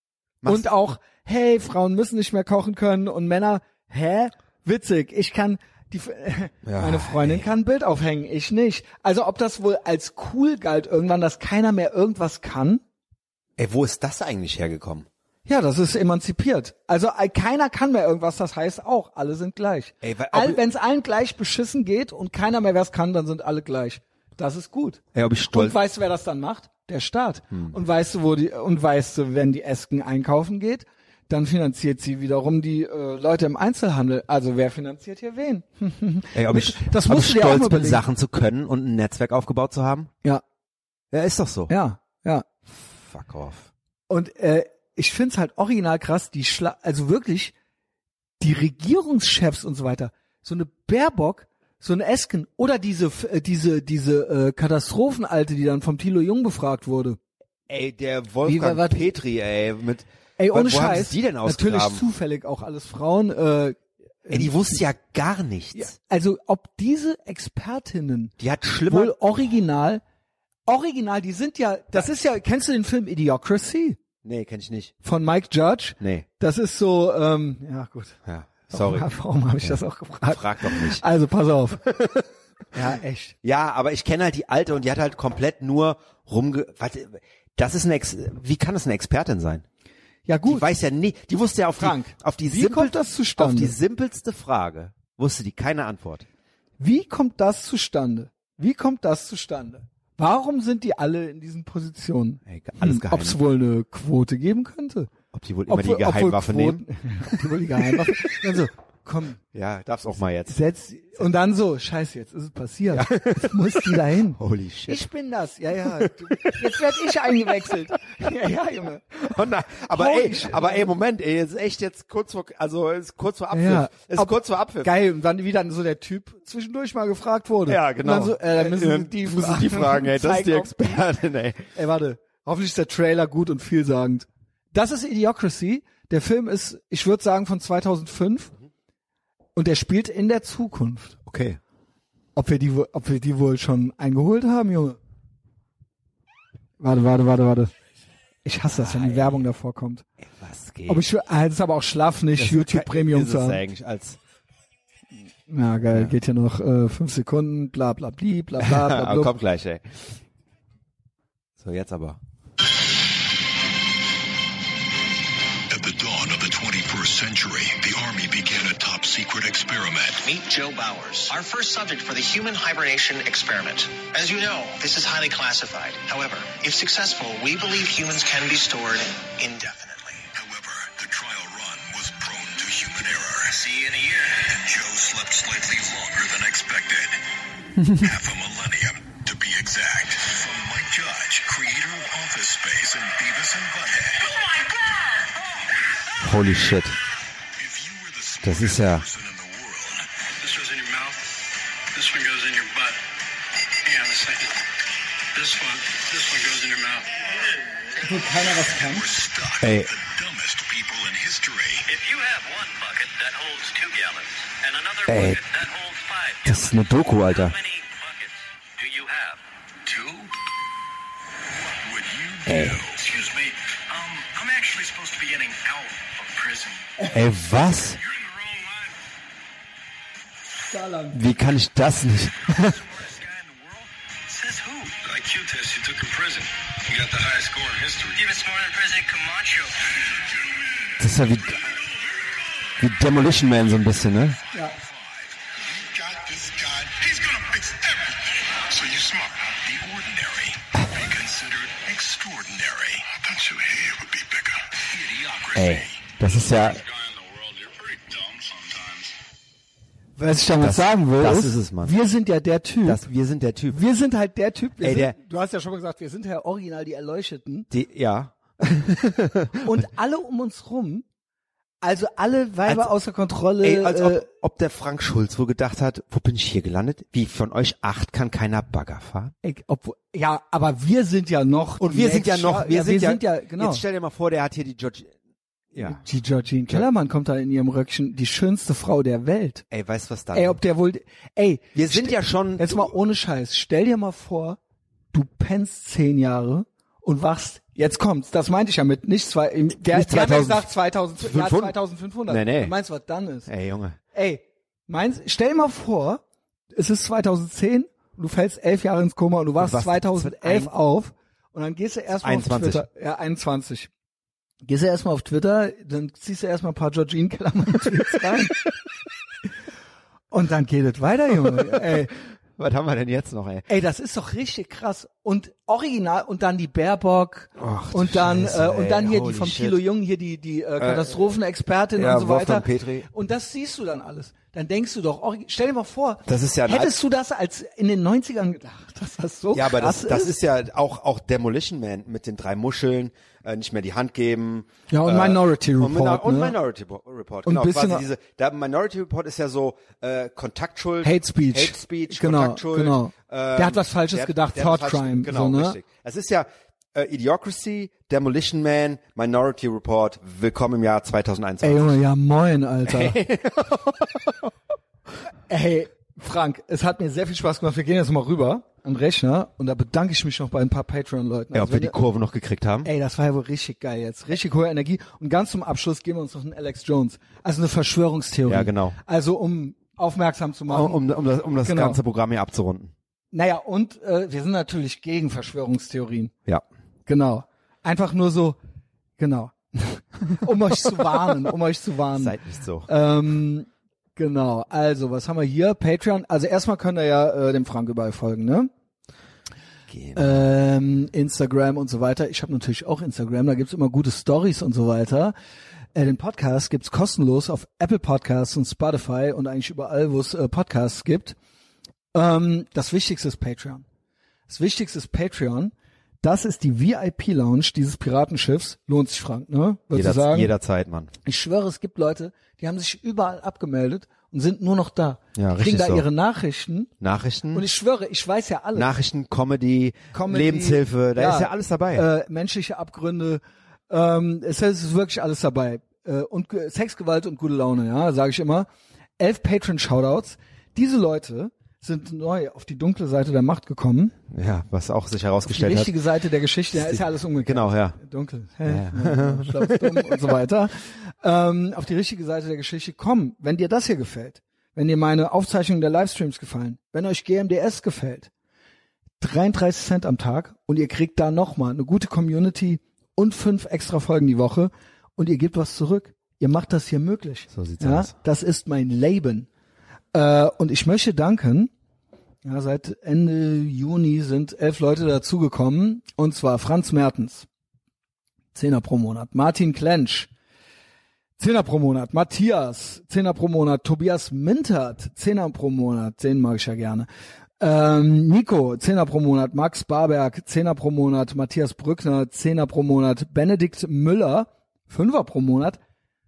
Machst- Und auch, hey, Frauen müssen nicht mehr kochen können und Männer, hä? Witzig, ich kann, die, Ja, meine Freundin ey. kann ein Bild aufhängen, ich nicht. Also ob das wohl als cool galt irgendwann, dass keiner mehr irgendwas kann? Ey, wo ist das eigentlich hergekommen? Ja, das ist emanzipiert. Also äh, keiner kann mehr irgendwas, das heißt auch, alle sind gleich. Ey, weil- All, ob- wenn es allen gleich beschissen geht und keiner mehr was kann, dann sind alle gleich. Das ist gut. Ey, ob ich stolz... Und weißt du, wer das dann macht? Der Staat. Und weißt du, wo die, und weißt du, wenn die Esken einkaufen geht, dann finanziert sie wiederum die äh, Leute im Einzelhandel. Also wer finanziert hier wen? Ey, ob ich, das ob musst ich du dir auch stolz mal bin, überlegen. Sachen zu können und ein Netzwerk aufgebaut zu haben? Ja, Ja, ist doch so. ja, ja. Fuck off. Und äh, ich find's halt original krass, die Schla also wirklich die Regierungschefs und so weiter, so eine Baerbock, so eine Esken oder diese äh, diese diese äh, Katastrophenalte, die dann vom Thilo Jung befragt wurde. Ey, der Wie, Wolfgang wa- wat- Petri, ey, mit... Ey, ohne wo haben Scheiß. sie die denn Natürlich ausgegraben? zufällig auch alles Frauen. Äh, Ey, die wusste ja gar nichts. ja, also ob diese Expertinnen Die hat schlimmer... wohl original, original, die sind ja, das ist ja, kennst du den Film Idiocracy Nee, kenn ich nicht. von Mike Judge? Nee. Das ist so, ähm, ja gut. Ja, sorry. Warum, warum habe ich das auch gefragt? Frag doch nicht. Also pass auf. Ja, echt. Ja, aber ich kenne halt die alte und die hat halt komplett nur rumge... Warte, das ist eine Ex... Wie kann das eine Expertin sein? Ja Die gut. weiß ja nie... Die wusste ja auf Frank, die... Auf die wie simpel- kommt das zustande? Auf die simpelste Frage wusste die keine Antwort. Wie kommt das zustande? Wie kommt das zustande? Warum sind die alle in diesen Positionen? Ey, alles geheim. Ob es wohl eine Quote geben könnte? Ob die wohl immer die wohl- Geheimwaffe wohl nehmen? Quoten, ob die wohl die Geheimwaffe. Dann so, komm, Ja, darf's auch mal jetzt. setz, und dann so, scheiße, jetzt ist es passiert. Jetzt muss die dahin. Holy shit. Ich bin das, ja, ja. Du, jetzt werd ich eingewechselt. Ja, ja, Junge. Oh nein, aber Holy ey, shit. aber ey, Moment, ey, ist echt jetzt kurz vor, also ist kurz vor Abpfiff. Ja, ist Ab- kurz vor Abpfiff. Geil, und dann wie dann so der Typ zwischendurch mal gefragt wurde. Ja, genau. Und dann so, äh, dann müssen Äh, Sie die müssen fragen. die fragen, ey, das ist die Zeig auf- Expertin, ey. Ey, warte. Hoffentlich ist der Trailer gut und vielsagend. Das ist Idiocracy. Der Film ist, ich würde sagen, von zweitausendfünf. Und der spielt in der Zukunft. Okay. Ob wir die, wo- ob wir die wohl schon eingeholt haben, Junge? Warte, warte, warte, warte. Ich hasse das, wenn die Werbung davor kommt. Ey, was geht? Ob ich, ah, das ist aber auch schlaff, nicht YouTube Premium ist zu es haben. eigentlich als, Na geil, geht ja noch äh, fünf Sekunden, bla bla bli, bla bla bla aber bla. kommt gleich, ey. So, jetzt aber. At the dawn of the twenty-first century, the Army began a top-secret experiment. Meet Joe Bowers, our first subject for the human hibernation experiment. As you know, this is highly classified. However, if successful, we believe humans can be stored indefinitely. However, the trial run was prone to human error. See you in a year. And Joe slept slightly longer than expected. Half a millennium, to be exact. From Mike Judge, creator of Office Space and Beavis and Butthead. Holy shit. If you were the Das ist smartest ja, person in the world, This goes in your mouth. This one goes in your butt. Hang on a second. This one, this one goes in your mouth. Wo keiner was kann. we're stuck Ey. with the dumbest people in history. If you have one bucket that holds two gallons and another Ey. bucket that holds five das ist eine Doku, Alter. how many buckets do you have? Two? What would you do? Ey. Excuse me. Um, I'm actually supposed to be getting out of prison. Ey, was? You're in the wrong line. Saarland. Wie kann ich das nicht? Smartest guy in the world? Says who? The I Q test you took in prison. You got the highest score in history. Even smarter than President Camacho. Das ist ja wie, wie Demolition Man so ein bisschen, ne? Ja. Got this guy. He's gonna fix everything. So you smart. The ordinary be considered extraordinary. I thought you here would be bigger. Idiocracy. Ey, das ist ja, Guy in the world, you're pretty dumb sometimes. Was ich damit Das- sagen will, das ist, ist es, Mann. wir sind ja der Typ. das, wir sind der Typ. wir sind halt der Typ. Wir Ey, sind, der- du hast ja schon mal gesagt, wir sind ja original die Erleuchteten. Die, ja. Und alle um uns rum, also alle Weiber Als- außer Kontrolle. Ey, als äh, ob, ob der Frank Schulz wohl gedacht hat, wo bin ich hier gelandet? Wie, von euch acht kann keiner Bagger fahren? ey, obwohl, ja, aber wir sind ja noch. Und wir sind ja noch, wir, ja, sind, wir ja, sind ja, genau. Jetzt stell dir mal vor, der hat hier die George, ja. Die Georgine Kellermann kommt da in ihrem Röckchen, die schönste Frau der Welt. Ey, weißt was dann? Ey, ob der wohl, ey, wir sind ste- ja schon, jetzt mal ohne Scheiß, stell dir mal vor, du pennst zehn Jahre und wachst Jetzt kommt's, das meinte ich ja mit, nicht zwei, im- der, Nicht der hat ja zweitausend gesagt zweitausend, ja, fünfhundert. zweitausendfünfhundert. Nee, nee. Du meinst, was dann ist? Ey, Junge. Ey, meinst, stell dir mal vor, es ist zweitaudzehn und du fällst elf Jahre ins Koma und du wachst was- zweitausendelf ein- auf und dann gehst du erstmal auf einundzwanzig. Twitter. Ja, einundzwanzig. Gehst du erstmal auf Twitter, dann ziehst du erstmal ein paar Georgine-Klammern-Tweets rein. Und dann geht es weiter, Junge. Ey, Was haben wir denn jetzt noch, ey? ey, das ist doch richtig krass. Und original, und dann die Baerbock Ach, du und dann Scheiße, äh, und dann ey, hier die holy vom shit. Thilo Jung, hier die die äh, Katastrophenexpertin ja, und so weiter. Wolfgang Petri. Und das siehst du dann alles. Dann denkst du doch, origi- stell dir mal vor, Das ist ja ein hättest du das als in den neunzigern gedacht, dass das so Ja, aber das, krass das ist? ist ja auch, auch Demolition Man mit den drei Muscheln, äh, nicht mehr die Hand geben. Ja, und äh, Minority und, Report, Und, ne? Minority Bo- Report, Und genau. ein bisschen- Quasi diese, der Minority Report ist ja so äh, Kontaktschuld. Hate Speech. Hate Speech, Genau, Kontaktschuld. genau. Ähm, Der hat was Falsches gedacht, hat Thought falsch- Crime, Genau, so, ne? richtig. Es ist ja äh, Idiocracy, Demolition Man, Minority Report, willkommen im Jahr zweitausendeinundzwanzig. Ey Junge, ja moin, Alter. Ey, Frank, es hat mir sehr viel Spaß gemacht. Wir gehen jetzt mal rüber an den Rechner und da bedanke ich mich noch bei ein paar Patreon-Leuten. Ja, Also ob wir wenn die ihr- Kurve noch gekriegt haben. Ey, das war ja wohl richtig geil jetzt. Richtig hohe Energie. Und ganz zum Abschluss geben wir uns noch einen Alex Jones. Also eine Verschwörungstheorie. Ja, genau. Also um aufmerksam zu machen. Um, um das, um das Genau. ganze Programm hier abzurunden. Naja, und äh, wir sind natürlich gegen Verschwörungstheorien. Ja. Genau. Einfach nur so, genau. um euch zu warnen, um euch zu warnen. Seid nicht so. Ähm, genau. Also, was haben wir hier? Patreon. Also erstmal könnt ihr ja äh, dem Frank überall folgen, ne? Genau. Ähm, Instagram und so weiter. Ich habe natürlich auch Instagram, da gibt's immer gute Stories und so weiter. Äh, den Podcast gibt's kostenlos auf Apple Podcasts und Spotify und eigentlich überall, wo es äh, Podcasts gibt. Ähm, das Wichtigste ist Patreon. Das Wichtigste ist Patreon. Das ist die V I P-Lounge dieses Piratenschiffs. Lohnt sich, Frank, ne? Würdest du Jeder, sagen? jederzeit, Mann. Ich schwöre, es gibt Leute, die haben sich überall abgemeldet und sind nur noch da. Ja, die kriegen richtig da so. ihre Nachrichten. Nachrichten. Und ich schwöre, ich weiß ja alles. Nachrichten, Comedy, Comedy, Lebenshilfe, da ja, ist ja alles dabei. Äh, menschliche Abgründe, ähm, es ist wirklich alles dabei. Äh, und Ge- Sexgewalt und gute Laune, ja, sage ich immer. Elf Patron-Shoutouts. Diese Leute sind neu auf die dunkle Seite der Macht gekommen. Ja, was auch sich Die herausgestellt hat. richtige Seite der Geschichte, ja, ist ja alles umgekehrt. Genau, ja. Dunkel, hell, ja. schlau, dumm und so weiter. Ähm, auf die richtige Seite der Geschichte kommen. Wenn dir das hier gefällt, wenn dir meine Aufzeichnungen der Livestreams gefallen, wenn euch G M D S gefällt, dreiunddreißig Cent am Tag und ihr kriegt da nochmal eine gute Community und fünf extra Folgen die Woche und ihr gebt was zurück. Ihr macht das hier möglich. So sieht's ja, aus. Das ist mein Leben. Äh, und ich möchte danken, ja, seit Ende Juni sind elf Leute dazugekommen, und zwar Franz Mertens, Zehner pro Monat, Martin Klensch, Zehner pro Monat, Matthias, Zehner pro Monat, Tobias Mintert, Zehner pro Monat, den mag ich ja gerne, ähm, Nico, Zehner pro Monat, Max Barberg, Zehner pro Monat, Matthias Brückner, Zehner pro Monat, Benedikt Müller, Fünfer pro Monat,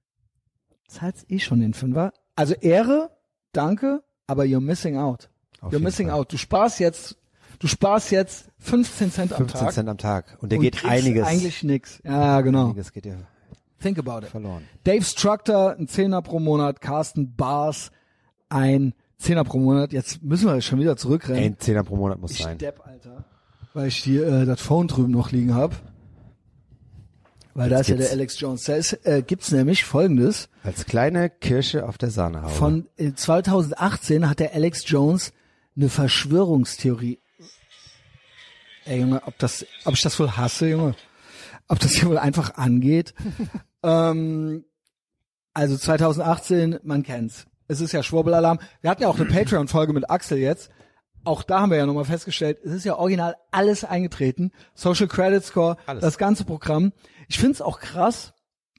zahlst eh schon den Fünfer, also Ehre, danke, aber you're missing out. Auf You're jeden missing Fall. out. Du sparst jetzt, du sparst jetzt fünfzehn Cent am fünfzehn Tag. Cent am Tag. Und dir und geht kriegst einiges. eigentlich nix. Ja, genau. Einiges geht dir Think about it. verloren. Dave Structor, ein Zehner pro Monat. Carsten Bars, ein Zehner pro Monat. Jetzt müssen wir schon wieder zurückrennen. Ein Zehner pro Monat muss ich sein. Depp, Alter. Weil ich hier äh, das Phone drüben noch liegen hab. Weil da ist ja geht's. der Alex Jones. Da ist, äh, gibt's nämlich Folgendes. Als kleine Kirsche auf der Sahnehaube. Von äh, zweitausendachtzehn hat der Alex Jones eine Verschwörungstheorie. Ey Junge, ob das, ob ich das wohl hasse, Junge? Ob das hier wohl einfach angeht? ähm, also zweitausendachtzehn, man kennt's. Es ist ja Schwurbelalarm. Wir hatten ja auch eine Patreon-Folge mit Axel jetzt. Auch da haben wir ja nochmal festgestellt, es ist ja original alles eingetreten. Social Credit Score, Alles. das ganze Programm. Ich find's auch krass.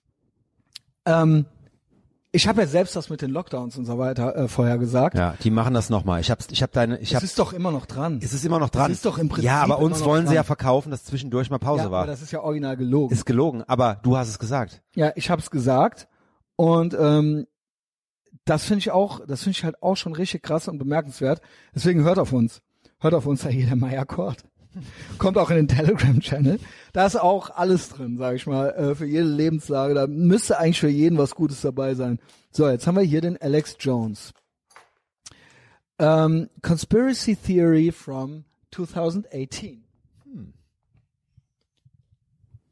Ähm, ich habe ja selbst das mit den Lockdowns und so weiter äh, vorher gesagt. Ja, die machen das nochmal. Ich hab's, ich hab deine, ich Es hab, ist doch immer noch dran. es ist immer noch dran. ist doch im Prinzip Ja, aber uns immer noch wollen sie dran. ja verkaufen, dass zwischendurch mal Pause ja, war. aber das ist ja original gelogen. Ist gelogen, aber du hast es gesagt. Ja, ich habe es gesagt und ähm, das finde ich auch, das finde ich halt auch schon richtig krass und bemerkenswert. Deswegen hört auf uns, hört auf uns, da hier der Meierkord. Kommt auch in den Telegram-Channel. Da ist auch alles drin, sage ich mal, äh, für jede Lebenslage. Da müsste eigentlich für jeden was Gutes dabei sein. So, jetzt haben wir hier den Alex Jones. Ähm, Conspiracy Theory from twenty eighteen.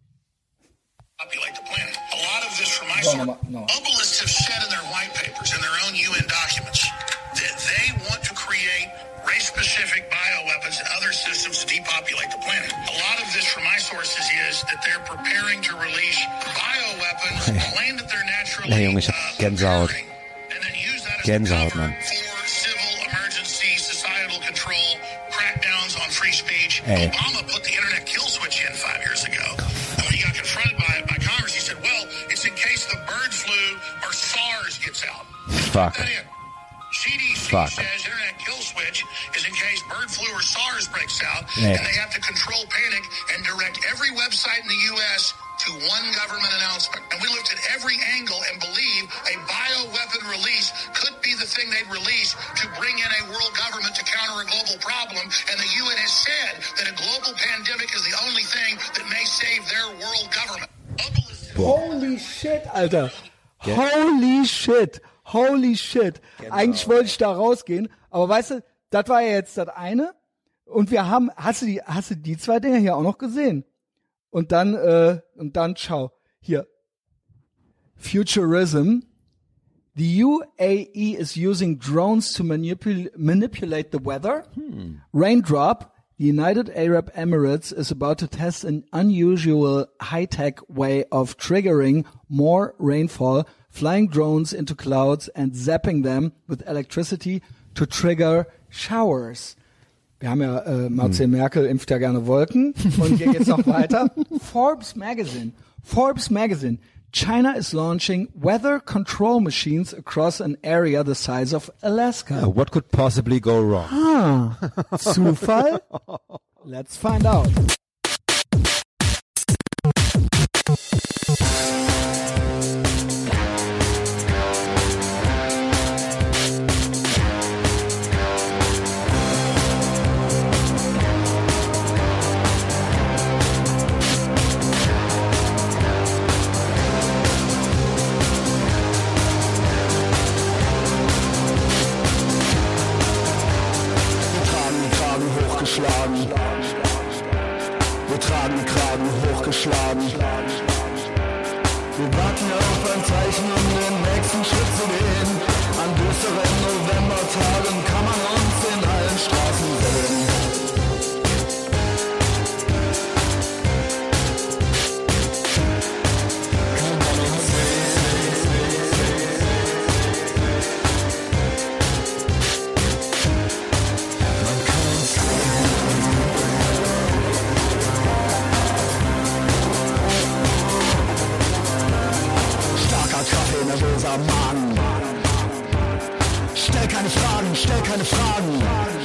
Go, no, no. Globalists have said in their white papers, in their own U N documents, that they want to create race-specific bioweapons and other systems to depopulate the planet. A lot of this, from my sources, is that they're preparing to release bioweapons, claim that they're naturally Ja, Junge, ich hab uh, Gänsehaut. occurring, and then use that as Gänsehaut, a cover Mann. for civil emergency, societal control, crackdowns on free speech. Ey. Obama put the internet kill switch in five years ago. And when he got confronted by, by Congress, he said, well, it's in case the bird flu or SARS gets out. Fuck. Put that in. C D C Fuck. says internet kill switch is in case bird flu or SARS breaks out, Yeah. and they have to control panic and direct every website in the U S to one government announcement. And we looked at every angle and believe a bioweapon release could be the thing they'd release to bring in a world government to counter a global problem. And the U N has said that a global pandemic is the only thing that may save their world government. Holy shit, Alter. Holy shit. Holy shit. Eigentlich wollte ich da rausgehen, aber weißt du, das war ja jetzt das eine. Und wir haben, hast du die, hast du die zwei Dinger hier auch noch gesehen? Und dann, äh, und dann, ciao. Hier. Futurism. The U A E is using drones to manipul- manipulate the weather. Hmm. Raindrop. The United Arab Emirates is about to test an unusual high-tech way of triggering more rainfall, flying drones into clouds and zapping them with electricity to trigger showers. Wir haben ja, äh, Marcel Merkel impft ja gerne Wolken. Und hier geht's noch weiter. Forbes Magazine. Forbes Magazine. China is launching weather control machines across an area the size of Alaska. What could possibly go wrong? Ah, Zufall? Let's find out. Wir tragen die Kragen hochgeschlagen. Wir warten auf ein Zeichen, um den nächsten Schritt zu gehen. An düsteren Novembertagen kann man uns in allen Straßen sehen. Kann man uns nervöser Mann. Stell keine Fragen, stell keine Fragen.